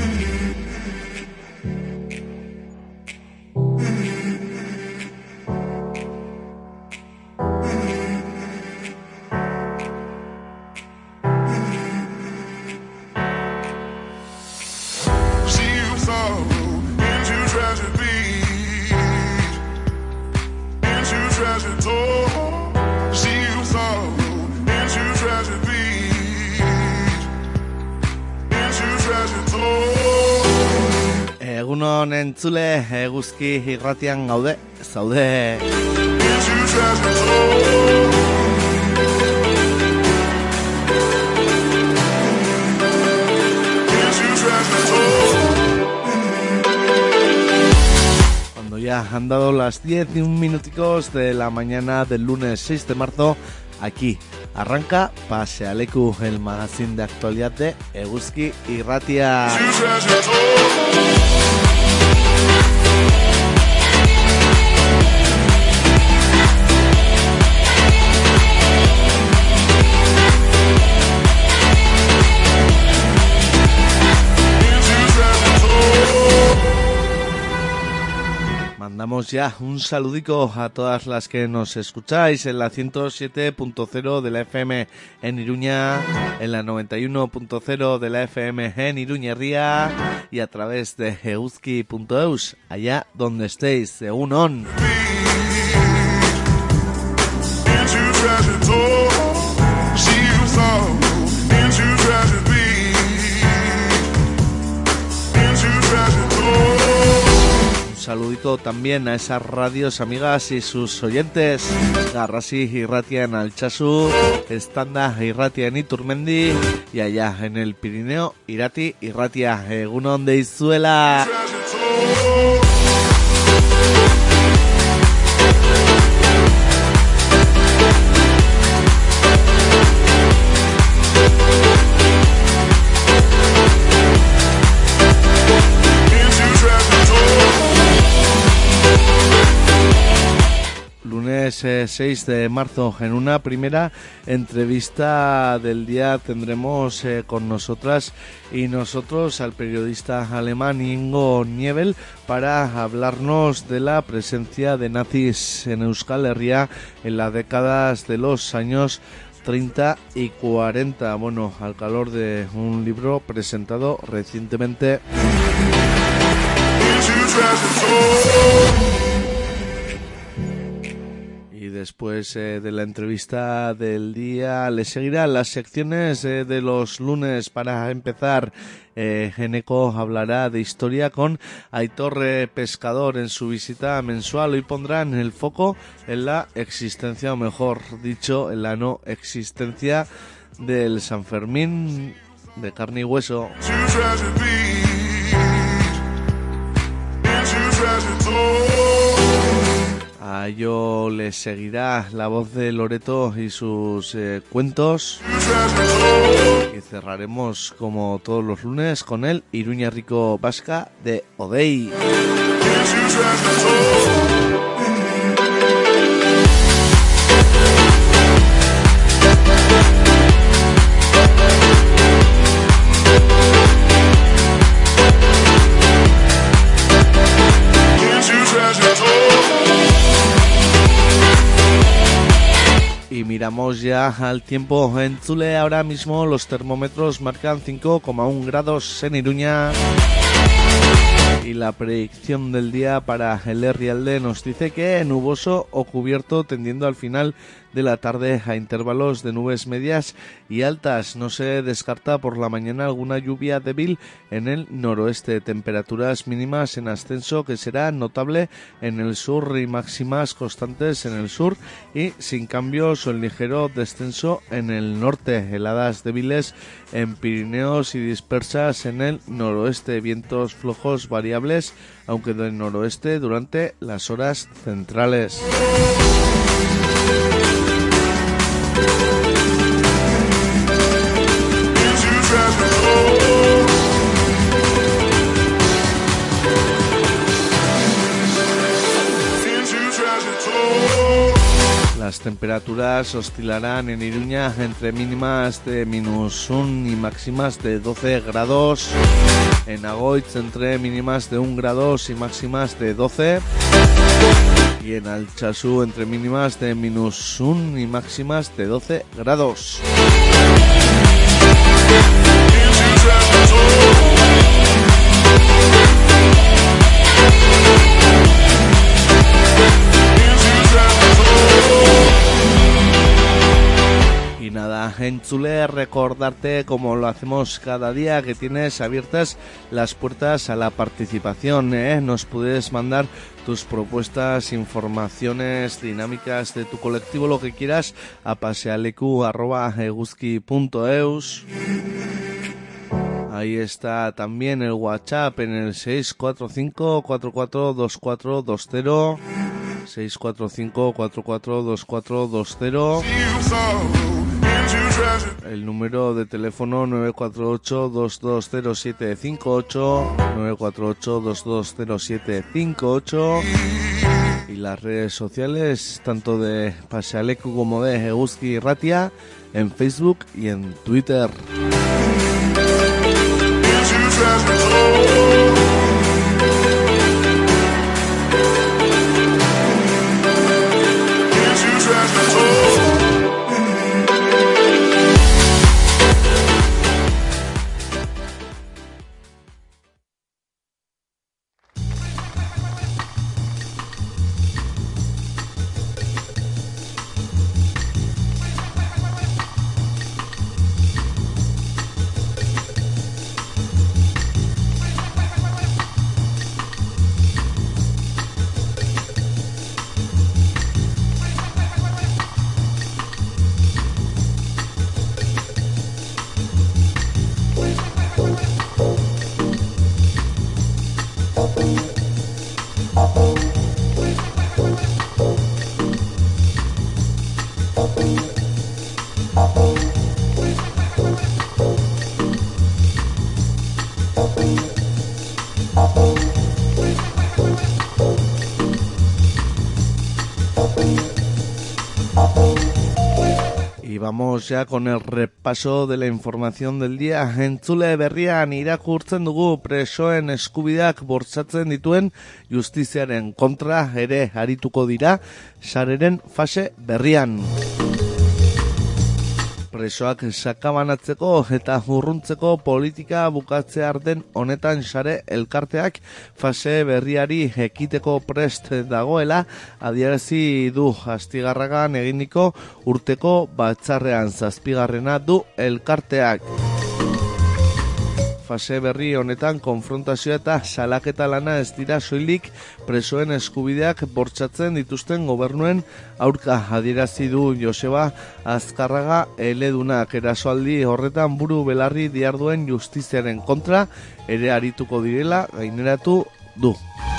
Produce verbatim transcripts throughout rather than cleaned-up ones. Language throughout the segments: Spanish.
Egunon entzule, eguzki irratian gaude, zaude. Cuando ya han dado las diez y un minuticos de la mañana del lunes seis de marzo, aquí arranca Pasealeku, el magazine de actualidad de Eguzki Irratia. Mandamos ya un saludico a todas las que nos escucháis en la ciento siete punto cero de la F M en Iruña, en la noventa y uno punto cero de la F M en Iruñerría y a través de eguzki punto eus, allá donde estéis, egunon. Saludito también a esas radios amigas y sus oyentes. Garrasi Irratia en Altsasu, Estanda Irratia en Iturmendi y allá en el Pirineo Irati Irratia, egunon deizuela. Lunes seis de marzo, en una primera entrevista del día tendremos eh, con nosotras y nosotros al periodista alemán Ingo Niebel para hablarnos de la presencia de nazis en Euskal Herria en las décadas de los años treinta y cuarenta, bueno, al calor de un libro presentado recientemente. Y después eh, de la entrevista del día le seguirán las secciones eh, de los lunes. Para empezar, eh, Eneco hablará de historia con Aitor eh, Pescador en su visita mensual. Hoy pondrán el foco en la existencia, o mejor dicho, en la no existencia del San Fermín de carne y hueso. A ello le seguirá la voz de Loreto y sus eh, cuentos. Y cerraremos, como todos los lunes, con el Iruña Rico Vasca de Odei. Y miramos ya al tiempo en Zule. Ahora mismo los termómetros marcan cinco coma uno grados en Iruña. Y la predicción del día para el Herrialde nos dice que nuboso o cubierto, tendiendo al final de la tarde a intervalos de nubes medias y altas. No se descarta por la mañana alguna lluvia débil en el noroeste. Temperaturas mínimas en ascenso que será notable en el sur y máximas constantes en el sur y sin cambios o en ligero descenso en el norte. Heladas débiles en Pirineos y dispersas en el noroeste. Vientos flojos variables, aunque del noroeste durante las horas centrales. Las temperaturas oscilarán en Iruña entre mínimas de menos uno y máximas de doce grados. En Agoitz entre mínimas de un grado y máximas de doce. Y en Altsasu entre mínimas de menos uno y máximas de doce grados. Y nada, entzule, recordarte, como lo hacemos cada día, que tienes abiertas las puertas a la participación, ¿eh? Nos puedes mandar tus propuestas, informaciones, dinámicas de tu colectivo, lo que quieras, a pasealeku arroba eguzki punto eus. Ahí está también el WhatsApp en el seis cuatro cinco, cuatro cuatro dos cuatro dos cero, seis cuatro cinco, cuatro cuatro dos cuatro dos cero. El número de teléfono nueve cuatro ocho, dos dos cero siete cinco ocho, nueve cuatro ocho, dos dos cero siete cinco ocho. Y las redes sociales, tanto de Pasealeku como de Eguzki Irratia, en Facebook y en Twitter. Y vamos ya con el repaso de la información del día. Entzule berrian irakurtzen dugu presoen eskubideak bortxatzen dituen justiziaren kontra ere arituko dira sareren fase berrian. Presoak sakabanatzeko eta urruntzeko politika bukatzear den honetan sare elkarteak fase berriari ekiteko prest dagoela adierazi du Astigarragan eginiko urteko batzarrean. Zazpigarrena du elkarteak. Fase berri honetan konfrontazioa eta salaketa lana ez dira soilik presoen eskubideak bortxatzen dituzten gobernuen aurka, adierazi du Joseba Azkarraga eledunak. Erasoaldi horretan buru belarri diarduen justiziaren kontra ere arituko direla gaineratu du.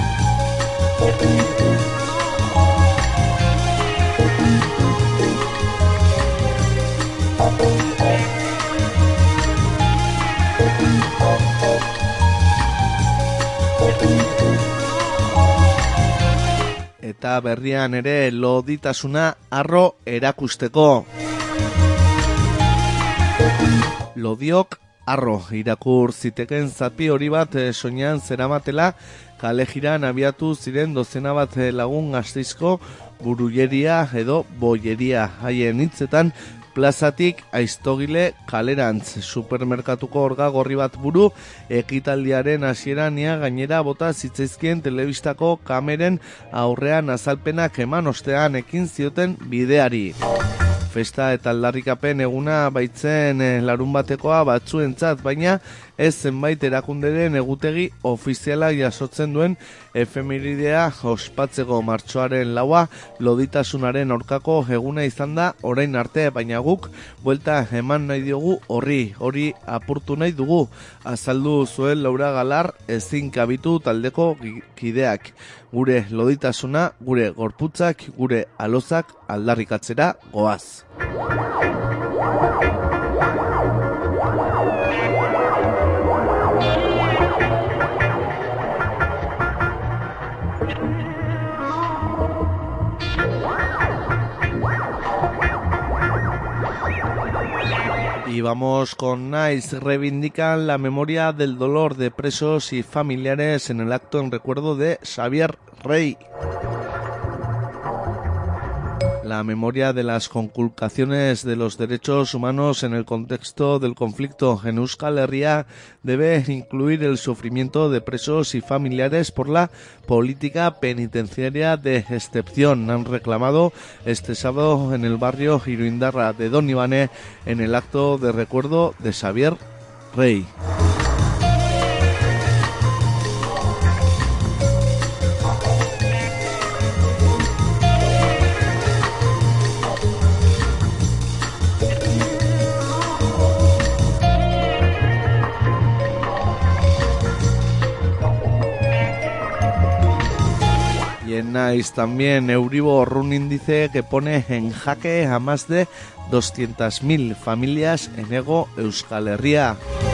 Eta berrian ere loditasuna arro erakusteko. Lodiok arro irakur ziteken zapi hori bat soinean zeramatela kale jiran abiatu ziren dozena bat lagun Gasteizko burujeria edo boieria. Haien hitzetan plazatik Aiztogile kalerantz supermerkatuko orga gorri bat buru ekitaldiaren hasieran ia gainera bota zitzaizkien telebistako kameren aurrean azalpenak eman ostean ekin zioten bideari. Festa eta aldarrikapen eguna baitzen larun batekoa batzuentzat, baina ez zenbait erakunderen egutegi ofiziala jasotzen duen efemeridea ospatzeko. Martxoaren laua loditasunaren aurkako eguna izan da orain arte, baina guk buelta eman nahi diogu horri, hori apurtu nahi dugu, azaldu zuen Laura Galar ezin kabitu taldeko kideak. Gure loditasuna, gure gorputzak, gure alozak aldarrikatzera goaz. Y vamos con Nice. Reivindican la memoria del dolor de presos y familiares en el acto en recuerdo de Xavier Rey. La memoria de las conculcaciones de los derechos humanos en el contexto del conflicto en Euskal Herria debe incluir el sufrimiento de presos y familiares por la política penitenciaria de excepción. Han reclamado este sábado en el barrio Iruindarra de Donibane en el acto de recuerdo de Xavier Rey. Y en Nice también Euribor, un índice que pone en jaque a más de doscientas mil familias en Hego Euskal Herria.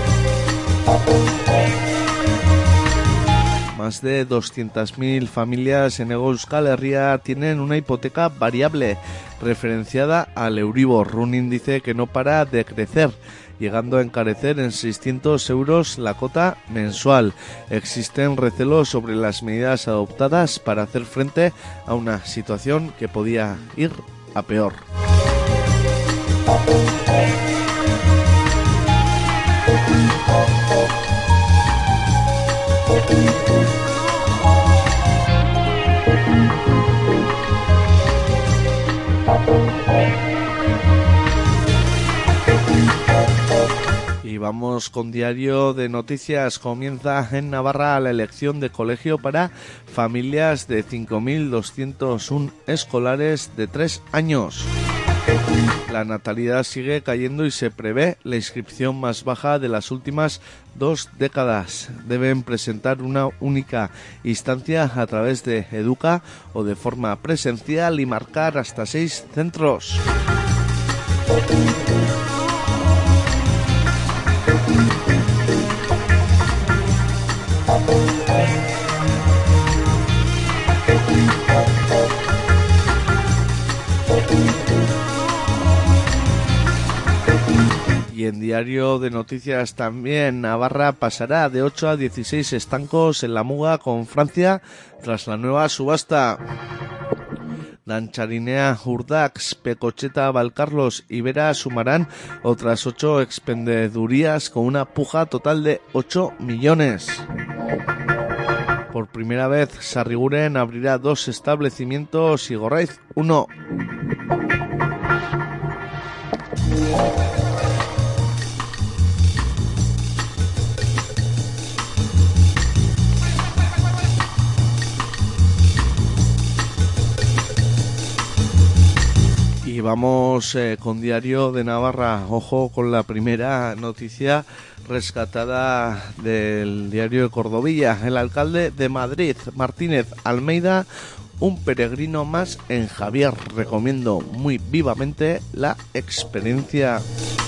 Más de doscientas mil familias en Hego Euskal Herria tienen una hipoteca variable referenciada al Euribor, un índice que no para de crecer, llegando a encarecer en seiscientos euros la cota mensual. Existen recelos sobre las medidas adoptadas para hacer frente a una situación que podía ir a peor. Y vamos con Diario de Noticias. Comienza en Navarra la elección de colegio para familias de cinco mil doscientos uno escolares de tres años. La natalidad sigue cayendo y se prevé la inscripción más baja de las últimas dos décadas. Deben presentar una única instancia a través de Educa o de forma presencial y marcar hasta seis centros. Y en Diario de Noticias también, Navarra pasará de ocho a dieciséis estancos en la muga con Francia tras la nueva subasta. Dancharinea, Urdax, Pecocheta, Valcarlos y Vera sumarán otras ocho expendedurías con una puja total de ocho millones. Por primera vez, Sarriguren abrirá dos establecimientos y Gorraiz uno. Y vamos eh, con Diario de Navarra. Ojo con la primera noticia rescatada del Diario de Cordovilla. El alcalde de Madrid, Martínez Almeida, un peregrino más en Javier. Recomiendo muy vivamente la experiencia.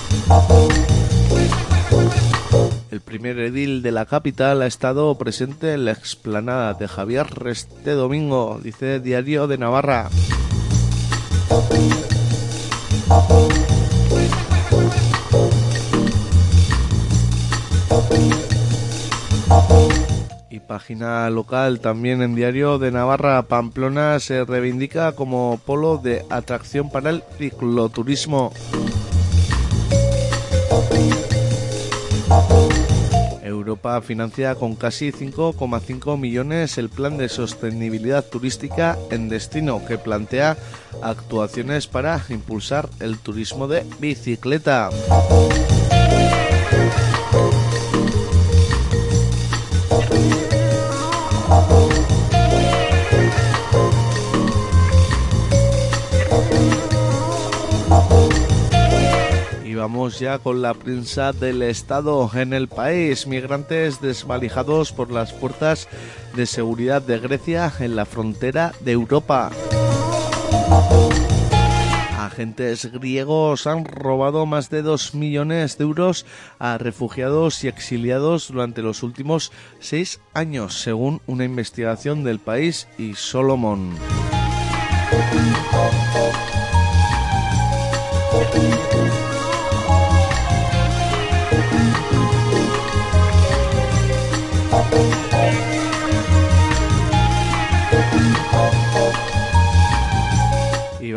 El primer edil de la capital ha estado presente en la explanada de Javier este domingo, dice Diario de Navarra. Y página local también en Diario de Navarra. Pamplona se reivindica como polo de atracción para el cicloturismo. Europa financia con casi cinco coma cinco millones el plan de sostenibilidad turística en destino, que plantea actuaciones para impulsar el turismo de bicicleta. Vamos ya con la prensa del Estado. En El País, migrantes desvalijados por las fuerzas de seguridad de Grecia en la frontera de Europa. Agentes griegos han robado más de dos millones de euros a refugiados y exiliados durante los últimos seis años, según una investigación del País y Solomon.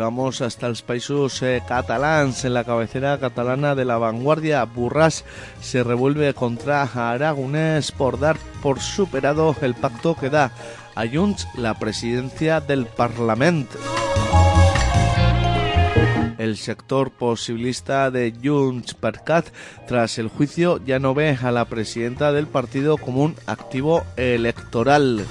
vamos hasta los países eh, catalans. En la cabecera catalana de La Vanguardia, Borràs se revuelve contra Aragonès por dar por superado el pacto que da a Junts la presidencia del Parlamento. El sector posibilista de Junts per Cat, tras el juicio, ya no ve a la presidenta del partido como un activo electoral.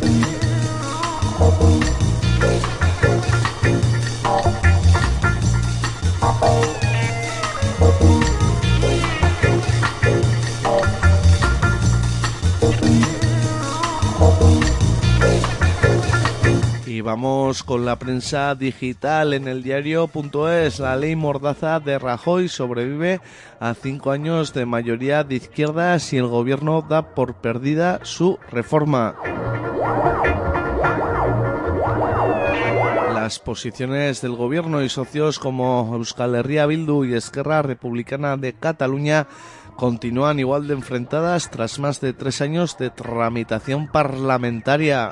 Y vamos con la prensa digital. En el diario punto es, la ley mordaza de Rajoy sobrevive a cinco años de mayoría de izquierdas y el gobierno da por perdida su reforma. Las posiciones del gobierno y socios como Euskal Herria Bildu y Esquerra Republicana de Cataluña continúan igual de enfrentadas tras más de tres años de tramitación parlamentaria.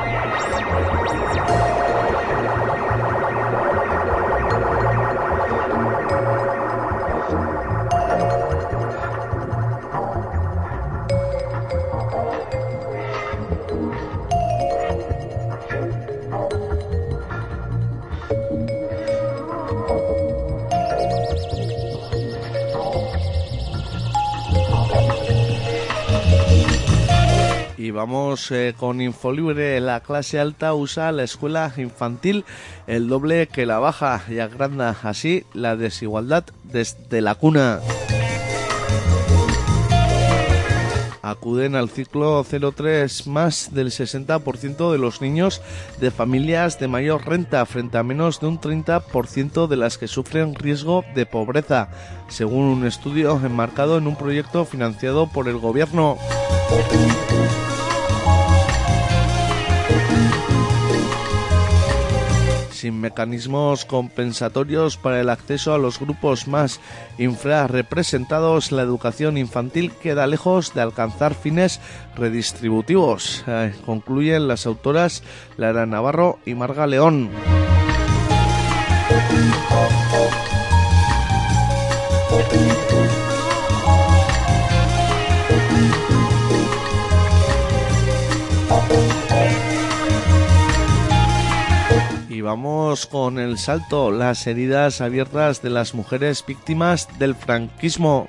Y vamos eh, con Infolibre. La clase alta usa la escuela infantil el doble que la baja y agranda así la desigualdad desde la cuna. Acuden al ciclo cero tres más del sesenta por ciento de los niños de familias de mayor renta, frente a menos de un treinta por ciento de las que sufren riesgo de pobreza, según un estudio enmarcado en un proyecto financiado por el gobierno. Sin mecanismos compensatorios para el acceso a los grupos más infrarrepresentados, la educación infantil queda lejos de alcanzar fines redistributivos, eh, concluyen las autoras Lara Navarro y Marga León. Y vamos con El Salto, las heridas abiertas de las mujeres víctimas del franquismo.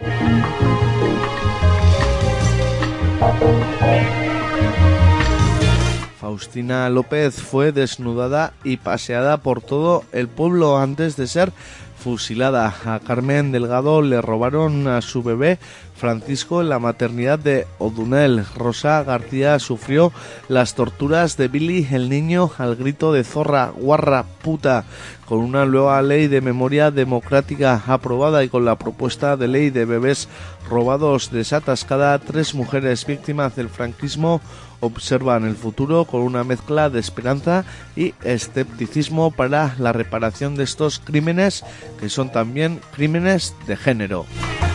Faustina López fue desnudada y paseada por todo el pueblo antes de ser fusilada. A Carmen Delgado le robaron a su bebé Francisco en la maternidad de Odunel. Rosa García sufrió las torturas de Billy el niño al grito de zorra, guarra, puta. Con una nueva ley de memoria democrática aprobada y con la propuesta de ley de bebés robados desatascada, tres mujeres víctimas del franquismo observan el futuro con una mezcla de esperanza y escepticismo para la reparación de estos crímenes, que son también crímenes de género.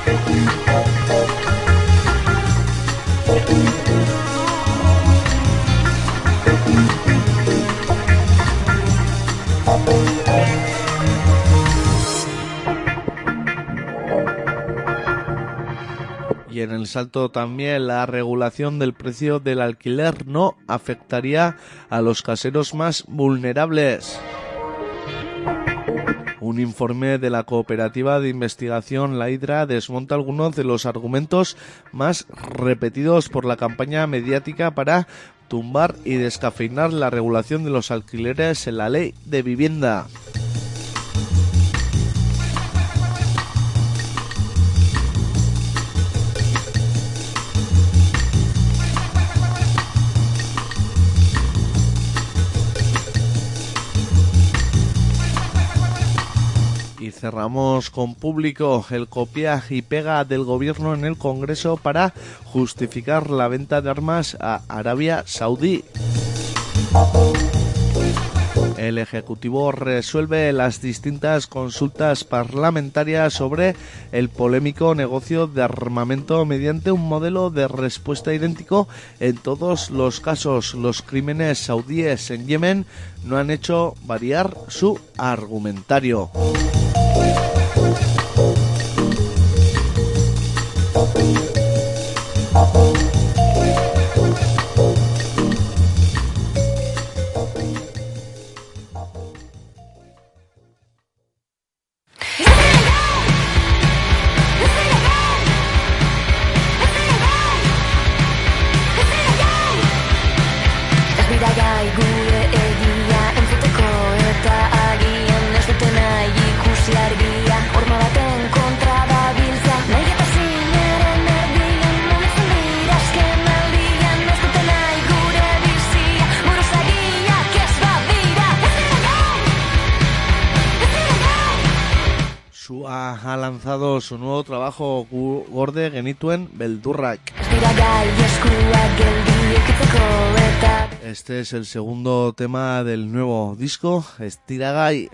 Y en El Salto también, la regulación del precio del alquiler no afectaría a los caseros más vulnerables. Un informe de la cooperativa de investigación La Hidra desmonta algunos de los argumentos más repetidos por la campaña mediática para tumbar y descafeinar la regulación de los alquileres en la ley de vivienda. Y cerramos con Público, el copia y pega del gobierno en el Congreso para justificar la venta de armas a Arabia Saudí. El Ejecutivo resuelve las distintas consultas parlamentarias sobre el polémico negocio de armamento mediante un modelo de respuesta idéntico en todos los casos. Los crímenes saudíes en Yemen no han hecho variar su argumentario. Ha lanzado su nuevo trabajo Gorde Genituen Beldurrak. Este es el segundo tema del nuevo disco, Estiragai.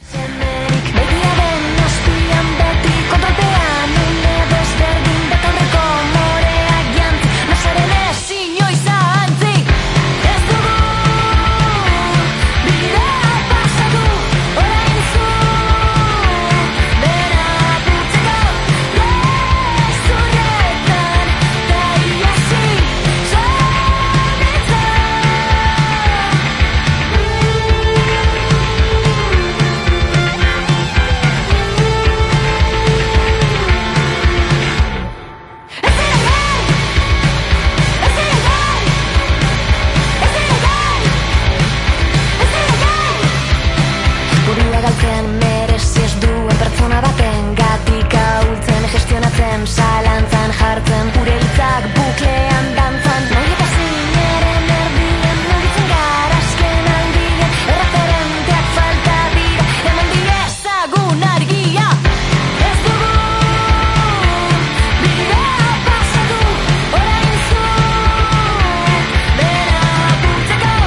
Zalantzan jartzen gure hitzak buklean dantzan nahi eta zineren erdien mugitzen gara azken aldien erreferenteak falta dira eman diezagun argia ez dugu bidea pasatu orain zu dena apurtzeko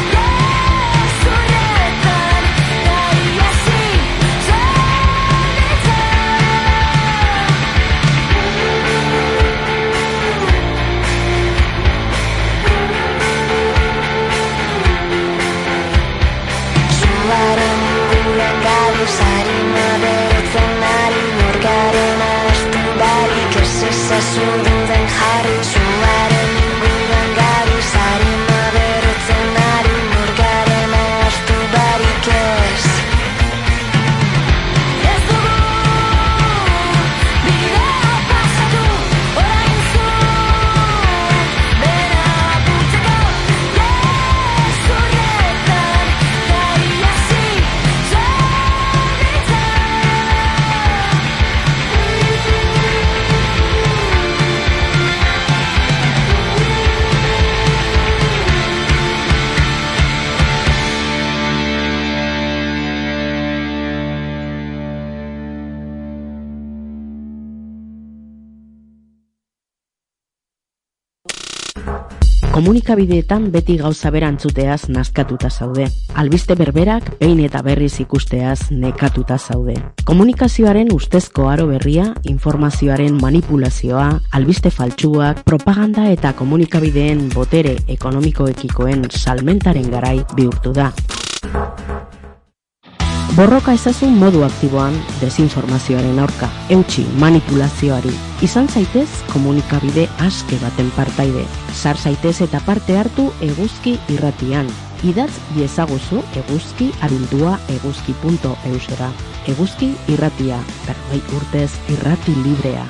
gezurretan gai hasi zonitzen. Zuaren inguruan gauz harina beretzen ari norgaren astu barik ez ezazu duden jarri. Zuaren inguruan gauz harina beretzen ari norgaren astu barik ez. Ez dugu bidea pasatu orain zu dena apurtzeko gezurretan gai hasi zonitzen. Komunikabideetan beti gauza bera entzuteaz nazkatuta zaude. Albiste berberak behin eta berriz ikusteaz nekatuta zaude. Komunikazioaren ustezko aro berria, informazioaren manipulazioa, albiste faltsuak, propaganda eta komunikabideen botere ekonomikoekikoen salmentaren garai bihurtu da. Borroka ezazun modu aktiboan desinformazioaren aurka, eutsi manipulazioari. Izan zaitez komunikabide aske baten partaide. Sar zaitez eta parte hartu Eguzki irratian. Idatz iezaguzu eguzki abildua eguzki punto eusera. Eguzki irratia, berrogei urtez irrati librea.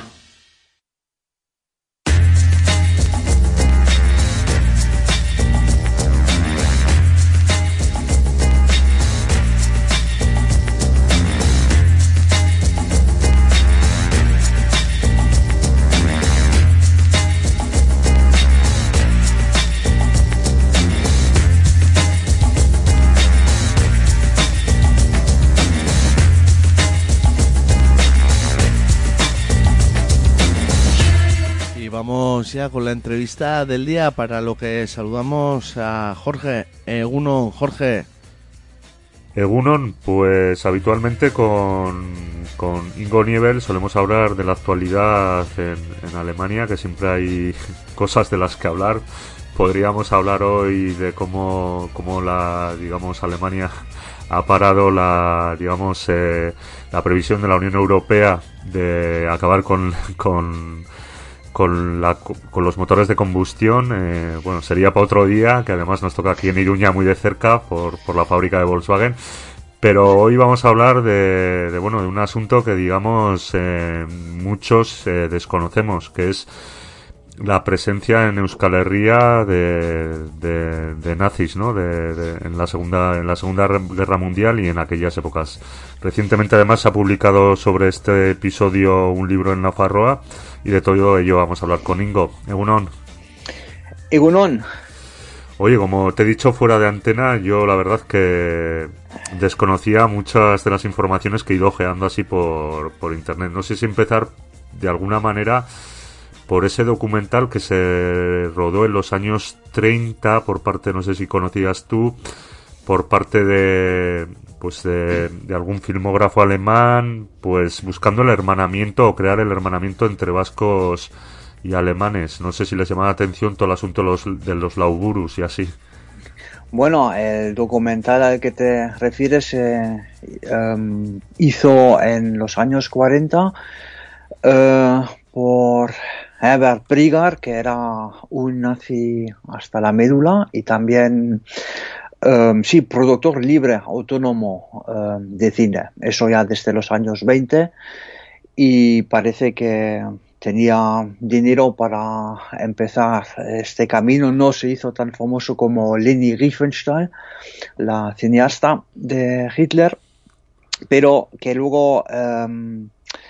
Vamos ya con la entrevista del día, para lo que saludamos a Jorge. Egunon, Jorge. Egunon, pues habitualmente con, con Ingo Niebel solemos hablar de la actualidad en, en Alemania, que siempre hay cosas de las que hablar. Podríamos hablar hoy de cómo, cómo la, digamos, Alemania ha parado la, digamos, eh, la previsión de la Unión Europea de acabar con, con, con, la, con los motores de combustión. Eh, bueno, sería para otro día, que además nos toca aquí en Iruña muy de cerca por, por la fábrica de Volkswagen. Pero hoy vamos a hablar de, de bueno, de un asunto que, digamos, eh, muchos eh, desconocemos, que es la presencia en Euskal Herria de, de, de nazis, ¿no? De, de, en la segunda en la segunda guerra mundial y en aquellas épocas. Recientemente, además, se ha publicado sobre este episodio un libro en Nafarroa, y de todo ello vamos a hablar con Ingo. Egunon. Egunon. Oye, como te he dicho fuera de antena, yo la verdad que desconocía muchas de las informaciones que he ido ojeando así por, por internet. No sé si empezar de alguna manera por ese documental que se rodó en los años treinta por parte, no sé si conocías tú, por parte de pues de, de algún filmógrafo alemán, pues buscando el hermanamiento o crear el hermanamiento entre vascos y alemanes. No sé si les llamaba la atención todo el asunto de los, de los Lauburus y así. Bueno, el documental al que te refieres eh, um, hizo en los años cuarenta uh, por Herbert Brieger, que era un nazi hasta la médula, y también um, sí, productor libre, autónomo um, de cine. Eso ya desde los años veinte, y parece que tenía dinero para empezar este camino. No se hizo tan famoso como Leni Riefenstahl, la cineasta de Hitler, pero que luego um,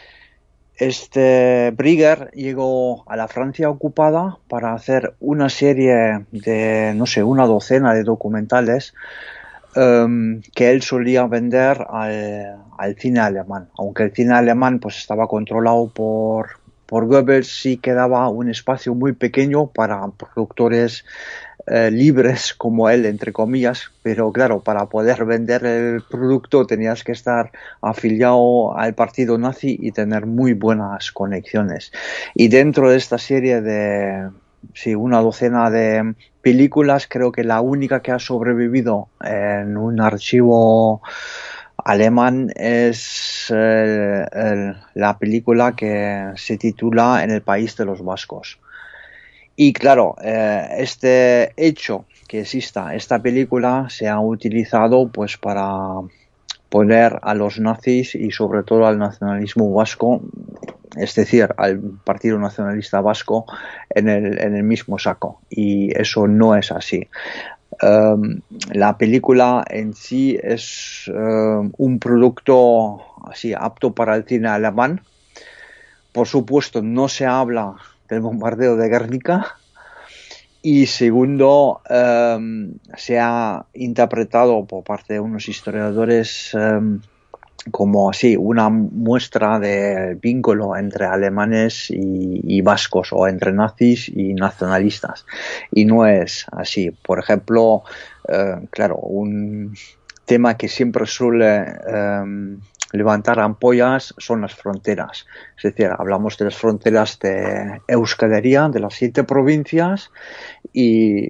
este Brieger llegó a la Francia ocupada para hacer una serie de, no sé, una docena de documentales um, que él solía vender al, al cine alemán. Aunque el cine alemán pues estaba controlado por por Goebbels, sí quedaba un espacio muy pequeño para productores eh, libres como él, entre comillas, pero claro, para poder vender el producto tenías que estar afiliado al partido nazi y tener muy buenas conexiones. Y dentro de esta serie de, sí, una docena de películas, creo que la única que ha sobrevivido en un archivo alemán es eh, el, la película que se titula En el país de los vascos. Y claro, eh, este hecho que exista esta película se ha utilizado pues para poner a los nazis y sobre todo al nacionalismo vasco, es decir, al Partido Nacionalista Vasco, en el, en el mismo saco. Y eso no es así. Um, la película en sí es um, un producto así apto para el cine alemán. Por supuesto, no se habla del bombardeo de Guernica, y segundo, um, se ha interpretado por parte de unos historiadores um, como así una muestra de vínculo entre alemanes y, y vascos, o entre nazis y nacionalistas, y no es así. Por ejemplo, eh, claro, un tema que siempre suele eh, levantar ampollas son las fronteras. Es decir, hablamos de las fronteras de Euskal Herria, de las siete provincias, y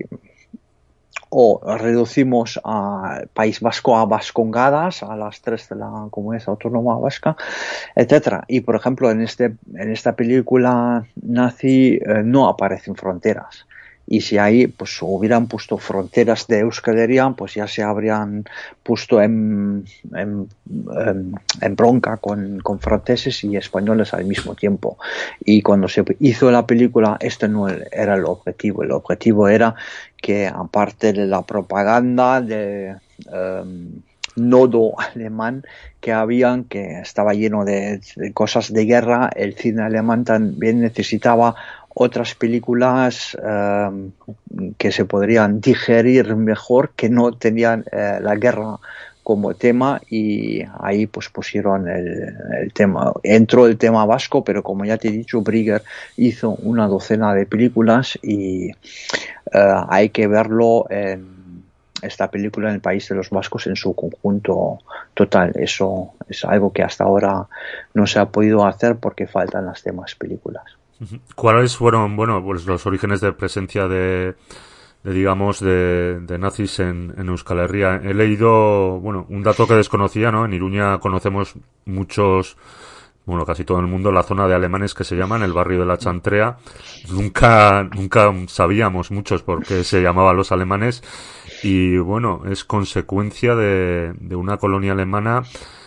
o reducimos al País Vasco a vascongadas, a las tres de la Comunidad Autónoma Vasca, etcétera. Y por ejemplo, en este en esta película nazi eh, no aparecen fronteras. Y si ahí pues hubieran puesto fronteras de Euskal Herria, pues ya se habrían puesto en, en, en, en bronca con, con franceses y españoles al mismo tiempo. Y cuando se hizo la película, este no era el objetivo. El objetivo era que, aparte de la propaganda de um, nodo alemán que habían, que estaba lleno de, de cosas de guerra, el cine alemán también necesitaba otras películas eh, que se podrían digerir mejor, que no tenían eh, la guerra como tema, y ahí pues pusieron el, el tema, entró el tema vasco, pero como ya te he dicho, Brieger hizo una docena de películas y eh, hay que verlo en esta película en el País de los Vascos en su conjunto total. Eso es algo que hasta ahora no se ha podido hacer porque faltan las demás películas. ¿Cuáles fueron, bueno, pues los orígenes de presencia de, de digamos, de, de nazis en, en Euskal Herria? He leído, bueno, un dato que desconocía, ¿no? En Iruña conocemos muchos, bueno, casi todo el mundo, la zona de alemanes que se llaman el barrio de la Chantrea. Nunca, nunca sabíamos muchos por qué se llamaban los alemanes. Y bueno, es consecuencia de, de una colonia alemana,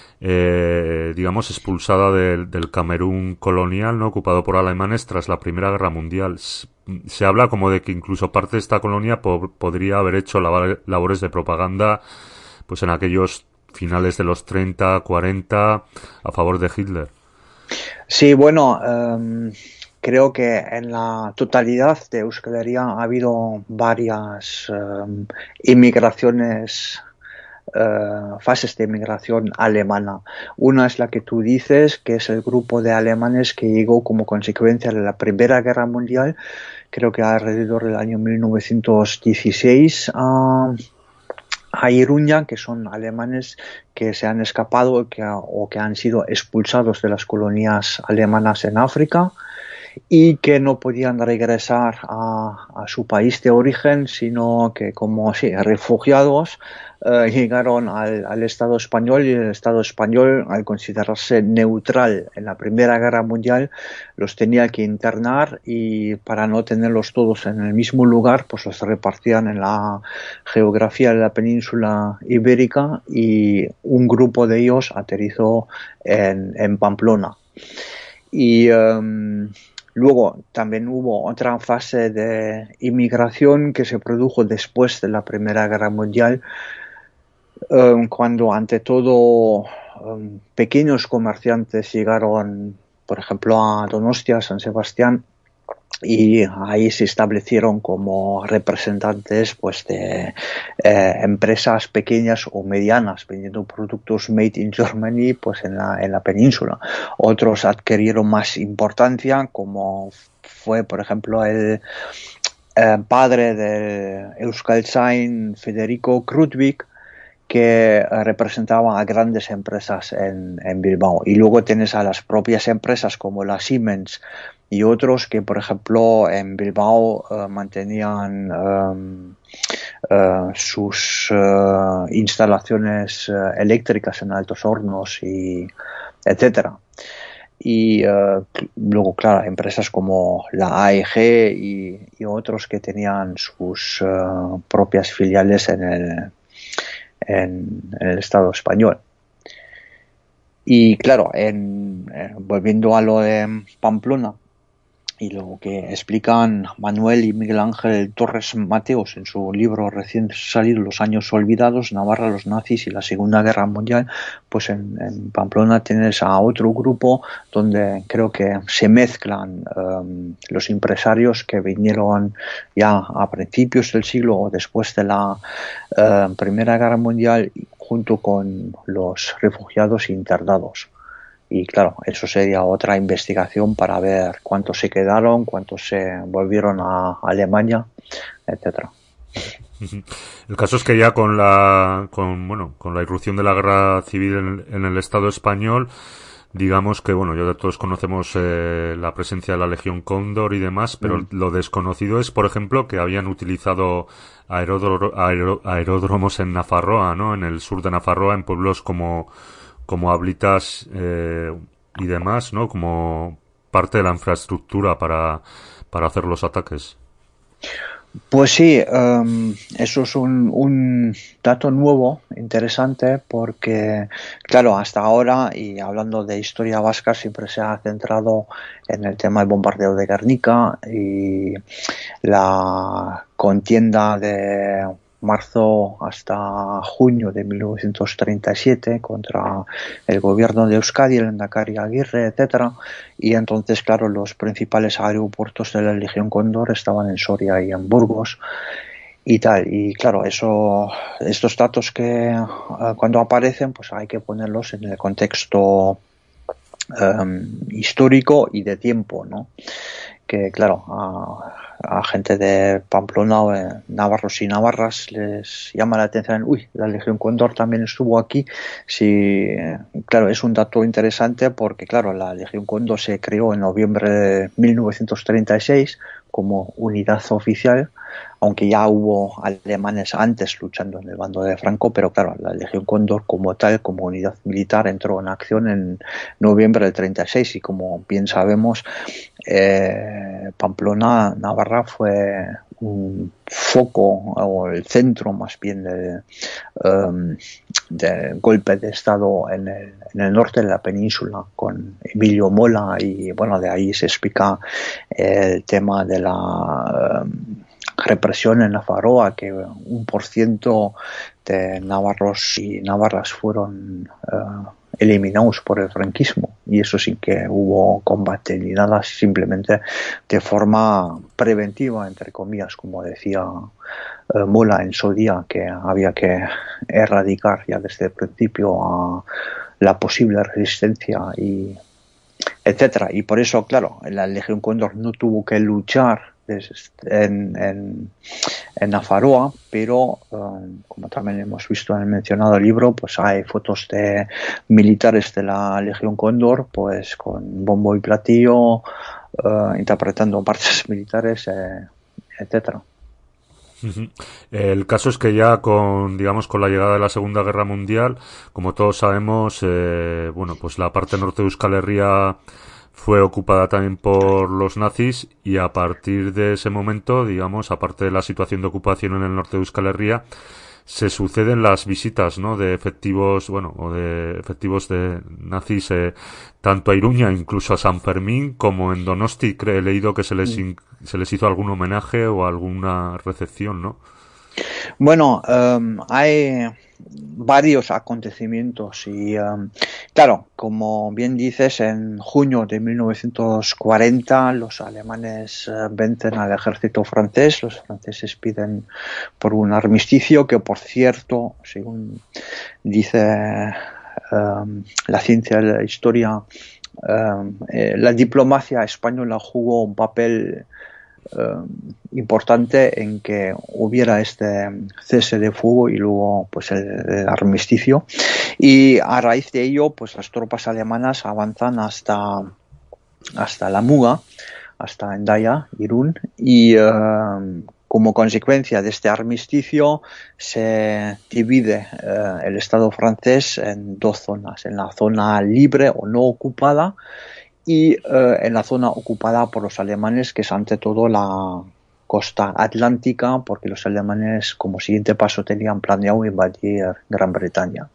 eh, digamos, expulsada del, del Camerún colonial, ¿no? Ocupado por alemanes tras la Primera Guerra Mundial. Se habla como de que incluso parte de esta colonia po- podría haber hecho lab- labores de propaganda, pues en aquellos finales de los treinta, cuarenta, a favor de Hitler. Sí, bueno, um, creo que en la totalidad de Euskal Herria ha habido varias um, inmigraciones, uh, fases de inmigración alemana. Una es la que tú dices, que es el grupo de alemanes que llegó como consecuencia de la Primera Guerra Mundial, creo que alrededor del año mil novecientos dieciséis, uh, a Iruña, que son alemanes que se han escapado que, o que han sido expulsados de las colonias alemanas en África y que no podían regresar a, a su país de origen, sino que como sí, refugiados eh, llegaron al, al Estado español, y el Estado español, al considerarse neutral en la Primera Guerra Mundial, los tenía que internar, y para no tenerlos todos en el mismo lugar, pues los repartían en la geografía de la península ibérica, y un grupo de ellos aterrizó en, en Pamplona. Y um, luego también hubo otra fase de inmigración que se produjo después de la Primera Guerra Mundial, um, cuando ante todo um, pequeños comerciantes llegaron, por ejemplo, a Donostia, San Sebastián, y ahí se establecieron como representantes pues de eh, empresas pequeñas o medianas vendiendo productos made in Germany pues en la en la península. Otros adquirieron más importancia, como fue por ejemplo el eh, padre de Euskaltzain, Federico Krutwig, que representaba a grandes empresas en, en Bilbao. Y luego tienes a las propias empresas como la Siemens y otros que, por ejemplo, en Bilbao uh, mantenían um, uh, sus uh, instalaciones uh, eléctricas en Altos Hornos, y etcétera. Y uh, luego, claro, empresas como la A E G y, y otros que tenían sus uh, propias filiales en el En, en el Estado español. Y claro, en, eh, volviendo a lo de Pamplona y lo que explican Manuel y Miguel Ángel Torres Mateos en su libro recién salido, Los años olvidados, Navarra, los nazis y la Segunda Guerra Mundial, pues en, en Pamplona tienes a otro grupo donde creo que se mezclan um, los empresarios que vinieron ya a principios del siglo o después de la uh, Primera Guerra Mundial, junto con los refugiados internados. Y claro, eso sería otra investigación para ver cuántos se quedaron, cuántos se volvieron a Alemania, etcétera. El caso es que ya con la con bueno con la irrupción de la guerra civil en, en el Estado español, digamos que bueno, ya todos conocemos eh, la presencia de la Legión Cóndor y demás, pero mm. lo desconocido es, por ejemplo, que habían utilizado aeródro, aeró, aeródromos en Nafarroa, ¿no? En el sur de Nafarroa, en pueblos como como Ablitas eh, y demás, ¿no? Como parte de la infraestructura para, para hacer los ataques. Pues sí, um, eso es un, un dato nuevo, interesante, porque, claro, hasta ahora, y hablando de historia vasca, siempre se ha centrado en el tema del bombardeo de Guernica y la contienda de marzo hasta junio de mil novecientos treinta y siete contra el gobierno de Euskadi, el Endacari Aguirre, etcétera. Y entonces, claro, los principales aeropuertos de la Legión Cóndor estaban en Soria y en Burgos y tal. Y claro, eso, estos datos que uh, cuando aparecen, pues hay que ponerlos en el contexto um, histórico y de tiempo, ¿no? que claro, a, a gente de Pamplona, eh, navarros y navarras, les llama la atención, uy, la Legión Cóndor también estuvo aquí. Sí, claro, es un dato interesante porque, claro, la Legión Cóndor se creó en noviembre de mil novecientos treinta y seis como unidad oficial, aunque ya hubo alemanes antes luchando en el bando de Franco, pero claro, la Legión Cóndor como tal, como unidad militar, entró en acción en noviembre del treinta y seis y como bien sabemos, eh, Pamplona, Navarra, fue un foco o el centro más bien de, um, de golpe de estado en el, en el norte de la península con Emilio Mola, y bueno, de ahí se explica el tema de la um, represión en la Faroa, que un por ciento de navarros y navarras fueron uh, eliminados por el franquismo, y eso sí que hubo combate ni nada, simplemente de forma preventiva, entre comillas, como decía uh, Mola en su día, que había que erradicar ya desde el principio a la posible resistencia y etcétera. Y por eso, claro, la Legión Cóndor no tuvo que luchar en, en, en la Faroa, pero um, como también hemos visto en el mencionado libro, pues hay fotos de militares de la Legión Cóndor pues con bombo y platillo, uh, interpretando partes militares, eh, etcétera. El caso es que ya con, digamos, con la llegada de la Segunda Guerra Mundial, como todos sabemos, eh, bueno, pues la parte norte de Euskal Herria fue ocupada también por los nazis, y a partir de ese momento, digamos, aparte de la situación de ocupación en el norte de Euskal Herria, se suceden las visitas, ¿no?, de efectivos, bueno, o de efectivos de nazis, eh, tanto a Iruña, incluso a San Fermín, como en Donosti. Creo, he leído que se les, in, se les hizo algún homenaje o alguna recepción, ¿no? Bueno, um, hay varios acontecimientos y, um, claro, como bien dices, en junio de mil novecientos cuarenta los alemanes uh, vencen al ejército francés. Los franceses piden por un armisticio que, por cierto, según dice um, la ciencia de la historia, um, eh, la diplomacia española jugó un papel Uh, importante en que hubiera este cese de fuego y luego pues el, el armisticio, y a raíz de ello pues las tropas alemanas avanzan hasta hasta la Muga, hasta Hendaya, Irún, y uh, como consecuencia de este armisticio se divide uh, el Estado francés en dos zonas, en la zona libre o no ocupada y uh, en la zona ocupada por los alemanes, que es ante todo la costa atlántica, porque los alemanes como siguiente paso tenían planeado invadir Gran Bretaña.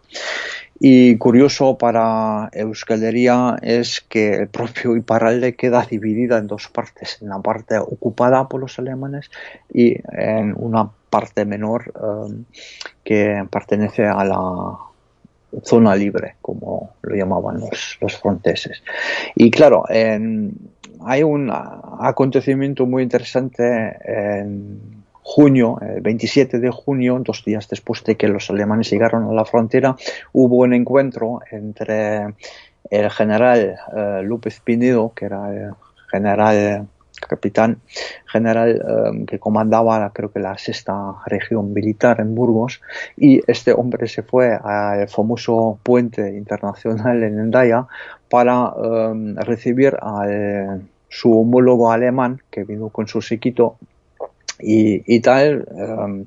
Y curioso para Euskal Herria es que el propio Iparralde queda dividida en dos partes, en la parte ocupada por los alemanes y en una parte menor um, que pertenece a la zona libre, como lo llamaban los, los franceses. Y claro, en, hay un acontecimiento muy interesante en junio, el veintisiete de junio, dos días después de que los alemanes llegaron a la frontera, hubo un encuentro entre el general uh, López Pinedo, que era el general capitán general um, que comandaba, creo que la sexta región militar en Burgos, y este hombre se fue al famoso puente internacional en Hendaya para um, recibir a su homólogo alemán, que vino con su séquito y, y tal. um,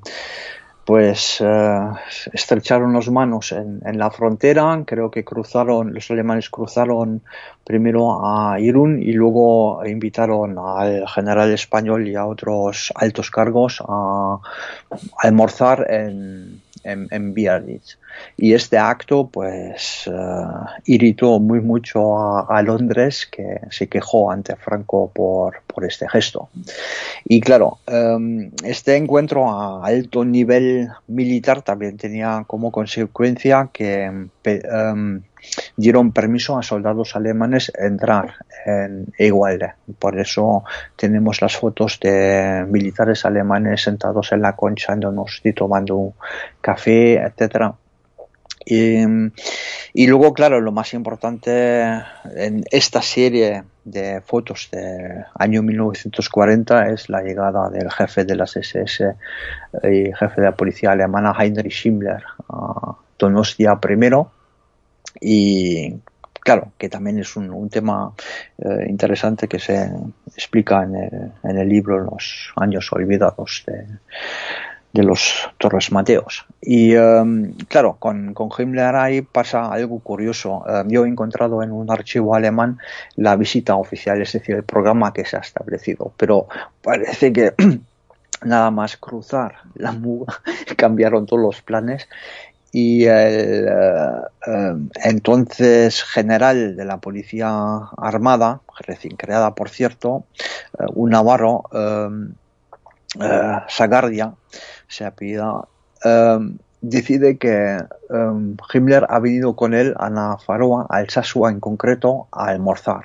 pues uh, estrecharon las manos en, en la frontera. Creo que cruzaron, los alemanes cruzaron primero a Irún y luego invitaron al general español y a otros altos cargos a, a almorzar en, en, en Biarritz. Y este acto pues uh, irritó muy mucho a, a Londres, que se quejó ante Franco por, por este gesto. Y claro, um, este encuentro a alto nivel militar también tenía como consecuencia que um, dieron permiso a soldados alemanes entrar en Egualde. Por eso tenemos las fotos de militares alemanes sentados en la concha en Donosti tomando café, etcétera. Y, y luego, claro, lo más importante en esta serie de fotos de año mil novecientos cuarenta es la llegada del jefe de las S S y jefe de la policía alemana Heinrich Himmler a Donostia primero. Y claro, que también es un, un tema eh, interesante que se explica en el, en el libro Los años olvidados de, de los Torres Mateos. Y um, claro, con, con Himmler ahí pasa algo curioso. Um, yo he encontrado en un archivo alemán la visita oficial, es decir, el programa que se ha establecido, pero parece que nada más cruzar la Muga cambiaron todos los planes. Y el uh, uh, entonces general de la Policía Armada, recién creada por cierto, uh, un navarro, uh, uh, Sagardia, se apellida, uh, decide que um, Himmler ha venido con él a Nafarroa, a Alsasua en concreto, a almorzar.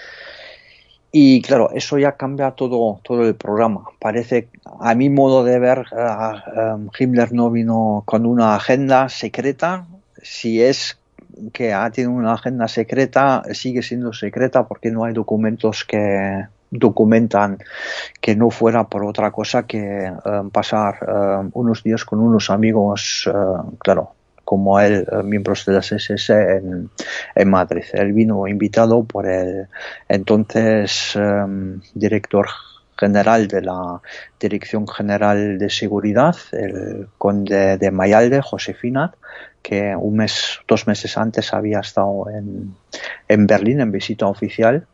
Y claro, eso ya cambia todo, todo el programa. Parece, a mi modo de ver, uh, um, Himmler no vino con una agenda secreta. Si es que ha tenido una agenda secreta, sigue siendo secreta porque no hay documentos que documentan que no fuera por otra cosa que uh, pasar uh, unos días con unos amigos, uh, claro, como él, miembros de las S S en, en Madrid. Él vino invitado por el entonces um, director general de la Dirección General de Seguridad, el conde de Mayalde, José Finat, que un mes, dos meses antes había estado en, en Berlín en visita oficial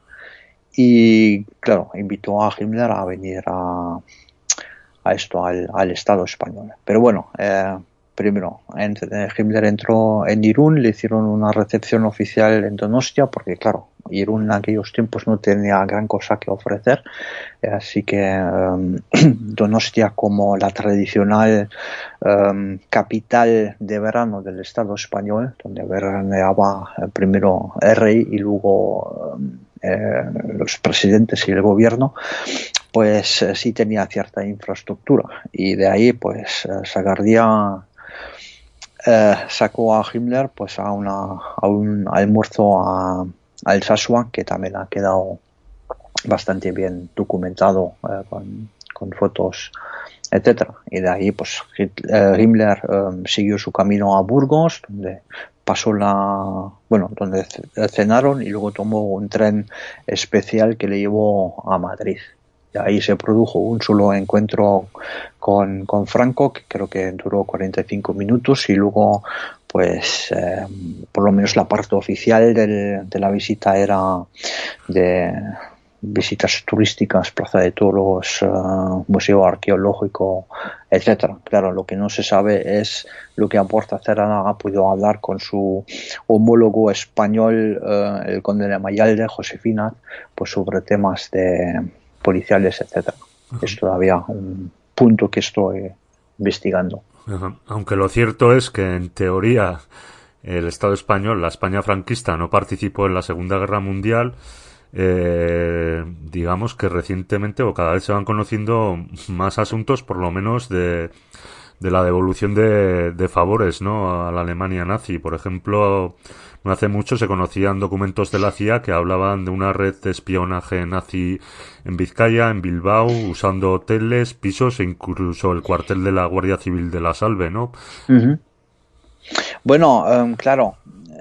y, claro, invitó a Himmler a venir a, a esto, al, al Estado español. Pero bueno, eh, primero, Himmler entró en Irún, le hicieron una recepción oficial en Donostia, porque claro, Irún en aquellos tiempos no tenía gran cosa que ofrecer, así que um, Donostia, como la tradicional um, capital de verano del Estado español, donde veraneaba primero el rey y luego um, eh, los presidentes y el gobierno, pues eh, sí tenía cierta infraestructura, y de ahí pues eh, Sagardia Eh, sacó a Himmler pues a una a un almuerzo a, a Alsasua, que también ha quedado bastante bien documentado eh, con, con fotos, etcétera. Y de ahí pues Himmler eh, siguió su camino a Burgos, donde pasó la bueno donde cenaron, y luego tomó un tren especial que le llevó a Madrid. Y ahí se produjo un solo encuentro con, con Franco, que creo que duró cuarenta y cinco minutos, y luego, pues, eh, por lo menos la parte oficial del, de la visita era de visitas turísticas, Plaza de Toros, uh, Museo Arqueológico, etcétera. Claro, lo que no se sabe es lo que a Porta Cerrada ha podido hablar con su homólogo español, uh, el conde de Mayalde, José Finat, pues sobre temas de policiales, etcétera. Uh-huh. Es todavía un punto que estoy investigando. Uh-huh. Aunque lo cierto es que en teoría el Estado español, la España franquista, no participó en la Segunda Guerra Mundial, eh, digamos que recientemente o cada vez se van conociendo más asuntos, por lo menos de, de la devolución de, de favores, ¿no?, a la Alemania nazi. Por ejemplo, no hace mucho se conocían documentos de la C I A que hablaban de una red de espionaje nazi en Vizcaya, en Bilbao, usando hoteles, pisos e incluso el cuartel de la Guardia Civil de La Salve, ¿no? Uh-huh. Bueno, um, claro,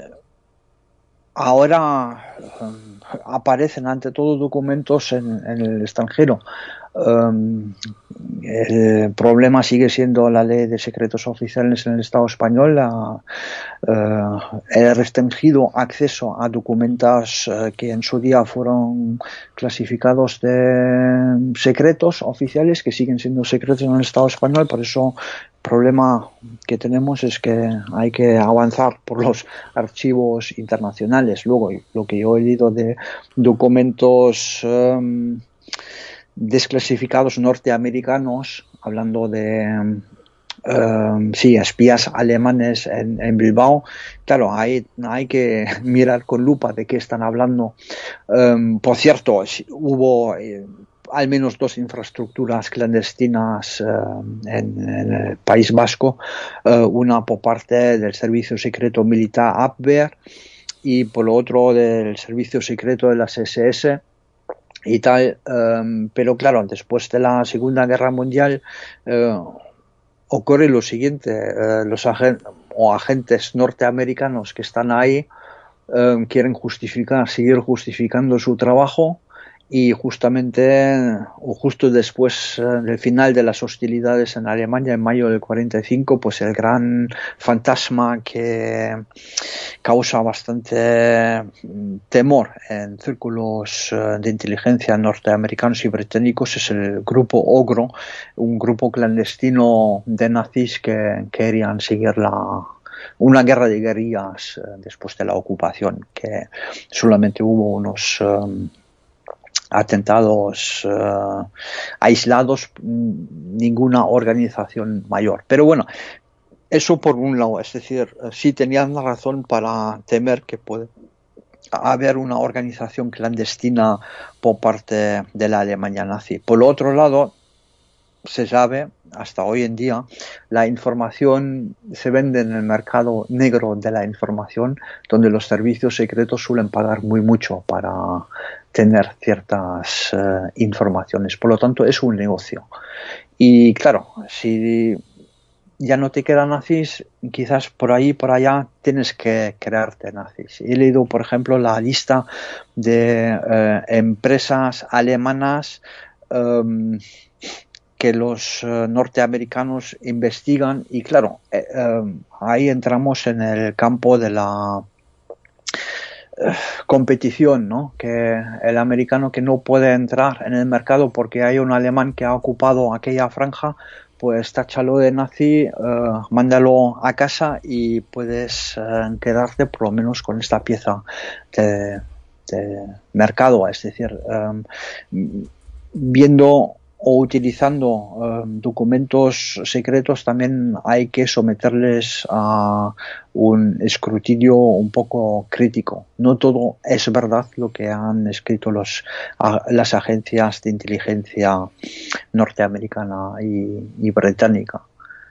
ahora um, aparecen ante todo documentos en, en el extranjero. Um, el problema sigue siendo la ley de secretos oficiales en el Estado español, la, uh, el restringido acceso a documentos uh, que en su día fueron clasificados de secretos oficiales, que siguen siendo secretos en el Estado español. Por eso el problema que tenemos es que hay que avanzar por los archivos internacionales. Luego, lo que yo he leído de documentos um, desclasificados norteamericanos, hablando de um, sí, espías alemanes en, en Bilbao, claro, hay, hay que mirar con lupa de qué están hablando. Um, por cierto, hubo eh, al menos dos infraestructuras clandestinas eh, en, en el País Vasco, eh, una por parte del Servicio Secreto Militar Abwehr y por lo otro del Servicio Secreto de las S S y tal, eh, pero claro, después de la Segunda Guerra Mundial eh, ocurre lo siguiente, eh, los agentes o agentes norteamericanos que están ahí eh, quieren justificar, seguir justificando su trabajo y justamente o justo después eh, del final de las hostilidades en Alemania en mayo del cuarenta y cinco, pues el gran fantasma que causa bastante temor en círculos eh, de inteligencia norteamericanos y británicos es el grupo Ogro, un grupo clandestino de nazis que querían seguir la una guerra de guerrillas eh, después de la ocupación, que solamente hubo unos eh, atentados uh, aislados, ninguna organización mayor. Pero bueno, eso por un lado, es decir, sí tenían la razón para temer que puede haber una organización clandestina por parte de la Alemania nazi. Por el otro lado, se sabe, hasta hoy en día, la información se vende en el mercado negro de la información, donde los servicios secretos suelen pagar muy mucho para tener ciertas uh, informaciones. Por lo tanto, es un negocio. Y claro, si ya no te quedan nazis, quizás por ahí, por allá, tienes que crearte nazis. He leído, por ejemplo, la lista de uh, empresas alemanas um, que los uh, norteamericanos investigan y claro, eh, eh, ahí entramos en el campo de la eh, competición, ¿no? Que el americano que no puede entrar en el mercado porque hay un alemán que ha ocupado aquella franja, pues táchalo de nazi, eh, mándalo a casa y puedes eh, quedarte por lo menos con esta pieza de, de mercado, es decir, eh, viendo o utilizando uh, documentos secretos también hay que someterles a un escrutinio un poco crítico. No todo es verdad lo que han escrito los, a, las agencias de inteligencia norteamericana y, y británica.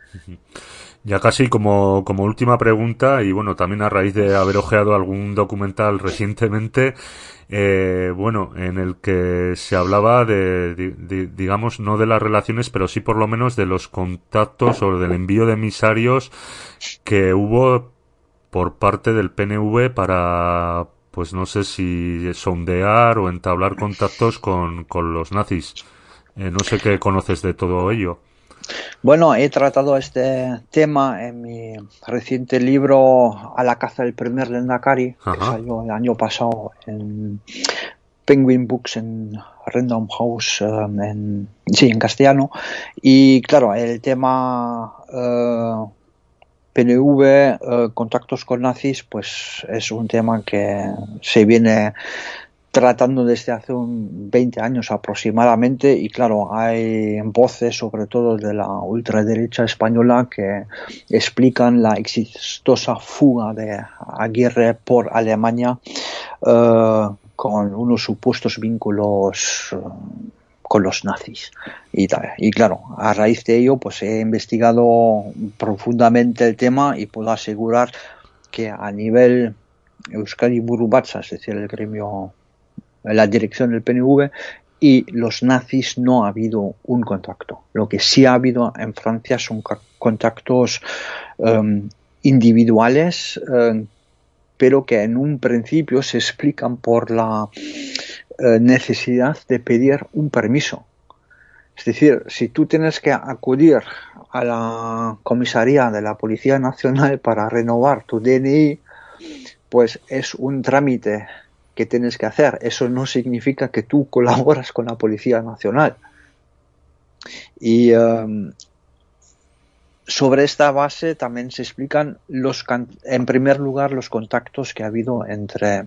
Ya casi como, como última pregunta, y bueno, también a raíz de haber ojeado algún documental recientemente, eh, bueno, en el que se hablaba de, de, de, digamos, no de las relaciones, pero sí por lo menos de los contactos o del envío de emisarios que hubo por parte del P N V para, pues no sé si sondear o entablar contactos con, con los nazis. Eh, no sé qué conoces de todo ello. Bueno, he tratado este tema en mi reciente libro A la caza del primer Lehendakari, que salió el año pasado en Penguin Books en Random House, um, en, sí, en castellano. Y claro, el tema uh, P N V, uh, contactos con nazis, pues es un tema que se viene tratando desde hace un veinte años aproximadamente y claro, hay voces sobre todo de la ultraderecha española que explican la exitosa fuga de Aguirre por Alemania uh, con unos supuestos vínculos uh, con los nazis y tal. Y claro, a raíz de ello pues he investigado profundamente el tema y puedo asegurar que a nivel Euskadi Buru Batzar, es decir, el gremio, la dirección del P N V y los nazis, no ha habido un contacto. Lo que sí ha habido en Francia son contactos um, individuales, um, pero que en un principio se explican por la uh, necesidad de pedir un permiso. Es decir, si tú tienes que acudir a la comisaría de la Policía Nacional para renovar tu D N I, pues es un trámite que tienes que hacer. Eso no significa que tú colaboras con la Policía Nacional. Y um, sobre esta base también se explican los en primer lugar los contactos que ha habido entre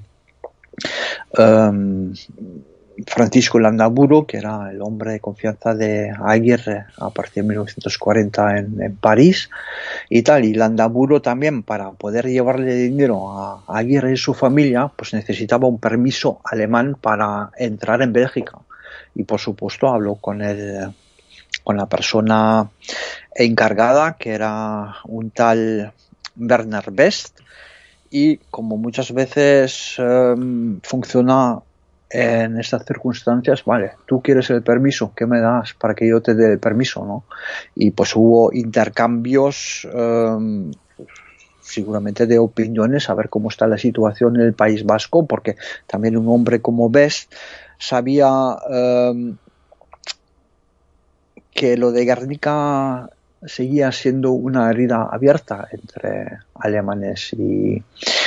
um, Francisco Landaburu, que era el hombre de confianza de Aguirre a partir de mil novecientos cuarenta en, en París y tal, y Landaburu también, para poder llevarle dinero a Aguirre y su familia, pues necesitaba un permiso alemán para entrar en Bélgica. y por supuesto habló con el con la persona encargada, que era un tal Werner Best, y como muchas veces eh, funciona en estas circunstancias, vale, tú quieres el permiso, ¿qué me das para que yo te dé el permiso, no? Y pues hubo intercambios eh, seguramente de opiniones, a ver cómo está la situación en el País Vasco, porque también un hombre como Best sabía eh, que lo de Guernica seguía siendo una herida abierta entre alemanes y,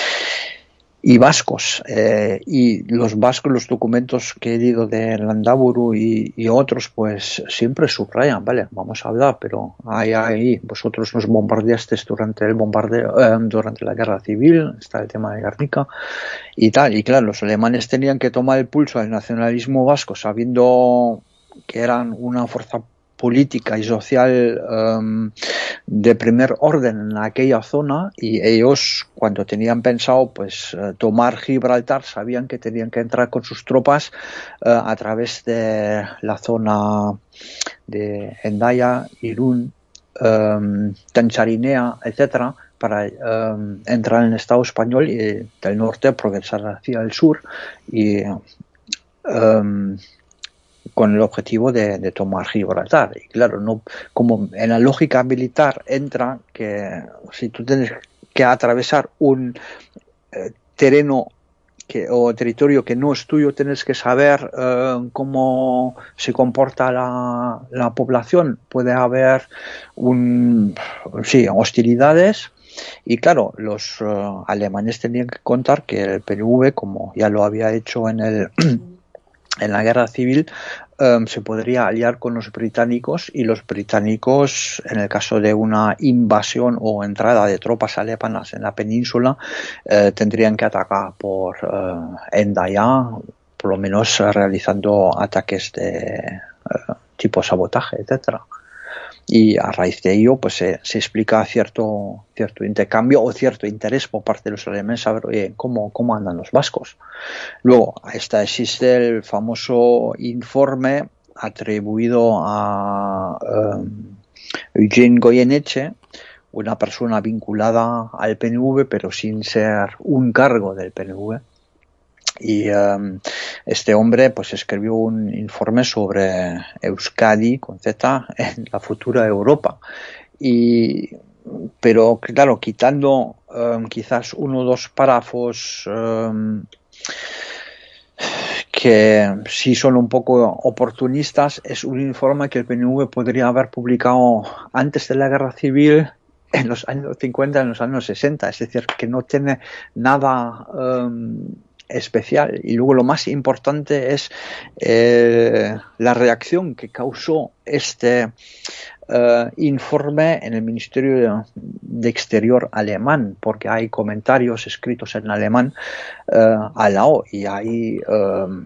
y vascos. Eh, y los vascos, los documentos que he leído de Landaburu y, y otros, pues siempre subrayan, vale, vamos a hablar, pero ahí, ahí, vosotros nos bombardeasteis durante el bombardeo, eh, durante la guerra civil, está el tema de Guernica y tal. Y claro, los alemanes tenían que tomar el pulso al nacionalismo vasco, sabiendo que eran una fuerza política y social um, de primer orden en aquella zona, y ellos, cuando tenían pensado pues tomar Gibraltar, sabían que tenían que entrar con sus tropas uh, a través de la zona de Hendaya, Irún, um, Tancharinea, etcétera, para um, entrar en el Estado español, y del norte progresar hacia el sur y um, con el objetivo de, de tomar Gibraltar. Y claro, no, como en la lógica militar entra que si tú tienes que atravesar un eh, terreno que, o territorio que no es tuyo, tienes que saber eh, cómo se comporta la, la población. Puede haber un, sí, hostilidades. Y claro, los uh, alemanes tenían que contar que el P N V, como ya lo había hecho en el en la guerra civil, um, se podría aliar con los británicos, y los británicos, en el caso de una invasión o entrada de tropas alemanas en la península, eh, tendrían que atacar por uh, Hendaya, por lo menos uh, realizando ataques de uh, tipo sabotaje, etcétera. Y a raíz de ello pues se, se explica cierto cierto intercambio o cierto interés por parte de los alemanes saber, oye, cómo, cómo andan los vascos. Luego esta existe el famoso informe atribuido a um, Eugen Goyeneche, una persona vinculada al P N V pero sin ser un cargo del P N V. Y um, este hombre pues escribió un informe sobre Euskadi con Z en la futura Europa, y pero claro, quitando um, quizás uno o dos párrafos um, que sí son un poco oportunistas, es un informe que el P N V podría haber publicado antes de la guerra civil, en los años cincuenta, en los años sesenta, es decir, que no tiene nada um, especial. Y luego lo más importante es eh, la reacción que causó este uh, informe en el Ministerio de Exterior alemán, porque hay comentarios escritos en alemán uh, al lado, y hay uh,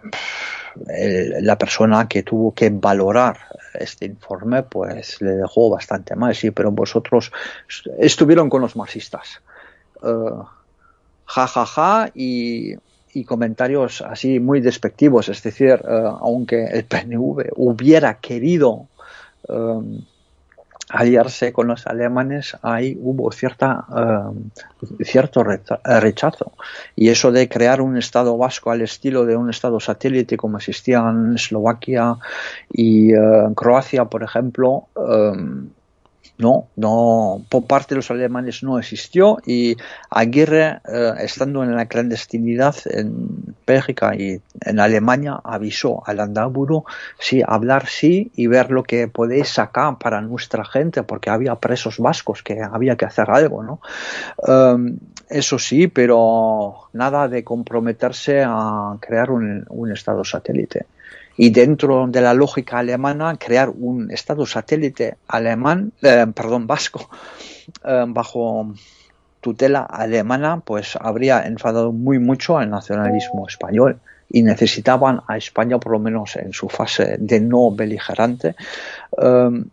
el, la persona que tuvo que valorar este informe pues le dejó bastante mal. Sí, pero vosotros estuvieron con los marxistas, uh, ja ja ja, y y comentarios así muy despectivos, es decir, uh, aunque el P N V hubiera querido um, aliarse con los alemanes, ahí hubo cierta um, cierto rechazo, y eso de crear un estado vasco al estilo de un estado satélite como existía en Eslovaquia y uh, Croacia, por ejemplo, um, No, no, por parte de los alemanes no existió, y Aguirre, eh, estando en la clandestinidad en Bélgica y en Alemania, avisó a Landaburu, sí, hablar sí, y ver lo que podéis sacar para nuestra gente, porque había presos vascos que había que hacer algo, ¿no? Um, eso sí, pero nada de comprometerse a crear un, un estado satélite. Y dentro de la lógica alemana, crear un estado satélite alemán, eh, perdón, vasco, eh, bajo tutela alemana, pues habría enfadado muy mucho al nacionalismo español, y necesitaban a España, por lo menos en su fase de no beligerante, eh,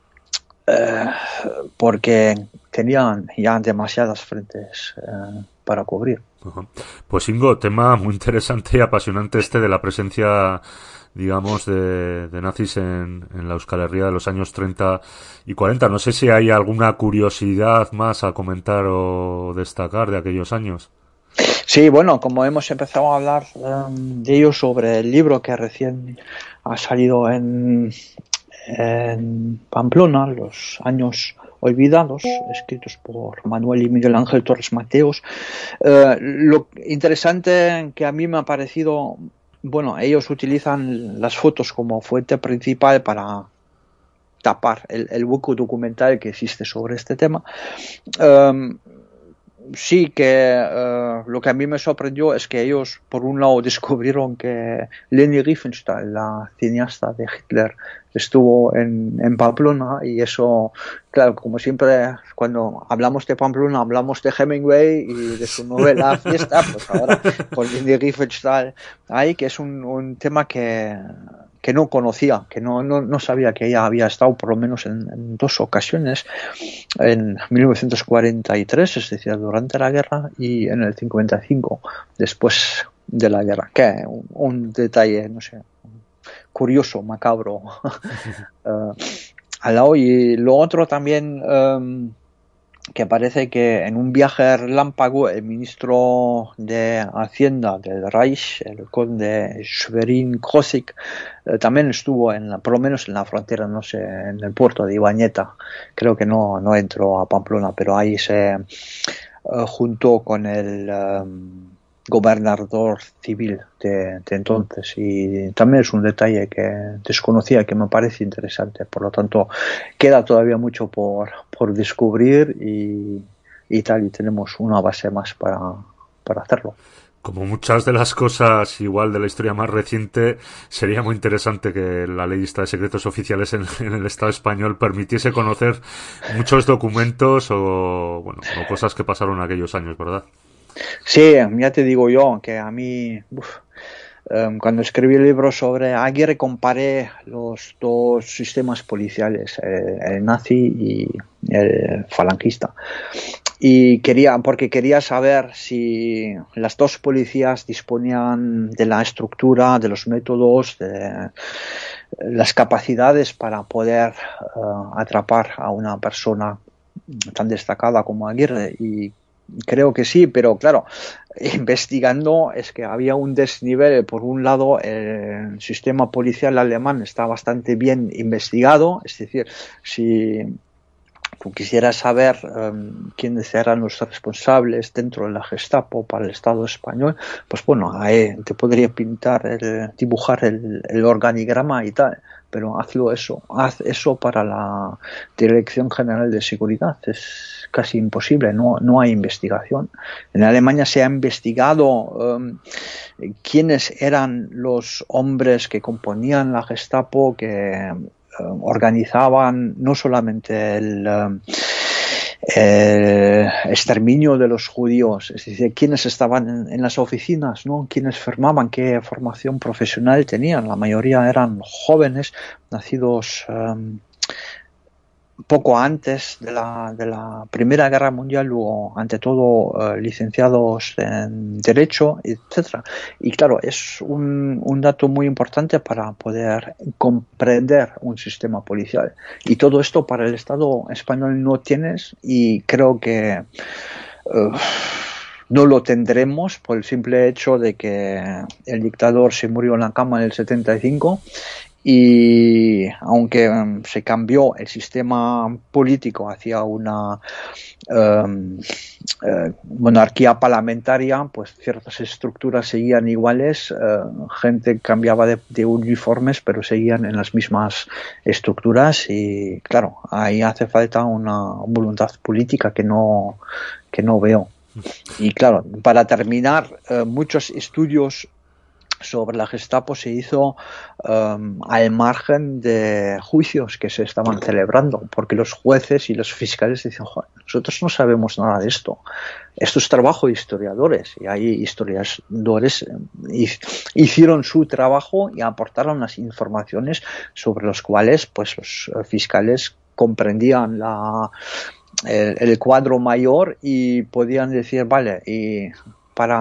eh, porque tenían ya demasiadas frentes eh, para cubrir. Uh-huh. Pues Ingo, tema muy interesante y apasionante este de la presencia digamos, de, de nazis en, en la Euskal Herria de los años treinta y cuarenta. No sé si hay alguna curiosidad más a comentar o destacar de aquellos años. Sí, bueno, como hemos empezado a hablar um, de ello sobre el libro que recién ha salido en, en Pamplona, Los años olvidados, escritos por Manuel y Miguel Ángel Torres Mateos, eh, lo interesante que a mí me ha parecido, bueno, ellos utilizan las fotos como fuente principal para tapar el, el hueco documental que existe sobre este tema. Um, Sí, que uh, lo que a mí me sorprendió es que ellos, por un lado, descubrieron que Leni Riefenstahl, la cineasta de Hitler, estuvo en, en Pamplona, y eso, claro, como siempre, cuando hablamos de Pamplona, hablamos de Hemingway y de su novela Fiesta, pues ahora con Leni Riefenstahl ahí, que es un, un tema que... que no conocía, que no, no, no sabía que ella había estado por lo menos en, en dos ocasiones, en mil novecientos cuarenta y tres, es decir, durante la guerra, y en el cincuenta y cinco, después de la guerra, que un, un detalle, no sé, curioso, macabro, uh, al lado. Y lo otro también, um, que parece que en un viaje relámpago el ministro de Hacienda del Reich, el conde Schwerin Krosigk, eh, también estuvo en la, por lo menos en la frontera, no sé, en el puerto de Ibañeta. Creo que no, no entró a Pamplona, pero ahí se eh, juntó con el um, gobernador civil de, de entonces, y también es un detalle que desconocía, que me parece interesante. Por lo tanto, queda todavía mucho por, por descubrir y, y tal, y tenemos una base más para, para hacerlo. Como muchas de las cosas igual de la historia más reciente, sería muy interesante que la ley de secretos oficiales en, en el Estado español permitiese conocer muchos documentos o, bueno, o cosas que pasaron en aquellos años, ¿verdad? Sí, ya te digo yo que a mí, uf, um, cuando escribí el libro sobre Aguirre, comparé los dos sistemas policiales, el, el nazi y el falangista. Y quería, porque quería saber si las dos policías disponían de la estructura, de los métodos, de las capacidades para poder uh, atrapar a una persona tan destacada como Aguirre. Y creo que sí, pero claro, investigando es que había un desnivel. Por un lado, el sistema policial alemán está bastante bien investigado, es decir, si tú quisieras saber um, quiénes eran los responsables dentro de la Gestapo para el Estado español, pues bueno, ahí te podría pintar, el, dibujar el, el organigrama y tal, pero hazlo eso, haz eso para la Dirección General de Seguridad, es casi imposible, no, no hay investigación. En Alemania se ha investigado um, quiénes eran los hombres que componían la Gestapo, que organizaban no solamente el, el exterminio de los judíos, es decir, quienes estaban en, en las oficinas, ¿no? Quienes firmaban, qué formación profesional tenían. La mayoría eran jóvenes, nacidos um, poco antes de la, de la Primera Guerra Mundial, luego, ante todo, uh, licenciados en Derecho, etcétera. Y claro, es un, un dato muy importante para poder comprender un sistema policial. Y todo esto para el Estado español no tienes, y creo que uh, no lo tendremos por el simple hecho de que el dictador se murió en la cama en el setenta y cinco. Y aunque um, se cambió el sistema político hacia una um, uh, monarquía parlamentaria, pues ciertas estructuras seguían iguales, uh, gente cambiaba de, de uniformes, pero seguían en las mismas estructuras. Y claro, ahí hace falta una voluntad política que no, que no veo. Y claro, para terminar, uh, muchos estudios sobre la Gestapo se hizo um, al margen de juicios que se estaban celebrando, porque los jueces y los fiscales dicen, joder, nosotros no sabemos nada de esto, esto es trabajo de historiadores, y ahí historiadores hicieron su trabajo y aportaron las informaciones sobre los cuales pues los fiscales comprendían la, el, el cuadro mayor y podían decir, vale, y para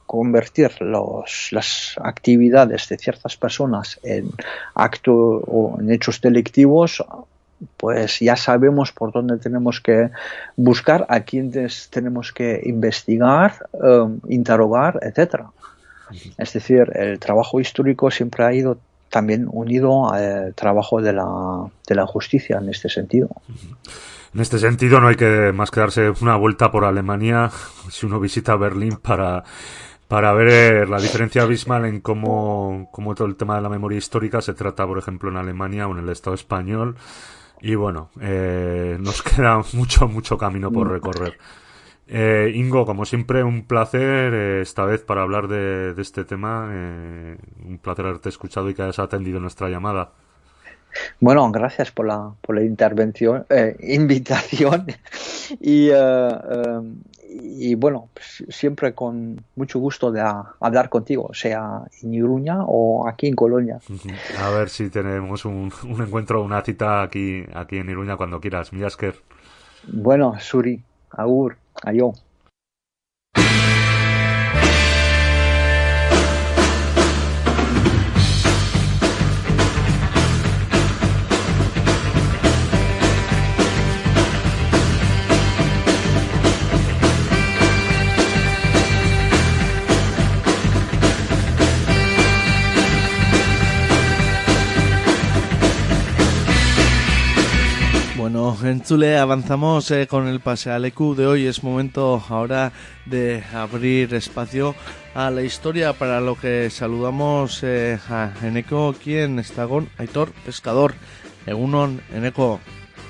convertir los, las actividades de ciertas personas en actos o en hechos delictivos, pues ya sabemos por dónde tenemos que buscar, a quiénes tenemos que investigar, um, interrogar, etcétera. Es decir, el trabajo histórico siempre ha ido también unido al trabajo de la, de la justicia en este sentido. En este sentido no hay que más que darse una vuelta por Alemania si uno visita Berlín para, para ver la diferencia abismal en cómo, cómo todo el tema de la memoria histórica se trata, por ejemplo, en Alemania o en el Estado español. Y bueno, eh, nos queda mucho, mucho camino por recorrer. Eh, Ingo, como siempre, un placer eh, esta vez para hablar de, de este tema. Eh, un placer haberte escuchado y que hayas atendido nuestra llamada. Bueno, gracias por la por la intervención, eh, invitación y, uh, uh, y bueno, siempre con mucho gusto de a, hablar contigo, sea en Iruña o aquí en Colonia. A ver si tenemos un, un encuentro, una cita aquí aquí en Iruña cuando quieras. Mila esker. Bueno, Suri, agur, ayo. Bueno, en Chule avanzamos eh, con el pasealeku de hoy. Es momento ahora de abrir espacio a la historia, para lo que saludamos eh, a Eneko, quien está con Aitor Pescador. Egunon, Eneko.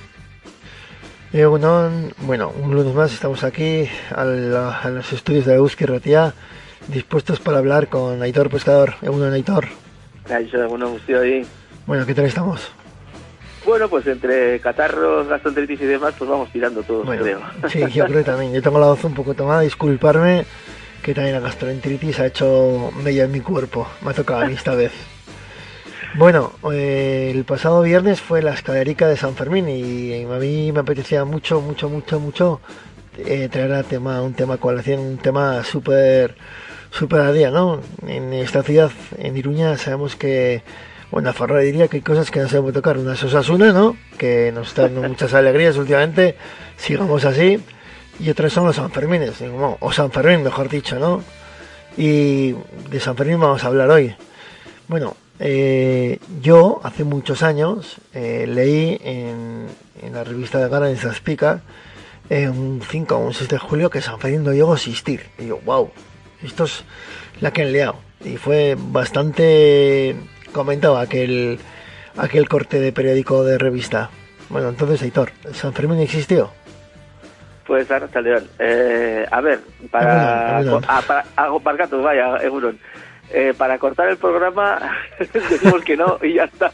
Egunon, bueno, un lunes más estamos aquí a, la, a los estudios de Euskadi Ratia, dispuestos para hablar con Aitor Pescador. Egunon, Aitor. Egunon, estoy ahí. Bueno, ¿qué tal estamos? Bueno, pues entre catarros, gastroenteritis y demás, pues vamos tirando todos, bueno, creo. Sí, yo creo también. Yo tengo la voz un poco tomada, disculparme, que también la gastroenteritis ha hecho mella en mi cuerpo. Me ha tocado a mí esta vez. Bueno, eh, el pasado viernes fue la escalerica de San Fermín y a mí me apetecía mucho, mucho, mucho, mucho eh, traer a tema, un tema colación, un tema súper, súper a día, ¿no? En esta ciudad, en Iruña, sabemos que... Bueno, Farra diría que hay cosas que no se puede tocar. Una es Osasuna, ¿no? Que nos está dando muchas alegrías últimamente. Sigamos así. Y otras son los Sanfermines. O San Fermín, mejor dicho, ¿no? Y de San Fermín vamos a hablar hoy. Bueno, eh, yo hace muchos años eh, leí en, en la revista de Gara, en Zaspica, eh, un cinco o un seis de julio, que San Fermín no llegó a existir. Y yo, wow, esto es la que han liado. Y fue bastante... comentaba aquel aquel corte de periódico de revista. Bueno, entonces, Aitor, ¿San Fermín existió? Pues ahora está León. Eh, a ver, para... Egunon, ah, para hago para gatos, vaya, Egunon. Eh, para cortar el programa decimos que no y ya está.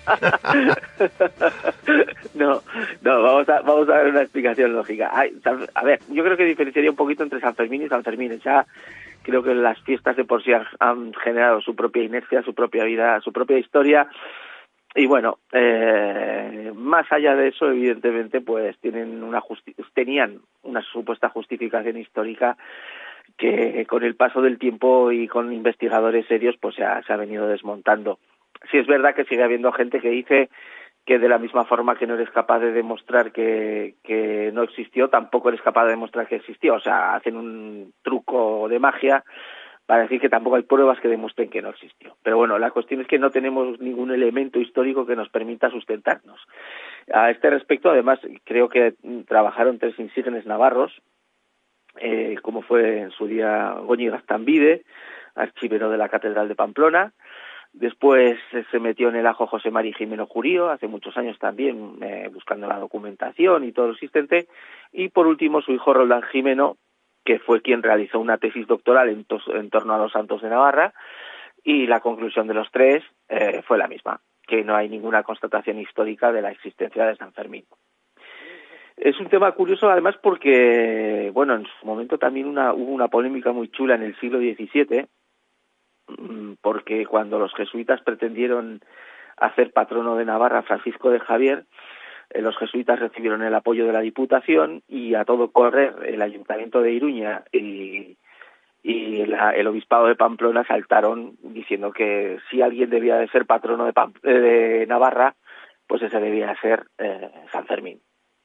no, no, vamos a vamos a dar una explicación lógica. Ay, a ver, yo creo que diferenciaría un poquito entre San Fermín y San Fermín. Ya creo que las fiestas de por sí han, han generado su propia inercia, su propia vida, su propia historia. Y bueno, eh, más allá de eso, evidentemente, pues tienen una justi- tenían una supuesta justificación histórica que con el paso del tiempo y con investigadores serios pues se ha, se ha venido desmontando. Sí es verdad que sigue habiendo gente que dice que de la misma forma que no eres capaz de demostrar que, que no existió, tampoco eres capaz de demostrar que existió. O sea, hacen un truco de magia para decir que tampoco hay pruebas que demuestren que no existió. Pero bueno, la cuestión es que no tenemos ningún elemento histórico que nos permita sustentarnos. A este respecto, además, creo que trabajaron tres insígnes navarros, eh, como fue en su día Goñi Gastambide, archivero de la Catedral de Pamplona. Después eh, se metió en el ajo José María Jimeno Jurío, hace muchos años también, eh, buscando la documentación y todo lo existente. Y por último, su hijo Roldán Jimeno, que fue quien realizó una tesis doctoral en, tos, en torno a los santos de Navarra, y la conclusión de los tres eh, fue la misma, que no hay ninguna constatación histórica de la existencia de San Fermín. Es un tema curioso además porque, bueno, en su momento también una, hubo una polémica muy chula en el siglo diecisiete, porque cuando los jesuitas pretendieron hacer patrono de Navarra a Francisco de Javier, eh, los jesuitas recibieron el apoyo de la Diputación y a todo correr el Ayuntamiento de Iruña y, y la, el obispado de Pamplona saltaron diciendo que si alguien debía de ser patrono de, Pam, de Navarra, pues ese debía ser eh, San Fermín.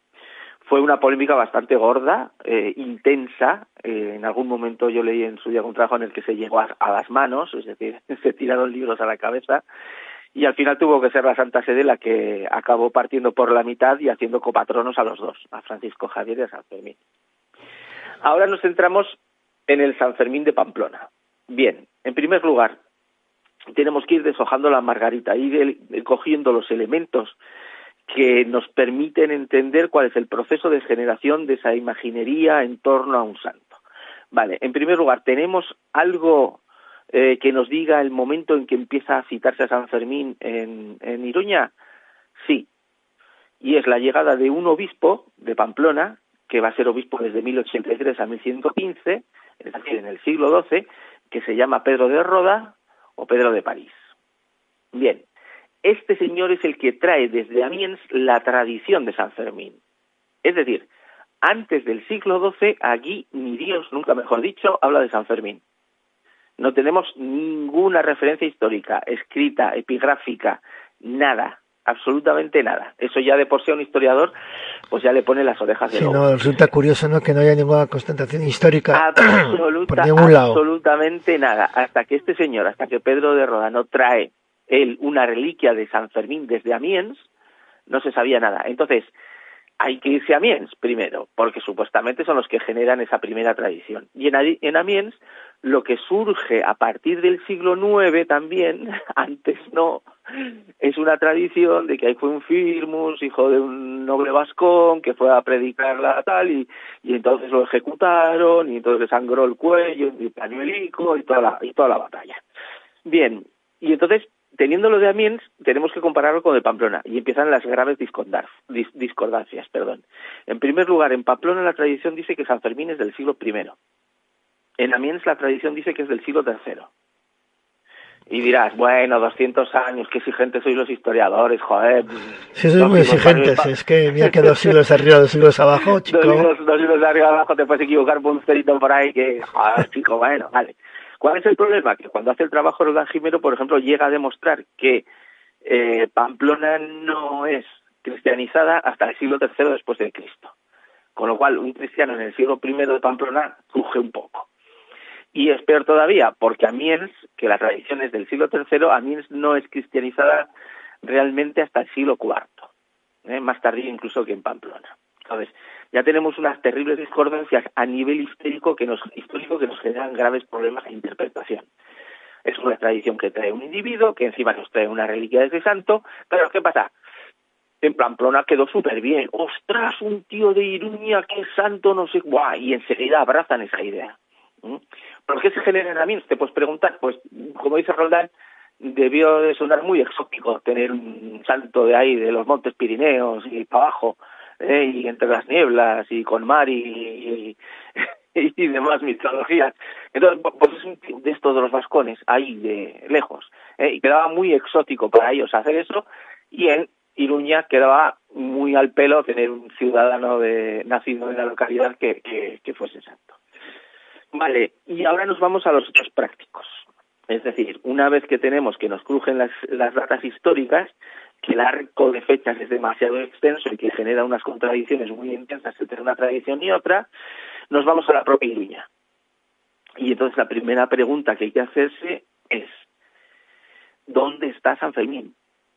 Fue una polémica bastante gorda, eh, intensa. Eh, en algún momento yo leí en su día un trabajo en el que se llegó a, a las manos, es decir, se tiraron libros a la cabeza, y al final tuvo que ser la Santa Sede la que acabó partiendo por la mitad y haciendo copatronos a los dos, a Francisco Javier y a San Fermín. Ahora nos centramos en el San Fermín de Pamplona. Bien, en primer lugar, tenemos que ir deshojando la margarita, ir cogiendo los elementos que nos permiten entender cuál es el proceso de generación de esa imaginería en torno a un santo. Vale, en primer lugar, ¿tenemos algo eh, que nos diga el momento en que empieza a citarse a San Fermín en, en Iruña? Sí, y es la llegada de un obispo de Pamplona, que va a ser obispo desde mil ochenta y tres a mil ciento quince, es decir, en el siglo doce, que se llama Pedro de Roda o Pedro de París. Bien, este señor es el que trae desde Amiens la tradición de San Fermín. Es decir, antes del siglo doce, aquí ni Dios, nunca mejor dicho, habla de San Fermín. No tenemos ninguna referencia histórica, escrita, epigráfica, nada, absolutamente nada. Eso ya de por sí a un historiador, pues ya le pone las orejas de sí, lobo. No, resulta curioso, ¿no?, que no haya ninguna constatación histórica Absoluta, por ningún lado. Absolutamente nada. Hasta que este señor, hasta que Pedro de Roda no trae él una reliquia de San Fermín desde Amiens, no se sabía nada. Entonces, hay que irse a Amiens primero, porque supuestamente son los que generan esa primera tradición. Y en, en Amiens, lo que surge a partir del siglo nueve también, antes no, es una tradición de que ahí fue un Firmus, hijo de un noble vascón, que fue a predicar la tal, y, y entonces lo ejecutaron, y entonces le sangró el cuello, y el pañuelico, y toda la, y toda la batalla. Bien, y entonces, teniéndolo de Amiens, tenemos que compararlo con el Pamplona, y empiezan las graves discordancias. Perdón. En primer lugar, en Pamplona la tradición dice que San Fermín es del siglo primero. En Amiens la tradición dice que es del siglo tercero. Y dirás, bueno, doscientos años, qué exigentes sois los historiadores, joder. Sí, sois muy exigentes, es que mira que dos siglos arriba, dos siglos abajo, chico. Dos siglos, dos siglos arriba, abajo, te puedes equivocar por un cerito por ahí, que, joder, chico, bueno, vale. ¿Cuál es el problema? Que cuando hace el trabajo Roldán Jimeno, por ejemplo, llega a demostrar que eh, Pamplona no es cristianizada hasta el siglo tercero después de Cristo. Con lo cual, un cristiano en el siglo primero de Pamplona cruje un poco. Y es peor todavía, porque Amiens, que la tradición es del siglo tercero, Amiens no es cristianizada realmente hasta el siglo cuarto, ¿eh? Más tardío incluso que en Pamplona. Entonces, ya tenemos unas terribles discordancias a nivel histórico que nos, histórico que nos generan graves problemas de interpretación. Es una tradición que trae un individuo, que encima nos trae una reliquia de ese santo. Claro, ¿qué pasa? En Pamplona quedó súper bien. ¡Ostras, un tío de Iruña, qué santo, no sé! ¡Buah! Y enseguida abrazan esa idea. ¿Mm? ¿Por qué se genera en Amiens? Te puedes preguntar. Pues, como dice Roldán, debió de sonar muy exótico tener un santo de ahí, de los Montes Pirineos y para abajo, ¿eh? Y entre las nieblas y con mar y, y, y demás mitologías. Entonces, pues es un de estos de los vascones, ahí de lejos, ¿eh? Y quedaba muy exótico para ellos hacer eso, y en Iruña quedaba muy al pelo tener un ciudadano de nacido en la localidad que, que, que fuese santo. Vale, y ahora nos vamos a los hechos prácticos. Es decir, una vez que tenemos que nos crujen las, las datas históricas, que el arco de fechas es demasiado extenso y que genera unas contradicciones muy intensas entre una tradición y otra, nos vamos a la propia Iruña. Y entonces la primera pregunta que hay que hacerse es, ¿dónde está San Fermín?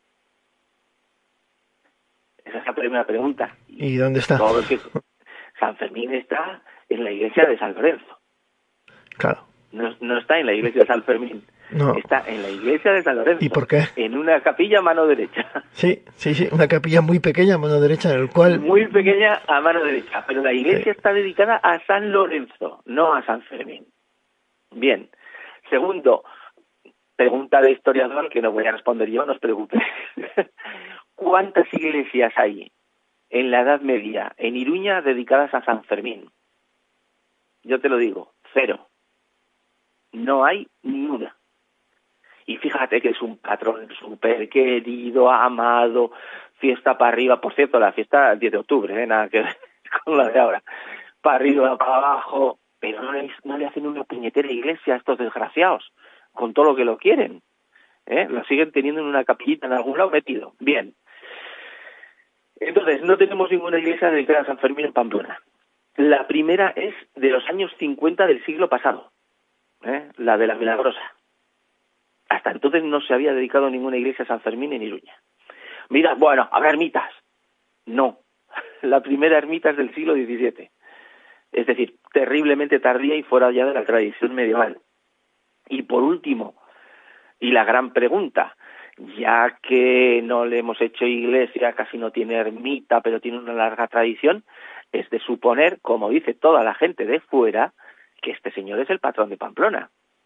Esa es la primera pregunta. ¿Y dónde está? Que San Fermín está en la iglesia de San Lorenzo. Claro. No, no está en la iglesia de San Fermín. No. Está en la iglesia de San Lorenzo. ¿Y por qué? En una capilla a mano derecha. Sí, sí, sí, una capilla muy pequeña a mano derecha, en el cual... Muy pequeña a mano derecha, pero la iglesia sí. está dedicada a San Lorenzo, no a San Fermín. Bien. Segundo, pregunta de historiador que no voy a responder yo, no os preocupéis. ¿Cuántas iglesias hay en la Edad Media en Iruña dedicadas a San Fermín? Yo te lo digo, cero. No hay ni una. Y fíjate que es un patrón súper querido, amado, fiesta para arriba. Por cierto, la fiesta el diez de octubre, ¿eh? Nada que ver con la de ahora. Para arriba, para abajo, pero no le, no le hacen una puñetera iglesia a estos desgraciados, con todo lo que lo quieren. ¿Eh? Lo siguen teniendo en una capillita en algún lado metido. Bien. Entonces, no tenemos ninguna iglesia dedicada a San Fermín en Pamplona. La primera es de los años cincuenta del siglo pasado, ¿eh? La de la Milagrosa. Hasta entonces no se había dedicado ninguna iglesia a San Fermín en Iruña. Mira, bueno, habrá ermitas. No. La primera ermita es del siglo diecisiete. Es decir, terriblemente tardía y fuera ya de la tradición medieval. Y por último, y la gran pregunta, ya que no le hemos hecho iglesia, casi no tiene ermita, pero tiene una larga tradición, es de suponer, como dice toda la gente de fuera, que este señor es el patrón de Pamplona.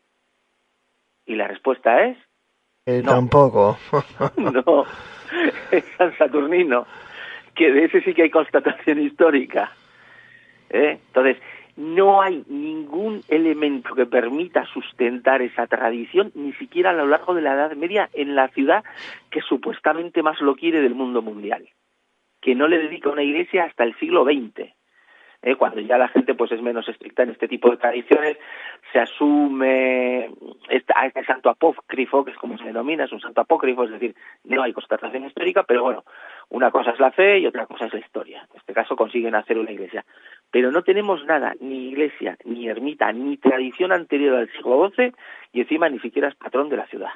Y la respuesta es... Eh, no. Tampoco. No, es San Saturnino, que de ese sí que hay constatación histórica. ¿Eh? Entonces, no hay ningún elemento que permita sustentar esa tradición, ni siquiera a lo largo de la Edad Media, en la ciudad que supuestamente más lo quiere del mundo mundial, que no le dedica una iglesia hasta el siglo veinte, ¿eh? Cuando ya la gente pues es menos estricta en este tipo de tradiciones, se asume este, a este santo apócrifo, que es como se denomina, es un santo apócrifo, es decir, no hay constatación histórica, pero bueno, una cosa es la fe y otra cosa es la historia. En este caso consiguen hacer una iglesia. Pero no tenemos nada, ni iglesia, ni ermita, ni tradición anterior al siglo doce, y encima ni siquiera es patrón de la ciudad.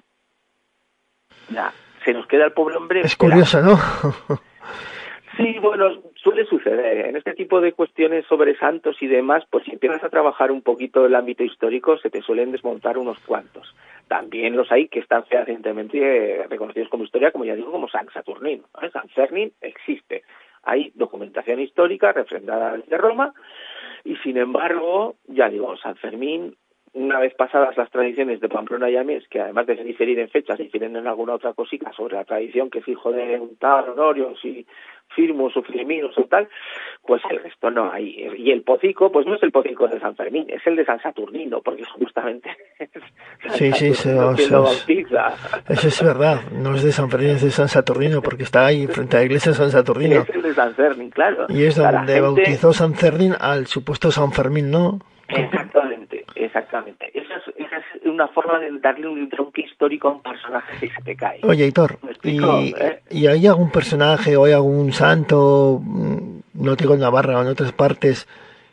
Ya, se nos queda el pobre hombre... Es curioso, ¿no? Sí, bueno, suele suceder. En este tipo de cuestiones sobre santos y demás, pues si empiezas a trabajar un poquito el ámbito histórico, se te suelen desmontar unos cuantos. También los hay que están fehacientemente reconocidos como historia, como ya digo, como San Saturnino, ¿eh? San Fermín existe. Hay documentación histórica refrendada desde Roma y, sin embargo, ya digo, San Fermín, una vez pasadas las tradiciones de Pamplona y Amies, que además de diferir en fechas, difieren en alguna otra cosita sobre la tradición que es hijo de un tal Honorio, si Firmus o Filiminos o tal, pues el resto no hay. Y el pocico, pues no es el pocico de San Fermín, es el de San Saturnino, porque justamente es San Sí, sí, Saturnino eso, quien eso, lo es, bautiza. eso es verdad. No es de San Fermín, es de San Saturnino, porque está ahí frente a la iglesia de San Saturnino. Es el de San Fermín, claro. Y es O sea, la donde gente- bautizó San Fermín al supuesto San Fermín, ¿no? Exactamente, exactamente. Esa es, esa es una forma de darle un tronco histórico a un personaje que se te cae. Oye, Hitor, ¿Me explico? ¿y, ¿Eh? ¿y hay algún personaje o hay algún santo, mm, no te digo en Navarra o en otras partes,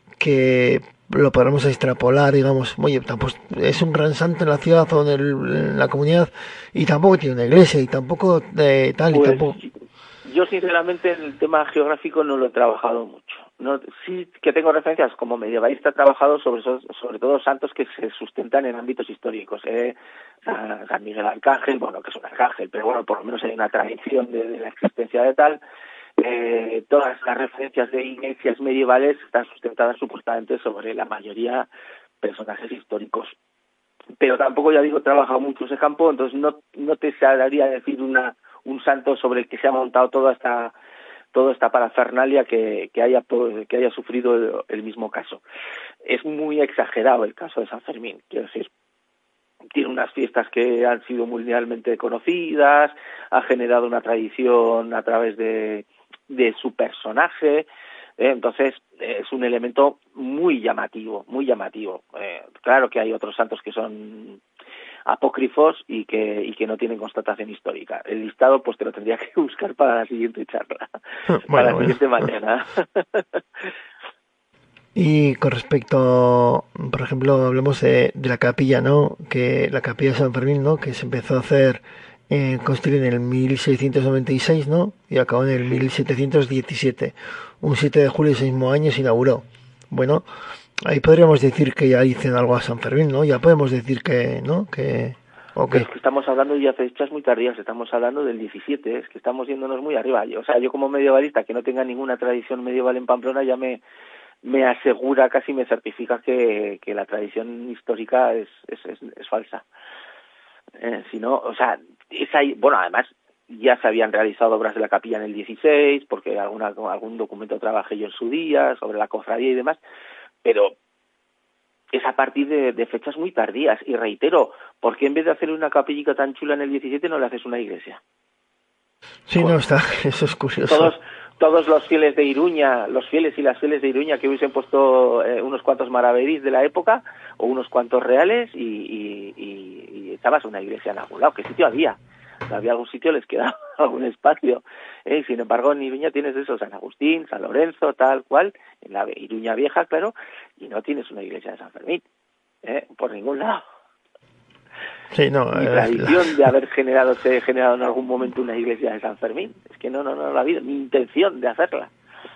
que lo podamos extrapolar, digamos, oye, tampoco es un gran santo en la ciudad o en, el- en la comunidad y tampoco tiene una iglesia y tampoco eh, tal y Pues tampoco... yo sinceramente en el tema geográfico no lo he trabajado mucho. No, sí que tengo referencias como medievalista, he trabajado sobre so- sobre todo santos que se sustentan en ámbitos históricos. ¿eh? San, San Miguel Arcángel, bueno, que es un arcángel, pero bueno, por lo menos hay una tradición de, de la existencia de tal. Eh, todas las referencias de iglesias medievales están sustentadas supuestamente sobre la mayoría personajes históricos. Pero tampoco, ya digo, he trabajado mucho ese campo, entonces no, no te sabría decir una, un santo sobre el que se ha montado toda esta toda esta parafernalia que, que haya que haya sufrido el, el mismo caso. Es muy exagerado el caso de San Fermín, quiero decir, tiene unas fiestas que han sido mundialmente conocidas, ha generado una tradición a través de, de su personaje, eh, entonces es un elemento muy llamativo, muy llamativo. Eh, claro que hay otros santos que son apócrifos y que y que no tienen constatación histórica. El listado pues te lo tendría que buscar para la siguiente charla, Bueno, para la bueno. siguiente mañana. Y con respecto, por ejemplo, hablemos de, de la capilla, ¿no? Que la capilla de San Fermín, ¿no? Que se empezó a hacer, eh, construir en el mil seiscientos noventa y seis, ¿no? Y acabó en el mil setecientos diecisiete. Un siete de julio de ese mismo año se inauguró. Bueno, ahí podríamos decir que ya dicen algo a San Fermín, ¿no? Ya podemos decir que, ¿no? Que, ¿o qué? Es que estamos hablando ya de fechas muy tardías, estamos hablando del diecisiete, es que estamos yéndonos muy arriba. Yo, o sea, yo como medievalista que no tenga ninguna tradición medieval en Pamplona ya me me asegura, casi me certifica que, que la tradición histórica es, es, es, es falsa. Eh, si no, o sea, es ahí, bueno, además ya se habían realizado obras de la capilla en el dieciséis, porque alguna, algún documento trabajé yo en su día sobre la cofradía y demás, pero es a partir de, de fechas muy tardías. Y reitero, ¿por qué en vez de hacer una capillita tan chula en el diecisiete no le haces una iglesia? Sí, no, está, eso es curioso. Todos, todos los fieles de Iruña, los fieles y las fieles de Iruña que hubiesen puesto eh, unos cuantos maravedís de la época o unos cuantos reales y, y, y, y estabas una iglesia en algún lado. ¿Qué sitio había? Había algún sitio, les quedaba algún espacio. ¿eh? Sin embargo, en Iruña tienes eso, San Agustín, San Lorenzo, tal cual, en la Iruña vieja, claro, y no tienes una iglesia de San Fermín, ¿eh? Por ningún lado. Sí, no, Ni eh, tradición de haber generado, se generado en algún momento una iglesia de San Fermín. Es que no, no, no, no ha habido ni intención de hacerla.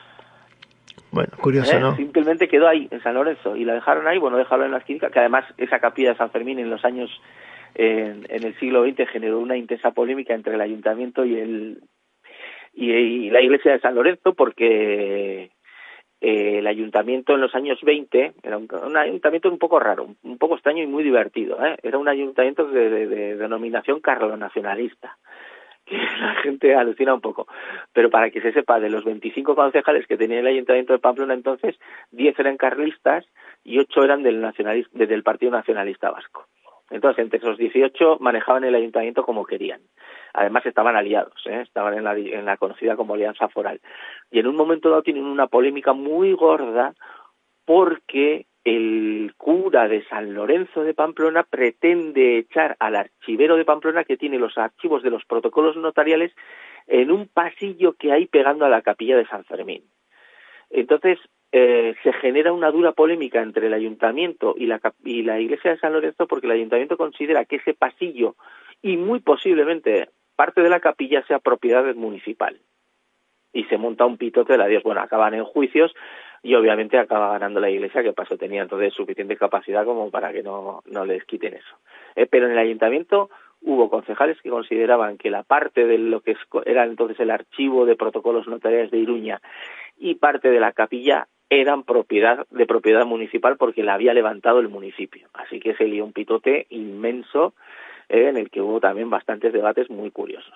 Bueno, curioso, ¿Eh? ¿no? Simplemente quedó ahí, en San Lorenzo, y la dejaron ahí, bueno, dejaron en las clínicas, que además esa capilla de San Fermín en los años, en, en el siglo veinte generó una intensa polémica entre el ayuntamiento y el y, y la iglesia de San Lorenzo, porque eh, el ayuntamiento en los años veinte era un, un ayuntamiento un poco raro, un, un poco extraño y muy divertido, ¿eh? Era un ayuntamiento de, de, de denominación carlonacionalista, que la gente alucina un poco, pero para que se sepa, de los veinticinco concejales que tenía el Ayuntamiento de Pamplona entonces, diez eran carlistas y ocho eran del, nacionalista, del Partido Nacionalista Vasco. Entonces, entre esos dieciocho manejaban el ayuntamiento como querían. Además, estaban aliados, ¿eh? estaban en la, en la conocida como Alianza Foral. Y en un momento dado tienen una polémica muy gorda porque el cura de San Lorenzo de Pamplona pretende echar al archivero de Pamplona, que tiene los archivos de los protocolos notariales, en un pasillo que hay pegando a la capilla de San Fermín. Entonces, eh, se genera una dura polémica entre el ayuntamiento y la, y la iglesia de San Lorenzo, porque el ayuntamiento considera que ese pasillo y muy posiblemente parte de la capilla sea propiedad municipal. Y se monta un pitote de la Dios. Bueno, acaban en juicios y obviamente acaba ganando la iglesia, que paso tenía entonces suficiente capacidad como para que no, no les quiten eso. Eh, pero en el ayuntamiento hubo concejales que consideraban que la parte de lo que era entonces el archivo de protocolos notariales de Iruña y parte de la capilla eran propiedad de propiedad municipal porque la había levantado el municipio. Así que se lió un pitote inmenso eh, en el que hubo también bastantes debates muy curiosos.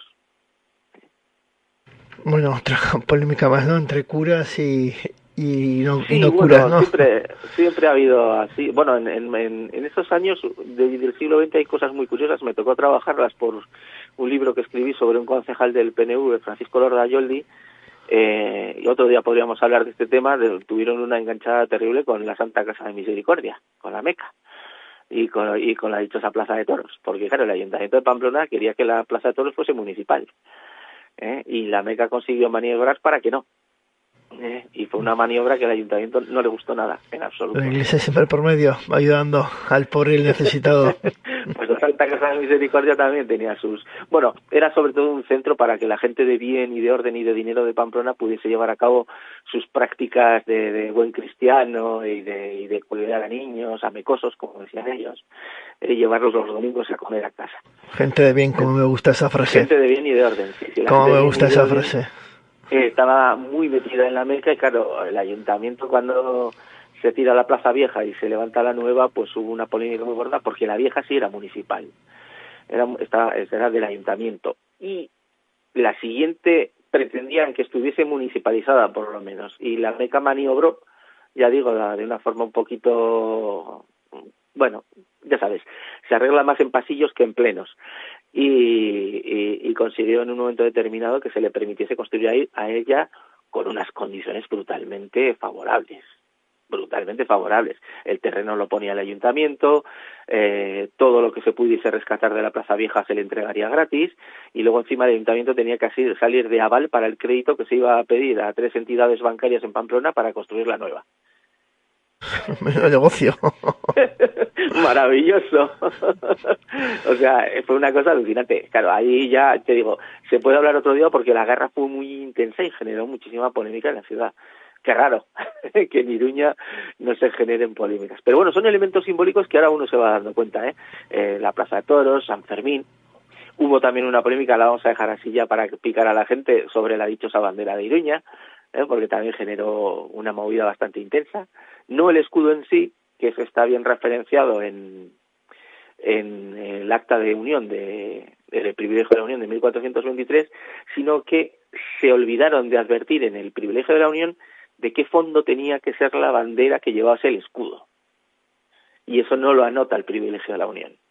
Bueno, otra polémica más, ¿no? Entre curas y, y no, sí, y no bueno, curas, ¿no? Siempre, siempre ha habido así. Bueno, en, en, en esos años de, del siglo veinte hay cosas muy curiosas. Me tocó trabajarlas por un libro que escribí sobre un concejal del P N V, Francisco Lorda Yoldi, eh, y otro día podríamos hablar de este tema. De, tuvieron una enganchada terrible con la Santa Casa de Misericordia, con la Meca. Y con, y con la dichosa Plaza de Toros, porque claro, el Ayuntamiento de Pamplona quería que la Plaza de Toros fuese municipal. ¿Eh? Y la Meca consiguió maniobrar para que no. ¿Eh? Y fue una maniobra que al ayuntamiento no le gustó nada, en absoluto. La iglesia siempre por medio, ayudando al pobre y el necesitado. Pues la Santa Casa de Misericordia también tenía sus... Bueno, era sobre todo un centro para que la gente de bien y de orden y de dinero de Pamplona pudiese llevar a cabo sus prácticas de, de buen cristiano y de, y de cuidar a niños, a mecosos, como decían ellos, y llevarlos los domingos a comer a casa. Gente de bien, como me gusta esa frase. Gente de bien y de orden, sí. sí como me gusta esa frase. Eh, estaba muy metida en la Meca y claro, el ayuntamiento cuando se tira la Plaza Vieja y se levanta la nueva, pues hubo una polémica muy gorda porque la vieja sí era municipal, era, estaba, era del ayuntamiento y la siguiente pretendían que estuviese municipalizada por lo menos y la Meca maniobró, ya digo, de una forma un poquito, bueno, ya sabes, se arregla más en pasillos que en plenos. Y, y, y consiguió en un momento determinado que se le permitiese construir ahí, a ella con unas condiciones brutalmente favorables, brutalmente favorables. El terreno lo ponía el ayuntamiento, eh, todo lo que se pudiese rescatar de la Plaza Vieja se le entregaría gratis y luego encima el ayuntamiento tenía que así, salir de aval para el crédito que se iba a pedir a tres entidades bancarias en Pamplona para construir la nueva. Menudo negocio. Maravilloso. O sea, fue una cosa alucinante. Claro, ahí ya te digo, se puede hablar otro día porque la guerra fue muy intensa y generó muchísima polémica en la ciudad. Qué raro que en Iruña no se generen polémicas. Pero bueno, son elementos simbólicos que ahora uno se va dando cuenta, ¿eh? Eh, la Plaza de Toros, San Fermín. Hubo también una polémica, la vamos a dejar así ya para picar a la gente, sobre la dichosa bandera de Iruña, ¿eh? Porque también generó una movida bastante intensa. No el escudo en sí, que eso está bien referenciado en, en el acta de unión de, del privilegio de la Unión de mil cuatrocientos veintitrés, sino que se olvidaron de advertir en el privilegio de la Unión de qué fondo tenía que ser la bandera que llevase el escudo. Y eso no lo anota el privilegio de la Unión.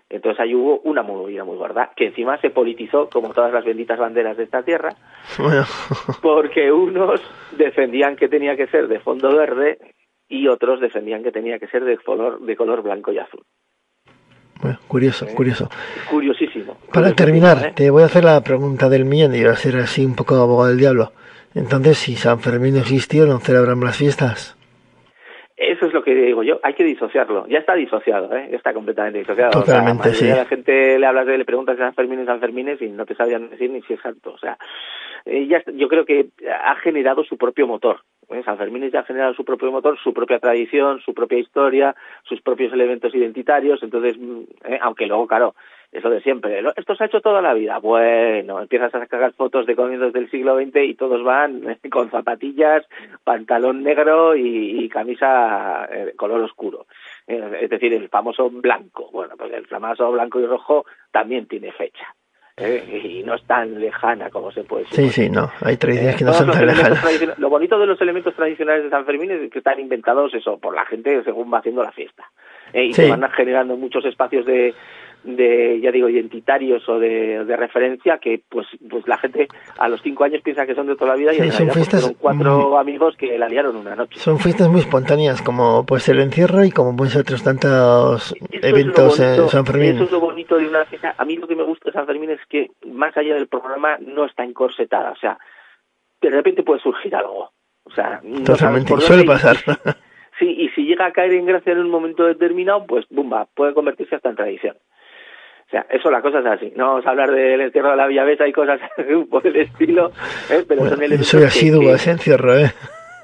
Entonces ahí hubo una movida muy gorda, que encima se politizó como todas las benditas banderas de esta tierra, Bueno. porque unos defendían que tenía que ser de fondo verde y otros defendían que tenía que ser de color, de color blanco y azul. Bueno, curioso, ¿Eh? curioso. Curiosísimo. Para curiosísimo, terminar, ¿eh? te voy a hacer la pregunta del millón y voy a ser así un poco abogado del diablo. Entonces, si San Fermín no existió, ¿no celebramos las fiestas? Eso es lo que digo yo, hay que disociarlo. Ya está disociado, ¿eh? Ya está completamente disociado. Totalmente, o sea, a la mayoría sí. de la gente le hablas de, le preguntas de San Fermín y San Fermines y no te sabían decir ni si es santo. O sea, eh, ya, yo creo que ha generado su propio motor. ¿eh? San Fermín ya ha generado su propio motor, su propia tradición, su propia historia, sus propios elementos identitarios. Entonces, eh, aunque luego, claro, eso de siempre, ¿no? Esto se ha hecho toda la vida. Bueno, empiezas a sacar fotos de comienzos del siglo veinte y todos van con zapatillas, pantalón negro y, y camisa eh, color oscuro. Eh, es decir, el famoso blanco. Bueno, pues el famoso blanco y rojo también tiene fecha. Eh, y no es tan lejana como se puede Sí, suponer. sí, no. Hay tradiciones Eh, que no todos son los tan elementos lejanas. tradicionales- Lo bonito de los elementos tradicionales de San Fermín es que están inventados eso por la gente según va haciendo la fiesta. Eh, y Sí. se van generando muchos espacios de, de ya digo, identitarios o de, de referencia que pues pues la gente a los cinco años piensa que son de toda la vida y Sí, en son realidad pues, fiestas fueron cuatro muy- amigos que la liaron una noche. Son fiestas muy espontáneas, como pues el encierro y como pueden ser otros tantos Eso es eventos lo bonito, en San Fermín. Eso es lo bonito de una fiesta. A mí lo que me gusta de San Fermín es que más allá del programa no está encorsetada, o sea, de repente puede surgir algo. O sea, no sabes Totalmente, por suele dónde y- pasar. Sí, y si llega a caer en gracia en un momento determinado, pues bumba, puede convertirse hasta en tradición. O sea, eso la cosa es así. No vamos a hablar del encierro de la Villavesa y cosas por el estilo, ¿eh? pero Bueno, son yo elementos soy que- asiduo que- a ese encierro, ¿eh?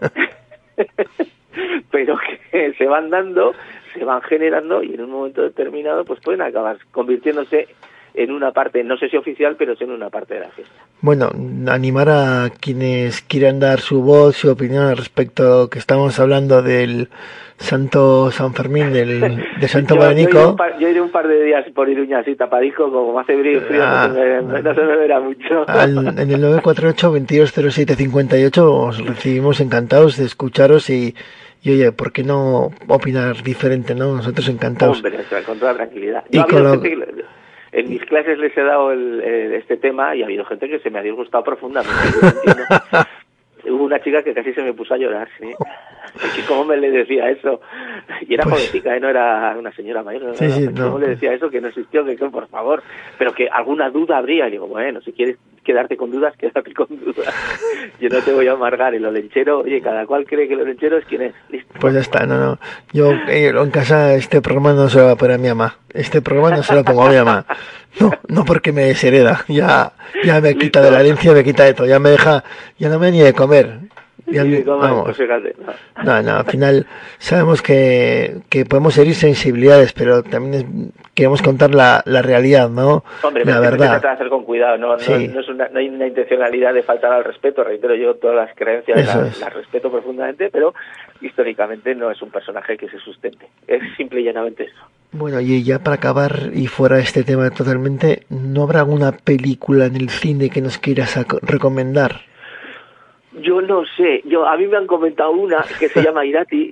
pero que se van dando, se van generando y en un momento determinado pues pueden acabar convirtiéndose en una parte, no sé si oficial, pero sí en una parte de la fiesta. Bueno, animar a quienes quieran dar su voz, su opinión al respecto, que estamos hablando del Santo San Fermín, del de Santo yo, yo, iré Marenico. un par, yo iré un par de días por Iruña así tapadico, como hace frío, frío Ah, no, se me, no se me verá mucho. Al- en el nueve cuatro ocho, veintidós cero siete cincuenta y ocho os recibimos encantados de escucharos y, y oye, ¿por qué no opinar diferente, no? Nosotros encantados. Hombre, o sea, con toda tranquilidad. Y Yo ha con habido lo- gente que, en mis clases les he dado el, el- este tema y ha habido gente que se me ha disgustado profundamente. Yo no entiendo. Hubo una chica que casi se me puso a llorar, sí. Que cómo me le decía eso. Y era Pues- jovencita, ¿eh? No era una señora mayor. No, Sí, no, sí, ¿cómo no. le decía eso? Que no existió, que, que por favor. Pero que alguna duda habría. Y digo, bueno, si quieres quedarte con dudas, quédate con dudas. Yo no te voy a amargar. El olenchero, oye, cada cual cree que el olenchero es quien es. Listo. Pues ya está, no, no. Yo eh, en casa este programa no se lo va a poner a mi mamá. Este programa no se lo pongo a mi mamá. No, no porque me deshereda. Ya, ya me quita de la herencia, me quita de todo. Ya me deja, ya no me da ni de comer. Ya, Sí, ¿cómo es? vamos. Pues fíjate, no. No, no, al final sabemos que, que podemos herir sensibilidades, pero también es- queremos contar la, la realidad, ¿no? Hombre, la pero siempre se verdad. trata de hacer con cuidado, no, no, Sí. no, es una, no hay una intencionalidad de faltar al respeto, reitero, yo todas las creencias Eso las, es. las respeto profundamente, pero históricamente no es un personaje que se sustente, es simple y llanamente eso. Bueno, y ya para acabar y fuera de este tema totalmente, ¿no habrá alguna película en el cine que nos quieras ac- recomendar? Yo no sé, yo a mí me han comentado una que se llama Irati,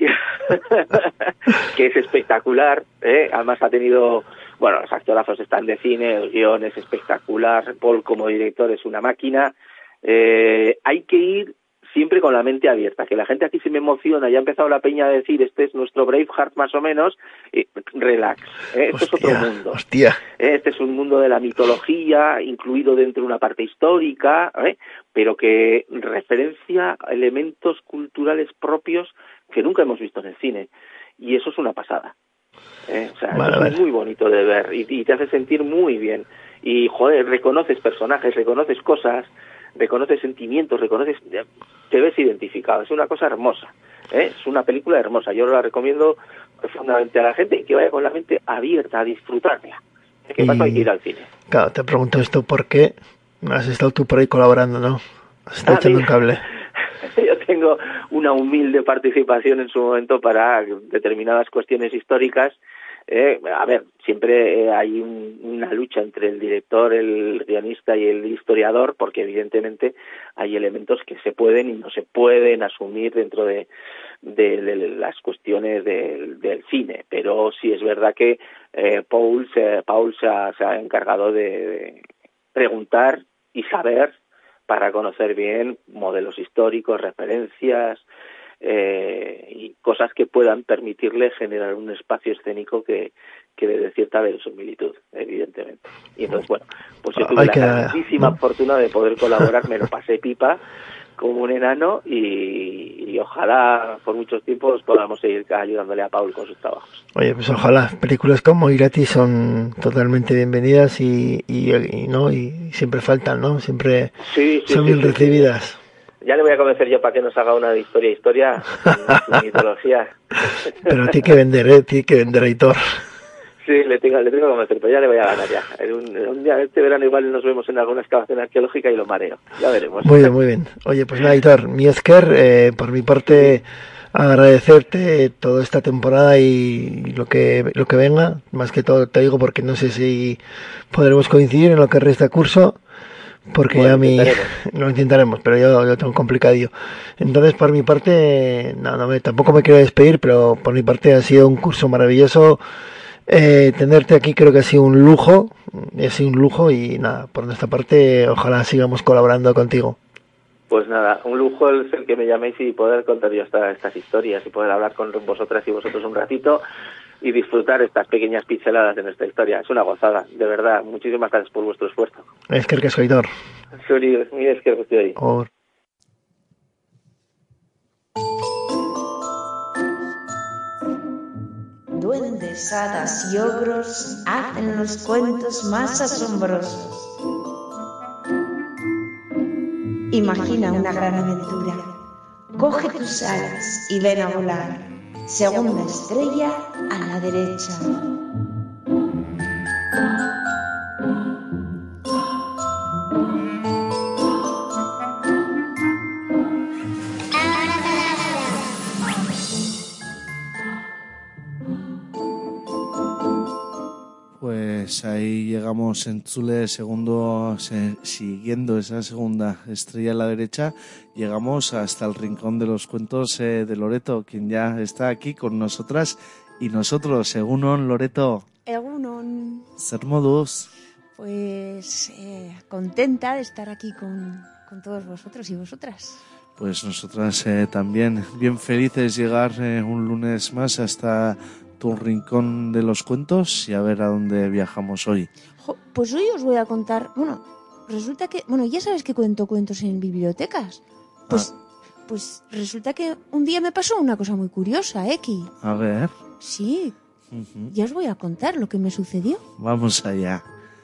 que es espectacular, ¿eh? Además ha tenido, bueno, los actorazos están de cine, el guión es espectacular, Paul como director es una máquina, eh, hay que ir siempre con la mente abierta, que la gente aquí se me emociona, ya ha empezado la peña a decir, este es nuestro Braveheart más o menos, eh, relax, ¿eh? Esto es otro Hostia, mundo. hostia. Este es un mundo de la mitología, incluido dentro de una parte histórica, ¿eh? pero que referencia a elementos culturales propios que nunca hemos visto en el cine. Y eso es una pasada. ¿eh? O sea, Vale, eso vale. es muy bonito de ver y, y te hace sentir muy bien. Y, joder, reconoces personajes, reconoces cosas, reconoces sentimientos, reconoces... te ves identificado. Es una cosa hermosa. ¿eh? Es una película hermosa. Yo la recomiendo profundamente a la gente y que vaya con la mente abierta a disfrutarla. ¿Qué pasa? Hay que ir al cine. Claro, te pregunto esto porque has estado tú por ahí colaborando, ¿no? Has estado Ah, echando mira. un cable. Yo tengo una humilde participación en su momento para determinadas cuestiones históricas Eh, a ver, siempre eh, hay un, una lucha entre el director, el guionista y el historiador, porque evidentemente hay elementos que se pueden y no se pueden asumir dentro de, de, de las cuestiones del, del cine. Pero sí es verdad que eh, Paul, se, Paul se, ha, se ha encargado de, de preguntar y saber para conocer bien modelos históricos, referencias, Eh, y cosas que puedan permitirle generar un espacio escénico que, que le dé cierta verosimilitud, evidentemente. Y entonces, bueno, pues yo tuve Hay la que- grandísima ¿no? fortuna de poder colaborar, me lo pasé pipa como un enano y, y ojalá por muchos tiempos podamos seguir ayudándole a Paul con sus trabajos. Oye, pues ojalá. Películas como Irati son totalmente bienvenidas y, y, y no y siempre faltan, ¿no? Siempre Sí, sí, son sí, bien sí, sí. recibidas. Ya le voy a convencer yo para que nos haga una de historia, historia, sin, sin mitología. Pero tiene que vender, ¿eh? Tiene que vender, Aitor. Sí, le tengo, le tengo que convencer, pero ya le voy a ganar ya. En un, en un día, este verano igual nos vemos en alguna excavación arqueológica y lo mareo. Ya veremos. Muy bien, muy bien. Oye, pues nada, Aitor, mi Esker, eh, por mi parte, agradecerte toda esta temporada y lo que lo que venga. Más que todo te digo porque no sé si podremos coincidir en lo que resta curso. Porque Bueno, ya mi intentaremos. lo intentaremos, pero yo lo tengo complicadillo. Entonces, por mi parte, no, no me, tampoco me quiero despedir, pero por mi parte ha sido un curso maravilloso. Eh, tenerte aquí creo que ha sido un lujo, ha sido un lujo y nada, por nuestra parte, ojalá sigamos colaborando contigo. Pues nada, un lujo es el que me llaméis y poder contar yo esta, estas historias y poder hablar con vosotras y vosotros un ratito y disfrutar estas pequeñas pinceladas de nuestra historia. Es una gozada, de verdad. Muchísimas gracias por vuestro esfuerzo. Esker, que soy Aitor. Suri, mira, es que estoy ahí. Or. Duendes, hadas y ogros hacen los cuentos más asombrosos. Imagina una gran aventura. Coge tus alas y ven a volar. Segunda estrella a la derecha. Pues ahí llegamos en Zule, segundo, se- siguiendo esa segunda estrella a la derecha, llegamos hasta el rincón de los cuentos eh, de Loreto, quien ya está aquí con nosotras y nosotros. Egunon, Loreto, Egunon, zer moduz. pues eh, contenta de estar aquí con, con todos vosotros y vosotras. Pues nosotras eh, también bien felices llegar eh, un lunes más hasta tu rincón de los cuentos y a ver a dónde viajamos hoy. Jo, pues hoy os voy a contar, bueno, resulta que, bueno, ya sabes que cuento cuentos en bibliotecas. Pues, pues resulta que un día me pasó una cosa muy curiosa, Eki. A ver, Sí, ujú, ya os voy a contar lo que me sucedió. vamos allá.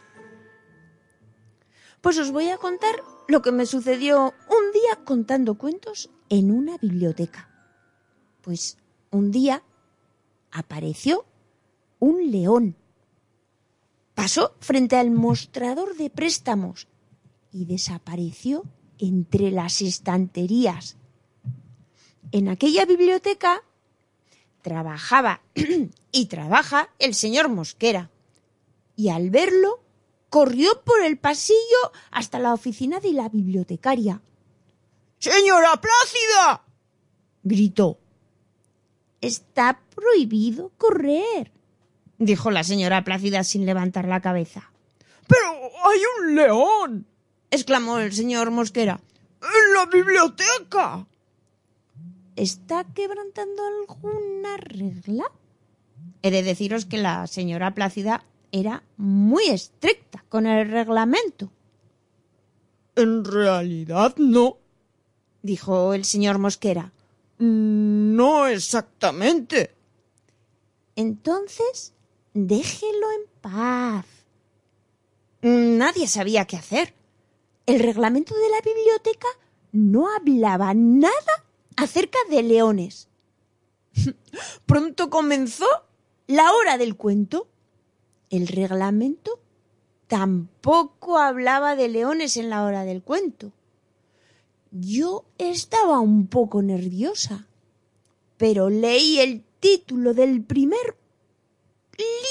Pues os voy a contar lo que me sucedió un día contando cuentos en una biblioteca. Pues un día apareció un león. Pasó frente al mostrador de préstamos y desapareció entre las estanterías. En aquella biblioteca trabajaba y trabaja el señor Mosquera. Y al verlo, corrió por el pasillo hasta la oficina de la bibliotecaria. ¡Señora Plácida!, gritó. Está prohibido correr, dijo la señora Plácida sin levantar la cabeza. ¡Pero hay un león!, exclamó el señor Mosquera. ¡En la biblioteca! ¿Está quebrantando alguna regla? He de deciros que la señora Plácida era muy estricta con el reglamento. En realidad no, dijo el señor Mosquera. No exactamente. Entonces, déjelo en paz. Nadie sabía qué hacer. El reglamento de la biblioteca no hablaba nada acerca de leones. Pronto comenzó la hora del cuento. El reglamento tampoco hablaba de leones en la hora del cuento. Yo estaba un poco nerviosa, pero leí el título del primer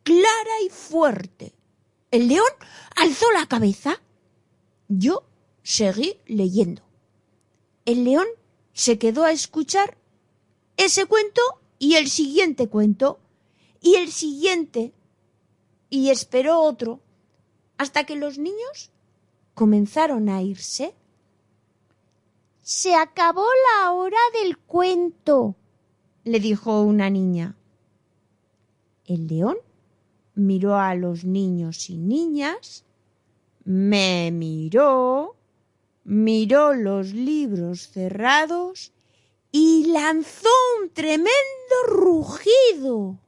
clara y fuerte. El león alzó la cabeza. Yo seguí leyendo. El león se quedó a escuchar ese cuento y el siguiente cuento y el siguiente y esperó otro hasta que los niños comenzaron a irse. «Se acabó la hora del cuento», le dijo una niña. El león miró a los niños y niñas, me miró, miró los libros cerrados y lanzó un tremendo rugido.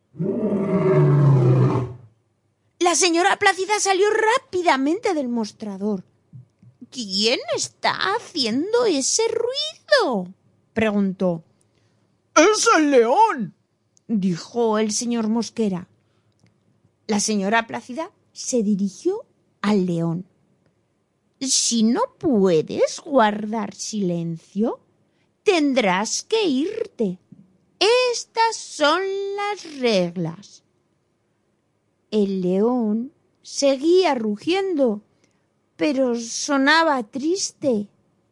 La señora Plácida salió rápidamente del mostrador. «¿Quién está haciendo ese ruido?», preguntó. «Es el león», dijo el señor Mosquera. La señora Plácida se dirigió al león. «Si no puedes guardar silencio, tendrás que irte. Estas son las reglas». El león seguía rugiendo, pero sonaba triste.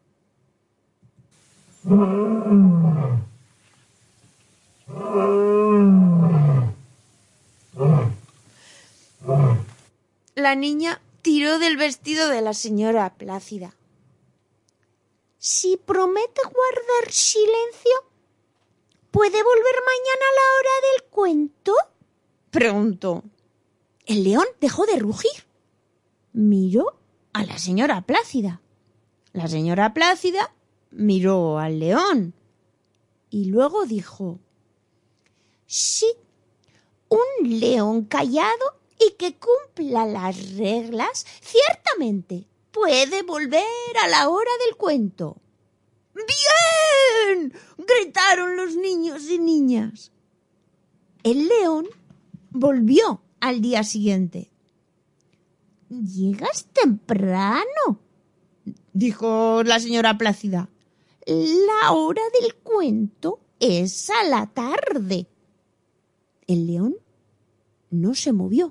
La niña tiró del vestido de la señora Plácida. «Si promete guardar silencio, ¿puede volver mañana a la hora del cuento?», preguntó. El león dejó de rugir. Miró a la señora Plácida. La señora Plácida miró al león y luego dijo: «Sí, un león callado y que cumpla las reglas, ciertamente puede volver a la hora del cuento». «¡Bien!», gritaron los niños y niñas. El león volvió al día siguiente. «Llegas temprano», dijo la señora Plácida. «La hora del cuento es a la tarde». El león no se movió.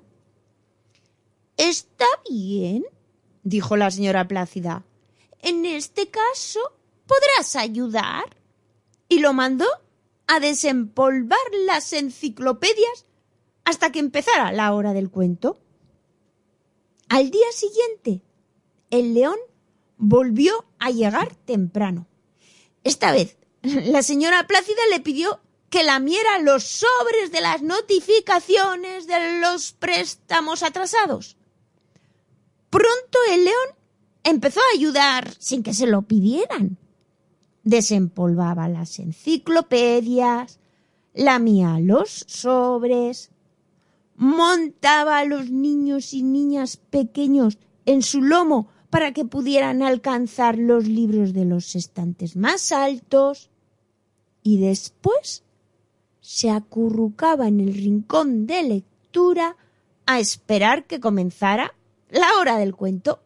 «Está bien», dijo la señora Plácida. «En este caso podrás ayudar». Y lo mandó a desempolvar las enciclopedias hasta que empezara la hora del cuento. Al día siguiente, el león volvió a llegar temprano. Esta vez, la señora Plácida le pidió que lamiera los sobres de las notificaciones de los préstamos atrasados. Pronto el león empezó a ayudar sin que se lo pidieran. Desempolvaba las enciclopedias, lamía los sobres, montaba a los niños y niñas pequeños en su lomo para que pudieran alcanzar los libros de los estantes más altos y después se acurrucaba en el rincón de lectura a esperar que comenzara la hora del cuento.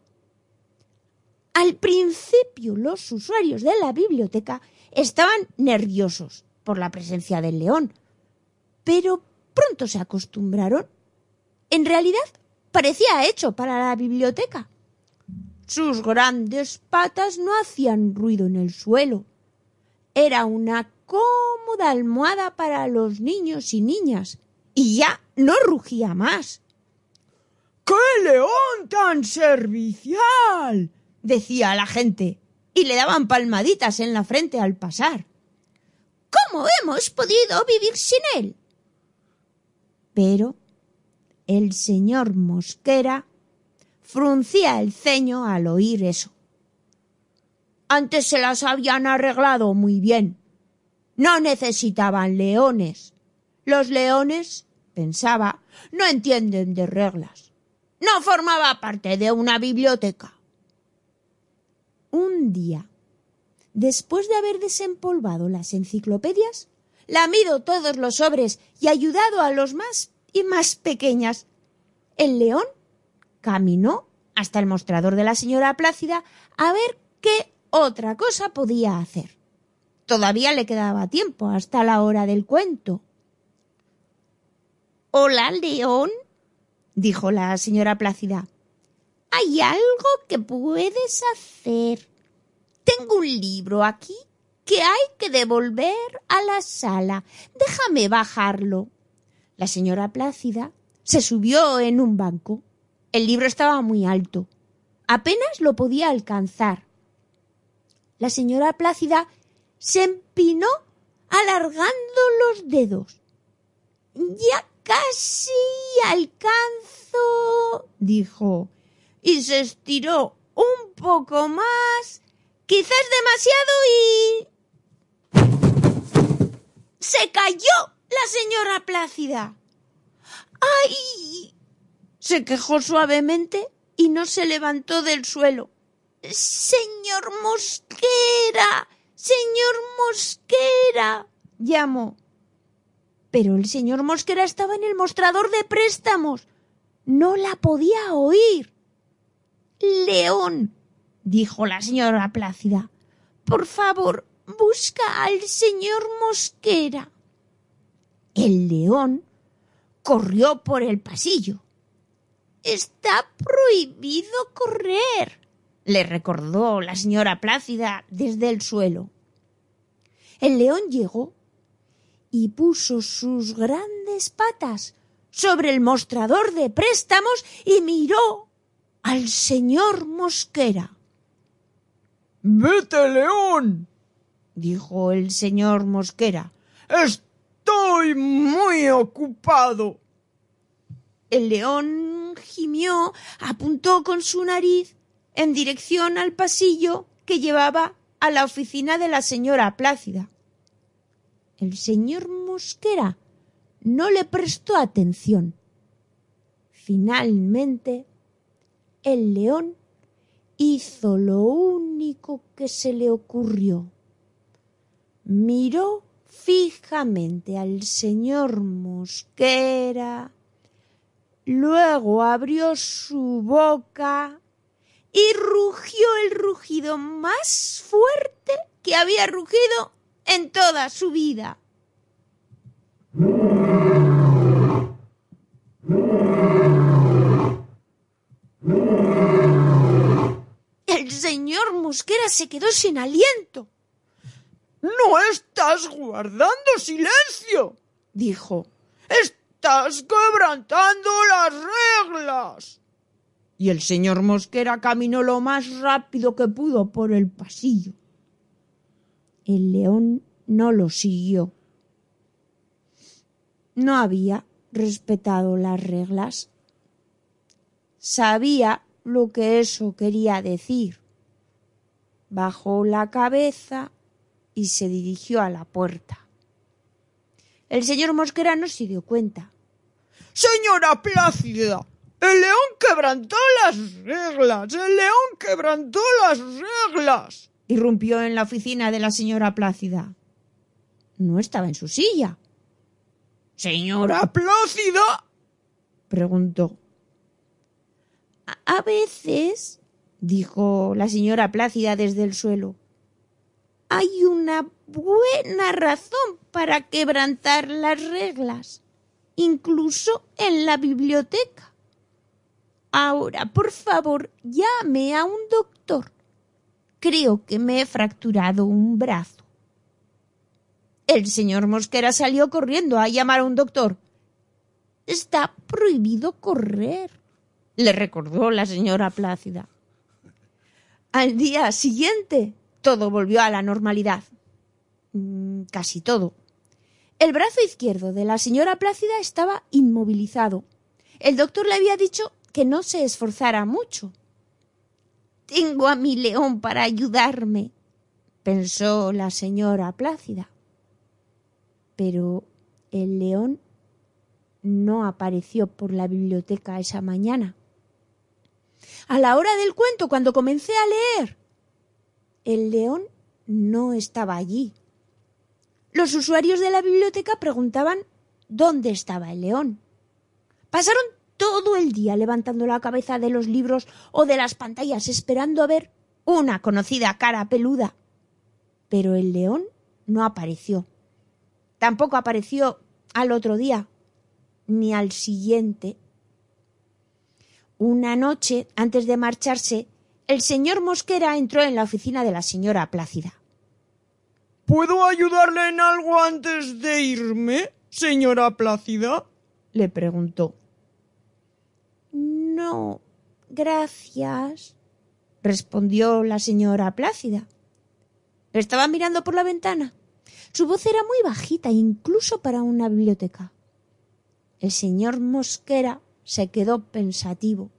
Al principio los usuarios de la biblioteca estaban nerviosos por la presencia del león, pero pronto se acostumbraron. En realidad parecía hecho para la biblioteca. Sus grandes patas no hacían ruido en el suelo. Era una cómoda almohada para los niños y niñas y ya no rugía más. «¡Qué león tan servicial!», decía la gente, y le daban palmaditas en la frente al pasar. «¿Cómo hemos podido vivir sin él?». Pero el señor Mosquera fruncía el ceño al oír eso. Antes se las habían arreglado muy bien. No necesitaban leones. Los leones, pensaba, no entienden de reglas. No formaba parte de una biblioteca. Un día, después de haber desempolvado las enciclopedias, lamido todos los sobres y ayudado a los más y más pequeñas, el león caminó hasta el mostrador de la señora Plácida a ver qué otra cosa podía hacer. Todavía le quedaba tiempo hasta la hora del cuento. Hola, León, dijo la señora Plácida. Hay algo que puedes hacer. Tengo un libro aquí que hay que devolver a la sala. Déjame bajarlo. La señora Plácida se subió en un banco. El libro estaba muy alto. Apenas lo podía alcanzar. La señora Plácida se empinó alargando los dedos. Ya casi alcanzo, dijo, y se estiró un poco más, quizás demasiado, y se cayó la señora Plácida. ¡Ay! Se quejó suavemente y no se levantó del suelo. Señor Mosquera, señor Mosquera, llamó. Pero el señor Mosquera estaba en el mostrador de préstamos. No la podía oír. León, dijo la señora Plácida, por favor, busca al señor Mosquera. El león corrió por el pasillo. Está prohibido correr, le recordó la señora Plácida desde el suelo. El león llegó y puso sus grandes patas sobre el mostrador de préstamos y miró al señor Mosquera. «Vete, león», dijo el señor Mosquera. «Estoy muy ocupado». El león gimió, apuntó con su nariz en dirección al pasillo que llevaba a la oficina de la señora Plácida. El señor Mosquera no le prestó atención. Finalmente, el león hizo lo único que se le ocurrió. Miró fijamente al señor Mosquera, luego abrió su boca y rugió el rugido más fuerte que había rugido en toda su vida. El señor Mosquera se quedó sin aliento. «No estás guardando silencio», dijo. «Estás quebrantando las reglas». Y el señor Mosquera caminó lo más rápido que pudo por el pasillo. El león no lo siguió. No había respetado las reglas. Sabía lo que eso quería decir. Bajó la cabeza y se dirigió a la puerta. El señor Mosquera no se dio cuenta. «Señora Plácida, el león quebrantó las reglas, el león quebrantó las reglas», irrumpió en la oficina de la señora Plácida. No estaba en su silla. «¿Señora Plácida?», preguntó. A, a veces, dijo la señora Plácida desde el suelo, hay una buena razón para quebrantar las reglas, incluso en la biblioteca. Ahora, por favor, llame a un doctor. Creo que me he fracturado un brazo. El señor Mosquera salió corriendo a llamar a un doctor. «Está prohibido correr», le recordó la señora Plácida. Al día siguiente, todo volvió a la normalidad. Mm, casi todo. El brazo izquierdo de la señora Plácida estaba inmovilizado. El doctor le había dicho que no se esforzara mucho. «Tengo a mi león para ayudarme», pensó la señora Plácida. Pero el león no apareció por la biblioteca esa mañana. A la hora del cuento, cuando comencé a leer, el león no estaba allí. Los usuarios de la biblioteca preguntaban dónde estaba el león. Pasaron todo el día levantando la cabeza de los libros o de las pantallas esperando a ver una conocida cara peluda. Pero el león no apareció. Tampoco apareció al otro día. ni al siguiente. Una noche, antes de marcharse, el señor Mosquera entró en la oficina de la señora Plácida. ¿Puedo ayudarle en algo antes de irme, señora Plácida?, le preguntó. No, gracias, respondió la señora Plácida. Estaba mirando por la ventana. Su voz era muy bajita, incluso para una biblioteca. El señor Mosquera se quedó pensativo.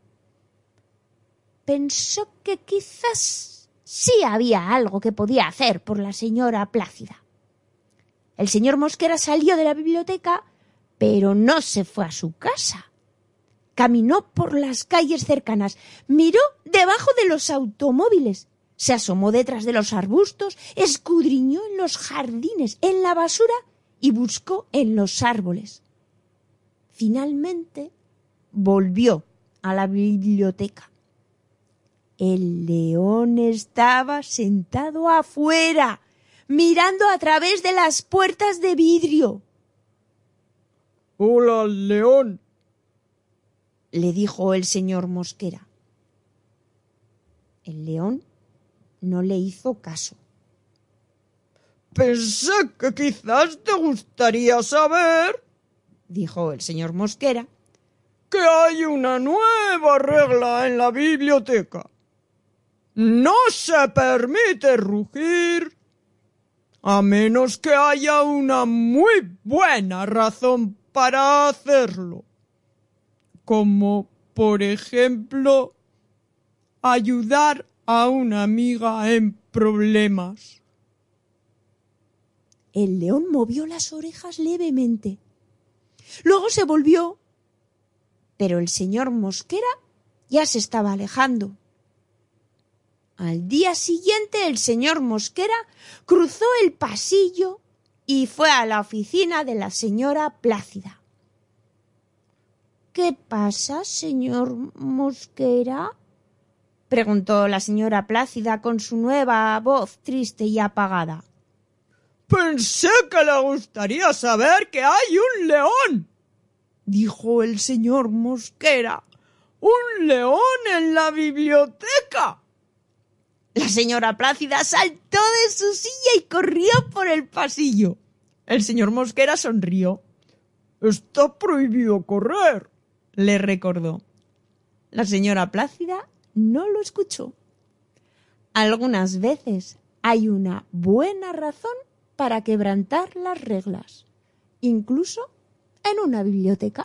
Pensó que quizás sí había algo que podía hacer por la señora Plácida. El señor Mosquera salió de la biblioteca, pero no se fue a su casa. Caminó por las calles cercanas, miró debajo de los automóviles, se asomó detrás de los arbustos, escudriñó en los jardines, en la basura y buscó en los árboles. Finalmente volvió a la biblioteca. El león estaba sentado afuera, mirando a través de las puertas de vidrio. «Hola, león», le dijo el señor Mosquera. El león no le hizo caso. «Pensé que quizás te gustaría saber», dijo el señor Mosquera, «que hay una nueva regla en la biblioteca. No se permite rugir a menos que haya una muy buena razón para hacerlo, como, por ejemplo, ayudar a una amiga en problemas». El león movió las orejas levemente. Luego se volvió, pero el señor Mosquera ya se estaba alejando. Al día siguiente el señor Mosquera cruzó el pasillo y fue a la oficina de la señora Plácida. ¿Qué pasa, señor Mosquera?, preguntó la señora Plácida con su nueva voz triste y apagada. «Pensé que le gustaría saber que hay un león», dijo el señor Mosquera. «¡Un león en la biblioteca!». La señora Plácida saltó de su silla y corrió por el pasillo. El señor Mosquera sonrió. «Está prohibido correr», le recordó. La señora Plácida no lo escuchó. Algunas veces hay una buena razón para quebrantar las reglas, incluso en una biblioteca.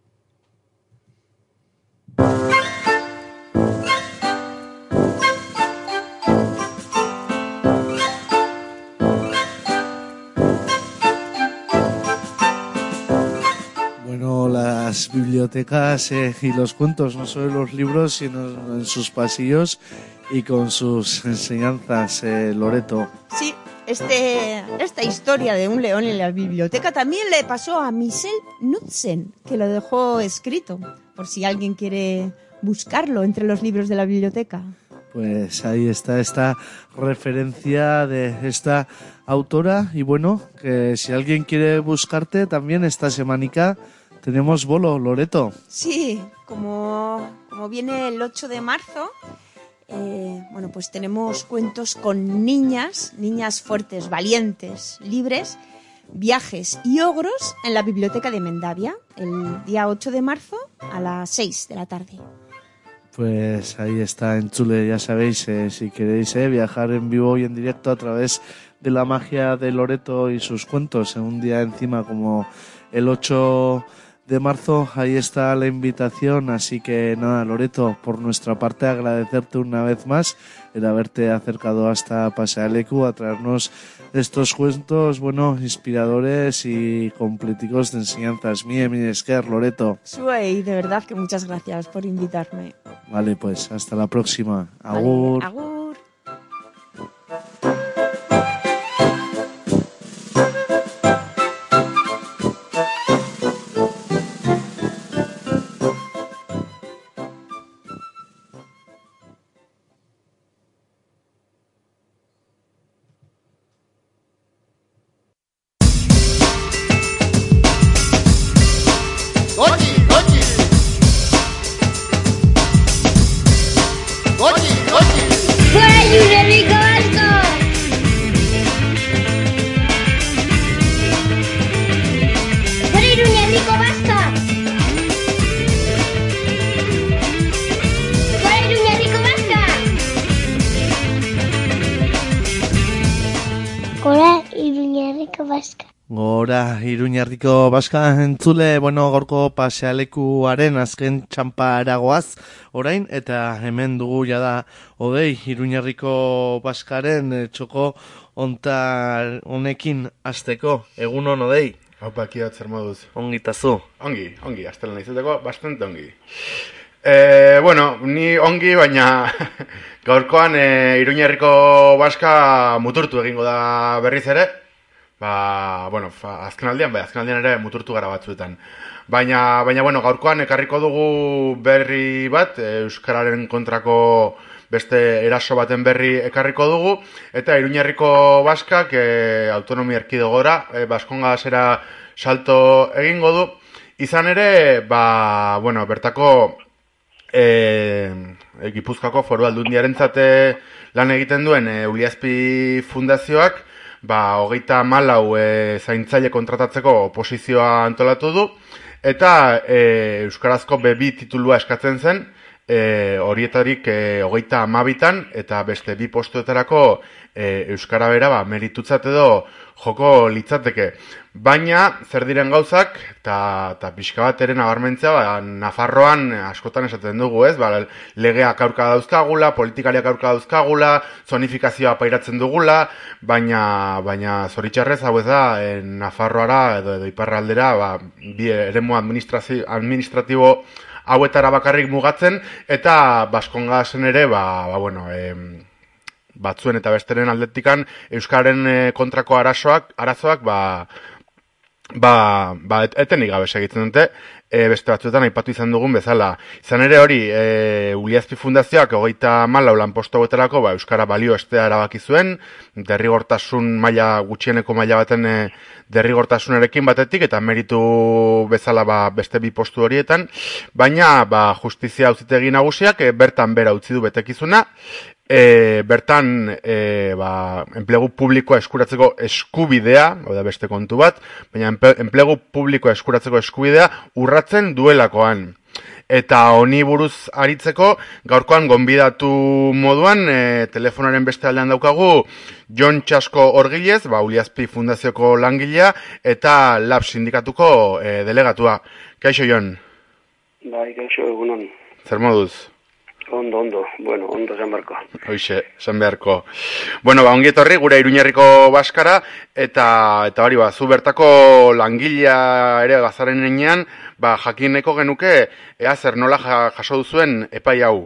Bueno, las bibliotecas eh, y los cuentos, no solo los libros, sino en sus pasillos y con sus enseñanzas, eh, Loreto. Sí, este, esta historia de un león en la biblioteca también le pasó a Michel Knudsen, que lo dejó escrito, por si alguien quiere buscarlo entre los libros de la biblioteca. Pues ahí está esta referencia de esta autora. Y bueno, que si alguien quiere buscarte, también esta semanica tenemos bolo, Loreto. Sí, como, como viene el ocho de marzo, eh, bueno, pues tenemos cuentos con niñas, niñas fuertes, valientes, libres, viajes y ogros en la biblioteca de Mendavia, el día ocho de marzo a las seis de la tarde. Pues ahí está, en Chule, ya sabéis, eh, si queréis eh, viajar en vivo y en directo a través de la magia de Loreto y sus cuentos en un día encima como el ocho de marzo, ahí está la invitación. Así que nada, Loreto, por nuestra parte agradecerte una vez más el haberte acercado hasta Pasealeku a traernos estos cuentos, bueno, inspiradores y completicos de enseñanzas. Mie, mi esker, Loreto. Suey, de verdad que muchas gracias por invitarme. Vale, pues hasta la próxima. Agur. Vale, agur. Gora Iruñerriko Baska entzule, bueno, gorko pasealekuaren azken txamparagoaz orain, eta hemen dugu jada Odei Iruñerriko Baskaren eh, txoko onta honekin azteko. Egunon, Odei? Haupa, kiat, zer moduz? Ongi tazu? Ongi, ongi, aztela nahizeteko, bastante ongi. E, bueno, ni ongi, baina gaurkoan e, Iruñerriko Baska muturtu egingo da berriz ere. Ba, bueno, fa, azken aldean, bai, azken aldean ere muturtu gara batzuetan. Baina, baina bueno, gaurkoan ekarriko dugu berri bat, Euskararen kontrako beste eraso baten berri ekarriko dugu, eta Iruñerriko Baskak e, autonomia erkidegora, e, Baskonga zera salto egingo du. Izan ere, ba, bueno, bertako e, e, Gipuzkoako Foru Aldundiarentzat lan egiten duen e, Uliazpi Fundazioak, ba, hogeita malau e, zaintzaile kontratatzeko oposizioa antolatu du, eta e, Euskarazko be bi titulua eskatzen zen, e, horietarik e, hogeita amabitan, eta beste bi postuetarako e, Euskara bera ba, meritutzat edo joko litzateke. Baina, zer diren gauzak, eta pixka bat eren abarmentzea, ba, Nafarroan askotan esaten dugu, ez? Ba, legeak aurka dauzkagula, politikariak aurka dauzkagula, zonifikazioa pairatzen dugula, baina, baina zoritxarrez hau ez da, e, Nafarroara edo, edo iparraldera, ba, bi eremu administratibo hauetara bakarrik mugatzen, eta Baskongasen ere, ba, ba bueno, e, batzuen eta besteren aldetikan Euskararen kontrako arazoak, arazoak, ba, ba, ba etenik gabe segitzen dute, e, beste batzuetan aipatu izan dugun bezala. Izan ere hori, e, Uliazpi Fundazioak hogeita malau lanpostu hauetarako ba, Euskara balio estea erabaki zuen, derrigortasun maila, gutxieneko maila baten e, derrigortasunarekin batetik, eta meritu bezala ba, beste bi postu horietan, baina ba, justizia auzitegi nagusiak e, bertan bera utzi du betekizuna, E, bertan e, ba, enplegu publikoa eskuratzeko eskubidea, hau da beste kontu bat, baina enplegu publikoa eskuratzeko eskubidea urratzen duelakoan. Eta honi buruz aritzeko, gaurkoan gonbidatu moduan, e, telefonaren beste aldean daukagu, Jon Txasko Orgilez, ba, Uliazpi Fundazioko langilea, eta Lab Sindikatuko e, delegatua. Kaixo, Jon? Bai, kaixo, egunon. Zer moduz? Ondo, ondo, bueno, ondo esan beharko. Hoixe, esan beharko. Bueno, ba, ongi etorri gure Iruñerriko Baskara, eta, eta hori, ba, zu bertako langilea ere bazaren enean, ba, jakineko genuke, ea zer nola jaso duzuen epai hau?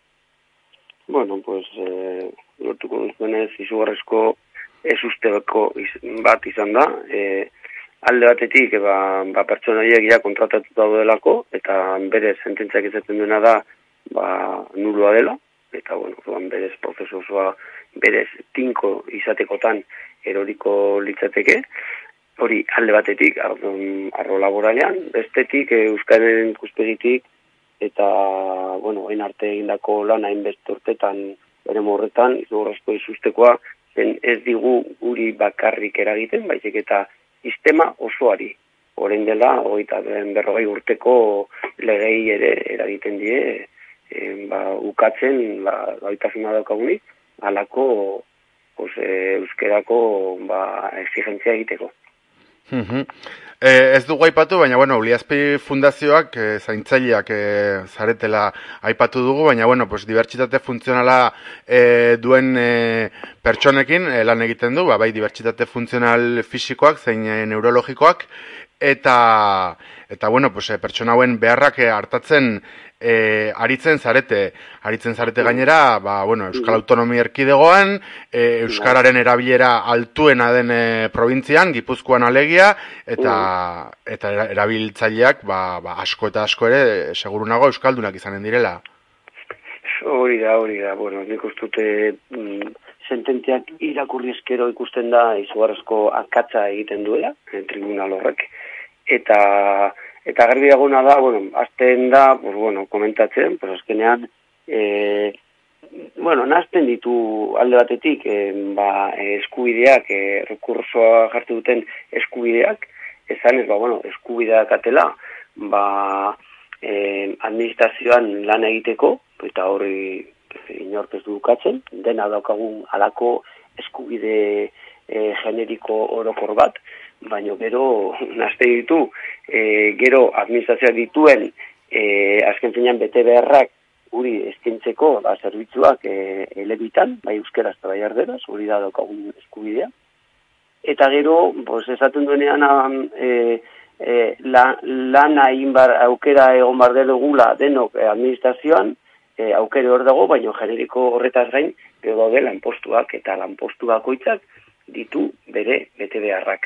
Bueno, pues, eh, lortuko duzuenez, izugarrezko ez usteko bat izan da, eh, alde batetik, ba, ba pertsona horiek ja kontratatu daudelako, eta bere sententziak izaten duena da, ba, nuloa dela, eta, bueno, zuan berez prozesu osoa, berez tinko izatekotan eroriko litzateke, hori alde batetik, arro laboralean, bestetik, Euskaren ikuspegitik, eta, bueno, hain arte egindako lan hainbeste urtetan, ere morretan, izugarrezko izustekoa, zen ez digu guri bakarrik eragiten, baizik eta sistema osoari. Orain dela, hogeita berrogei urteko legei ere eragiten die, E, ba, ukatzen ba, gaitasuna daukagunik, alako pues, e, euskerako ba, exigentzia egiteko. Uh-huh. Eh, ez dugu aipatu, baina, bueno, Uliazpi Fundazioak, eh, zaintzaileak eh, zaretela aipatu dugu, baina, bueno, pues, dibertsitate funtzionala eh, duen eh, pertsonekin eh, lan egiten du, ba, bai, dibertsitate funtzional fisikoak, zein eh, neurologikoak, eta, eta bueno, pues, eh, pertsona hauen beharrak eh, hartatzen E, aritzen zarete, aritzen zarete gainera, ba, bueno, Euskal Autonomia Erkidegoan, e, Euskararen erabilera altuena den e, probintzian, Gipuzkoan alegia, eta, eta erabiltzaileak ba, ba, asko eta asko ere, segurunago Euskaldunak izanen direla. Hori da, hori da, bueno, nik ustute mm, sententziak irakurri eskero ikusten da izugarrezko akatsa egiten duela, tribunal horrek, eta Eta garbi daguna da, bueno, azten da, pues, bueno, komentatzen, pues, azkenean, e, bueno, nazten ditu alde batetik, e, ba, eskubideak, e, rekursoa jartu duten eskubideak, esan ez, ba, bueno, eskubideak atela, ba, e, administrazioan lan egiteko, eta hori inork ez dukatzen, dena daukagun alako eskubide e, generiko orokor bat, baina gero nazte ditu, e, gero administrazioak dituen e, azken finean bete beharrak guri eskintzeko da zerbitzuak e, elebitan, bai euskeraz eta bai erderaz, hori da daukagun eskubidea. Eta gero, pues, esaten duenean e, e, la, lana inbar, aukera egon bar dugula denok e, administrazioan, e, aukere hor dago, baina generiko horretaz gain, gero daude lanpostuak eta lanpostu bakoitzak ditu bere bete beharrak.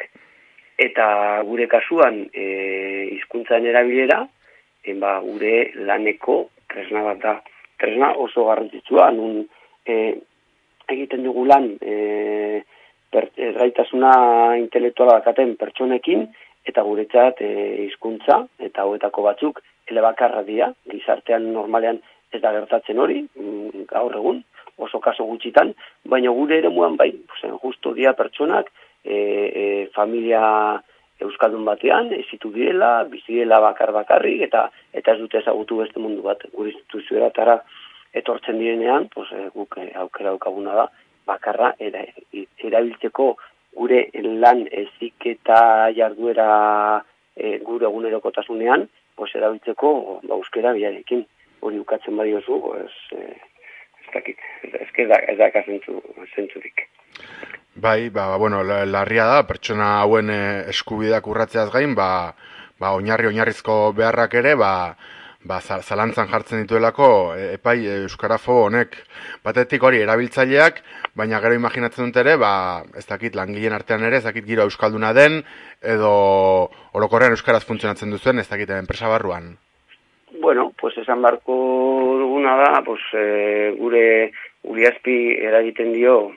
Eta gure kasuan e, hizkuntzan erabilera, e, ba, gure laneko tresna bat da. Tresna oso garrantzitsua, nun e, egiten dugu lan e, per, e, gaitasuna intelektuala dakaten pertsonekin, eta guretzat e, hizkuntza eta hauetako batzuk elebakarra dira, gizartean normalean ez da gertatzen hori, gaur egun, oso kaso gutxitan, baina gure eremuan bai, justo dia pertsonak, e, e, familia euskaldun batean, ezitu direla, bizi direla bakar bakarrik, eta eta ez dute ezagutu beste mundu bat, gure instituzioa tara etortzen direnean, pues, e, guk aukera daukaguna da, bakarra era, erabiltzeko gure lan heziketa jarduera e, gure egunerokotasunean, pues, erabiltzeko ba, euskera bilarekin, hori ukatzen badiozu, pues, e, ez dakit, ez da, ez da zentzurik. Bai, ba, bueno, larria da, pertsona hauen eskubideak urratzeaz gain, ba, ba oinarri oinarrizko beharrak ere, ba, ba zalantzan jartzen dituelako epai euskarafo honek. Batetik hori erabiltzaileak, baina gero imaginatzen dut ere, ba, ez dakit langileen artean ere, ez dakit giro euskalduna den, edo orokorrean euskaraz funtzionatzen duzuen, ez dakit enpresa barruan. Bueno, pues esan barko duguna da, pues, e, gure Uriazpi eragiten dio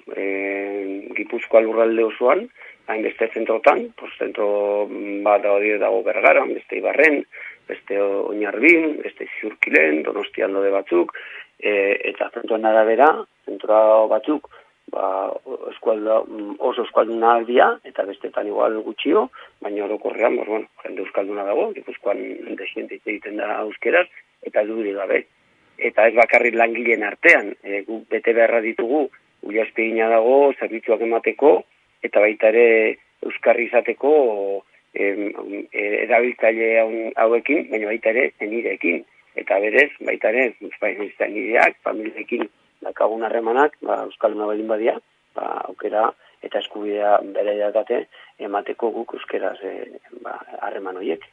e, Gipuzkoa lurralde osoan, hainbeste zentrotan, pues, zentro bat dago Bergara, beste Ibarren, beste Oinarbin, beste Zurkilen, Donostian daude batzuk, e, eta zentroan arabera, zentroa batzuk, ba, eskualda, oso eskualdunak dira, eta bestetan igual gutxio, baina orokorrean, pues, bueno, jende euskalduna dago, Gipuzkoan desiente egiten da euskeraz, eta duri gabe. Eta ez bakarrik langileen artean, e, gu bete beharra ditugu, Uriazpi egina dago, zerbitzuak emateko, eta baita ere euskarri izateko e, e, erabiltzaile hauekin, baina baita ere zenireekin. Eta berez, baita ere, zenireak, familiekin dakagun harremanak, ba, euskalduna baldin badia, ba, aukera eta eskubidea bere dakate emateko guk euskeraz harreman e, horiek.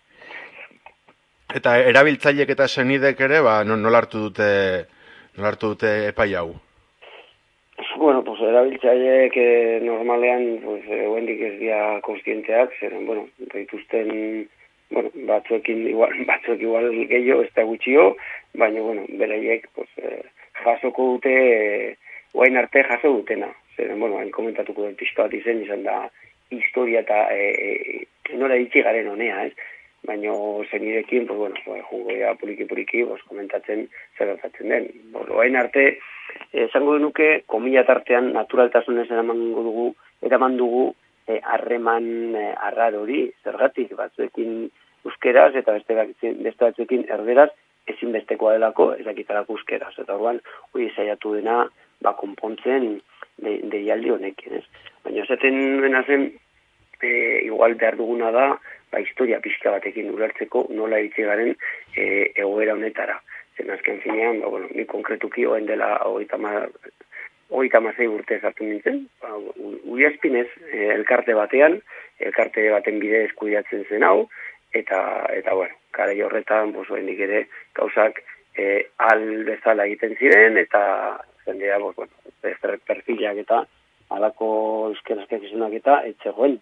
Eta erabiltzaileek eta senidek ere, ba, nola hartu dute, nola hartu dute epai hau? Bueno, pues erabiltzaileek eh, normalean, pues, eguendik ez dira konstienteak, zeren, bueno, dituzten, bueno, batzuekin igual, batzuek igual gehiago, ez da gutxio, baina, bueno, bereiek, pues, eh, jasoko dute, eh, oain arte jaso dutena. Zeren, bueno, hain komentatuko dut pixka bat izen, izan da, historia eta eh, eh, nora ditzi garen honea, ez? Baina zenirekin, pues, bueno, jungo ya puriki-puriki, pues, komentatzen zer gertatzen den. Bueno, hain arte, esango eh, denuke, komila tartean naturaltasunez eraman dugu, eraman dugu harreman eh, eh, arrar hori, zergatik, batzuekin euskeraz eta beste, beste batzuekin erderaz, ezinbestekoa delako, ezakitarako euskeraz. Eta orduan, hori zaiatu dena, ba, konpontzen deialdi de honekin, ez? Baina esaten dena zen, e, igual behar duguna da, ba, historia pixka batekin ulertzeko nola iritsi garen e, egoera honetara. Zen azken finean, ba, bueno, ni konkretuki oen dela hogeita hamasei urte sartu nintzen, ba, Uriazpinez, e, elkarte batean, elkarte baten bide eskudiatzen zen hau, eta, eta bueno, garai horretan, pues, oendik ere, gauzak e, al bezala egiten ziren, eta jendea, pues, bueno, perfilak eta alako euskerazkak izunak eta etzegoen.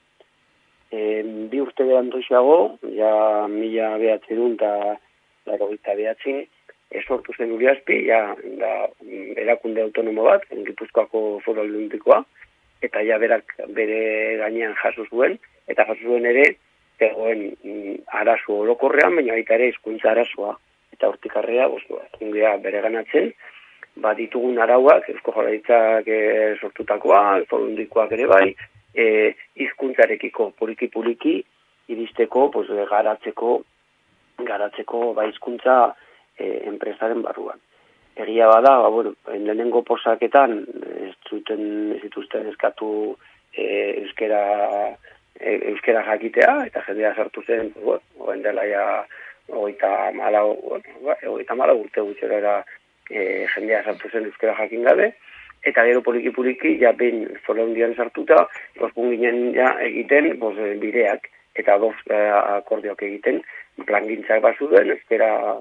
E, bi urte berantoxeago, ja mila behatzerun eta larogeita behatzi, esortu zen Uriazpi, ja da, erakunde autonomo bat, Gipuzkoako Foru Aldundikoa, eta ja berak bere gainean jaso zuen, eta jaso zuen ere, zegoen arazo orokorrean, baina baita ere hizkuntza arazoa. Eta hortik arrea, jungea bere ganatzen, ba, ditugun arauak, Eusko Jaurlaritzak e, sortutakoa, Foru Aldundikoak ere bai, E, hizkuntzarekiko puriki-puriki iristeko, pues, garatzeko garatzeko ba, hizkuntza e, enpresaren barruan. Egia bada, ba, bueno, lehenengo posaketan ez zuten ez dituzten eskatu e, euskera euskera jakitea, eta jendea sartu zen, pues, bueno, dela ja, hogeita malau, bueno, hogeita malau urte gutxera era e, jendea sartu zen euskera jakin gabe, eta gero poliki-poliki, ja behin Foru Handian sartuta, bospun ginen ja egiten, bos, bideak, eta boz eh, akordioak egiten, plangintzak bazuden, euskera,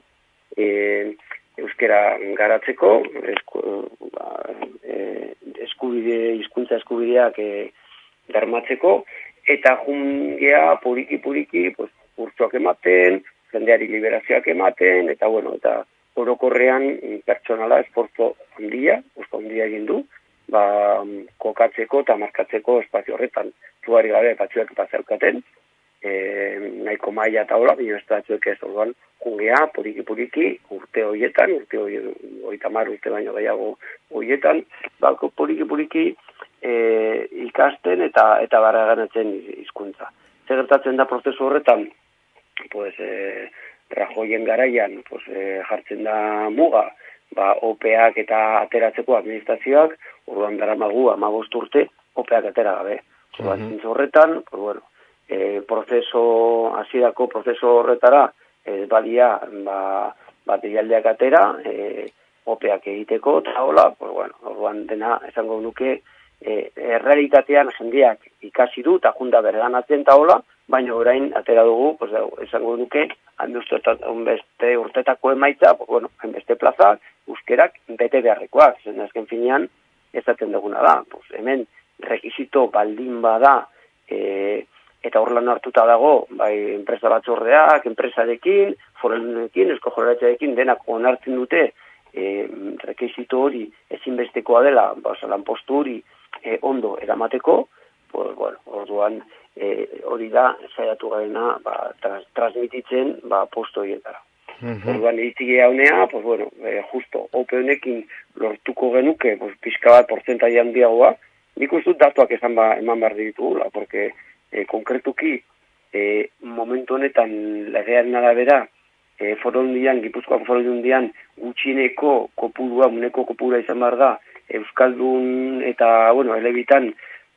e, euskera garatzeko, esku, ba, e, eskubide, hizkuntza eskubideak e, bermatzeko, eta jungea poliki-poliki, pues, kurtsoak ematen, jendeari liberazioak ematen, eta bueno, eta orokorrean pertsonala esforzo handia, oso handia egin du, ba, kokatzeko eta markatzeko espazio horretan, zuari gabe batzuek bazeukaten, e, nahiko maila eta hola, bino ez batzuek ez orduan, jungea poliki-poliki urte horietan, urte hogeita hamar urte baino gehiago horietan, ba, poliki-poliki e, ikasten eta eta barraganatzen hizkuntza. Zer gertatzen da prozesu horretan, pues, eh, Rajoyen garaian, pues, eh, jartzen da muga, ba, opeak eta ateratzeko administrazioak, orduan daramagu hamabost urte, opeak atera gabe. Uh-huh. Horretan, pues, bueno, eh, prozeso, hasierako prozeso horretara, eh, badia, ba, materialdeak atera, eh, opeak egiteko, eta hola, pues, bueno, orduan dena, esango nuke, eh, errealitatean jendeak ikasi du, eta junda berganatzen, eta hola, baina orain atera dugu, pues, esango duke, beste urtetako emaitza, pues, bueno, beste plaza, euskerak bete beharrekoak, zen azken finean, ezaten duguna da. Pues, hemen, rekizito baldin bada, e, eta horlan hartuta dago, bai, enpresa batzordeak, enpresarekin, forenekin, esko joraretxarekin, denak onartzen dute, e, rekizito hori ezinbestekoa dela, ba, lanpostu hori e, ondo eramateko, pues, bueno, orduan, E, hori da, zaiatu garena, ba, tras, transmititzen, ba, posto horietara. Uh-huh. Orduan, egitik haunea, pues, bueno, e, justo, ope honekin lortuko genuke, pues, pixka bat porzentai handiagoa, nik uste dut datuak esan ba, eman behar ditugula, porque e, konkretuki, e, momentu honetan legearen arabera, e, Foru Handian, Gipuzkoako Foru Handian, gutxineko kopurua, uneko kopurua izan behar da, euskaldun eta, bueno, elebitan,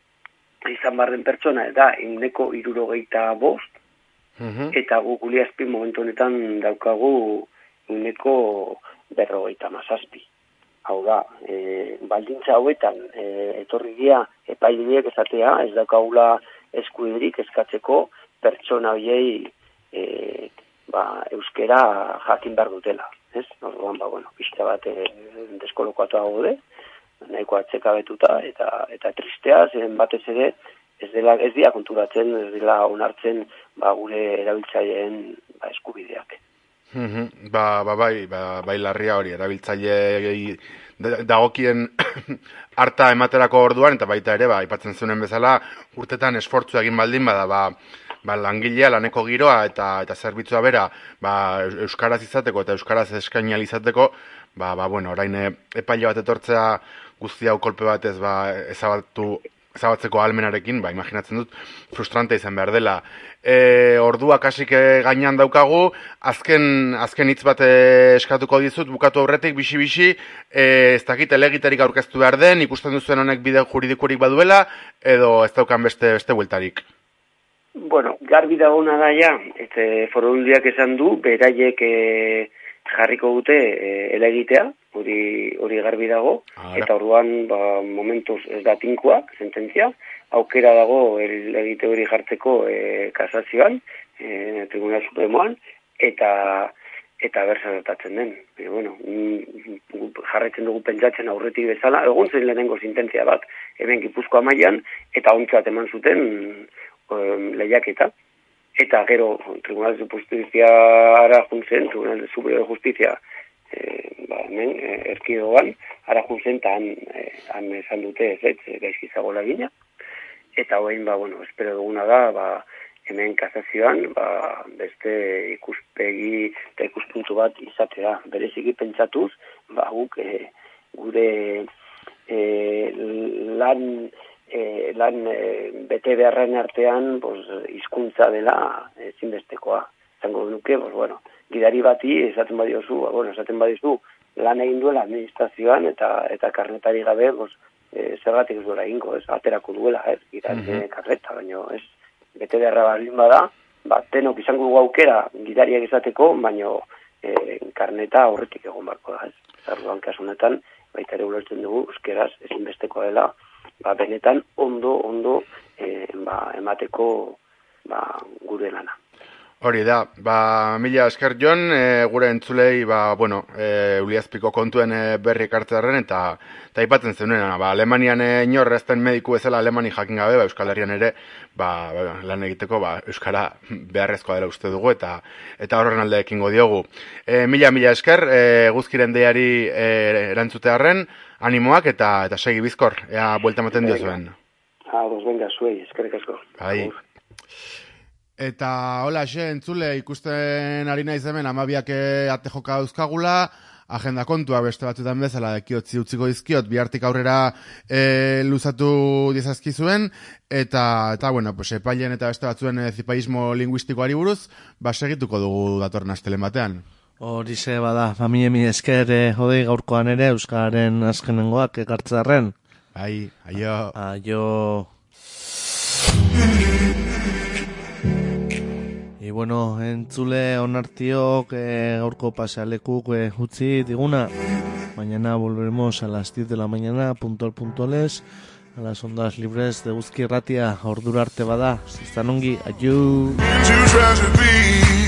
izan barren pertsona, eta eguneko hirurogeita bost, uh-huh. eta gu guliazpi momentu honetan daukagu eguneko berrogeita mazazpi. Hau da, e, baldintza hauetan, e, etorri dira epaileek esatea, ez daukagula eskubiderik eskatzeko pertsona horiei e, ba, euskera jakin behar dutela. Ez? Orduan, ba, bueno, pixka bat e, deskolokatuago gaude, nahiko atzekabetuta eta eta tristea, zen batez ere ez dela ez dira konturatzen, ez dela onartzen ba, gure erabiltzaileen ba, eskubideak. Mm-hmm. Ba, ba, bai, ba, bai larria hori, erabiltzaileei dagokien harta ematerako orduan, eta baita ere, ba, aipatzen zuen bezala, urtetan esfortzu egin baldin bada, ba, ba, langilea, laneko giroa eta eta zerbitzua bera, ba, euskaraz izateko eta euskaraz eskainial izateko, ba, ba, bueno, orain epaile bat etortzea guzti hau kolpe batez, ba, ezabatu, ezabatzeko almenarekin, ba, imaginatzen dut, frustrante izan behar dela. E, ordua kasik gainean daukagu, azken, azken hitz bat eskatuko dizut, bukatu aurretik, bixi-bixi, e, ez dakit elegiterik aurkeztu behar den, ikusten duzuen honek bide juridikurik baduela, edo ez daukan beste, beste bueltarik. Bueno, garbi dagona da ja, eta Foru Handiak esan du, beraiek e, jarriko dute e, elegitea, hori hori garbi dago, Ara. Eta orduan ba, momentuz ez da tinkoak, sententzia, aukera dago elegite hori jartzeko e, kasazioan, e, Tribunal Supremoan, eta eta berza gertatzen den. E, bueno, jarretzen dugu pentsatzen aurretik bezala, egon zen lehenengo sententzia bat, hemen Gipuzkoa mailan, eta ontzat eman zuten um, lehiaketa. Eta gero, Tribunal de Justiziara juntzen, Tribunal de Superior de Justizia, e, ba, hemen, e, erkidoan, ara juntzen, eta han, e, han esan dute ez, ez, gaizkizago lagina. Eta hoein, ba, bueno, espero duguna da, ba, hemen kasazioan, ba, beste ikuspegi eta ikuspuntu bat izatea. Bereziki pentsatuz, ba, guk, e, gure e, lan... E, lan e, bete beharren artean pues, hizkuntza dela ezinbestekoa. Zango nuke, pues, bueno, gidari bati esaten badiozu, bueno, esaten badizu lan egin duela administrazioan eta eta karnetari gabe pues, e, zergatik ez duela egingo, ez, aterako duela, ez, gidari uh-huh. karneta, baina ez, bete beharra baldin bada, ba, denok izango dugu aukera gidariak izateko, baino e, karneta horretik egon barko da, ez? Zarduan kasunetan, baita ere ulertzen dugu, euskeraz ezinbestekoa dela, ba, benetan ondo, ondo e, ba, emateko ba, gure lana. Hori da, ba, mila esker Jon, e, gure entzulei, ba, bueno, e, Uliazpiko kontuen e, berri kartzearen eta eta aipatzen zenuen, ba, Alemanian e, inor ezten mediku bezala Alemani jakin gabe, ba, Euskal Herrian ere, ba, ba, lan egiteko, ba, Euskara beharrezkoa dela uste dugu, eta eta horren alde ekingo diogu. E, mila, mila esker, e, guzkiren deiari e, erantzutearren, animoak eta eta segi bizkor, ea buelta ematen dio zuen. Ah, dos venga, zuei, eskerrik asko. Bai. Eta hola, xe, entzule, ikusten ari naiz hemen amabiak ate joka dauzkagula, agenda kontua beste batzutan bezala ekiotzi utziko dizkiot, bihartik aurrera e, luzatu diezazkizuen, eta, eta bueno, pues, epailen eta beste batzuen e, zipaismo linguistikoari buruz, ba, segituko dugu datorren astelen batean. Horixe bada, familie mi esker e, jodei gaurkoan ere, Euskaren azkenengoak ekartzarren. Ai, aio. Aio. Y bueno, entzule onartiok eh, gaurko pasealekuk eh, utzi diguna. Mañana volveremos a las diez de la mañana, puntual puntuales, a las ondas libres de Euskadi Irratia. Ordura arte bada, ziztan ongi, aio.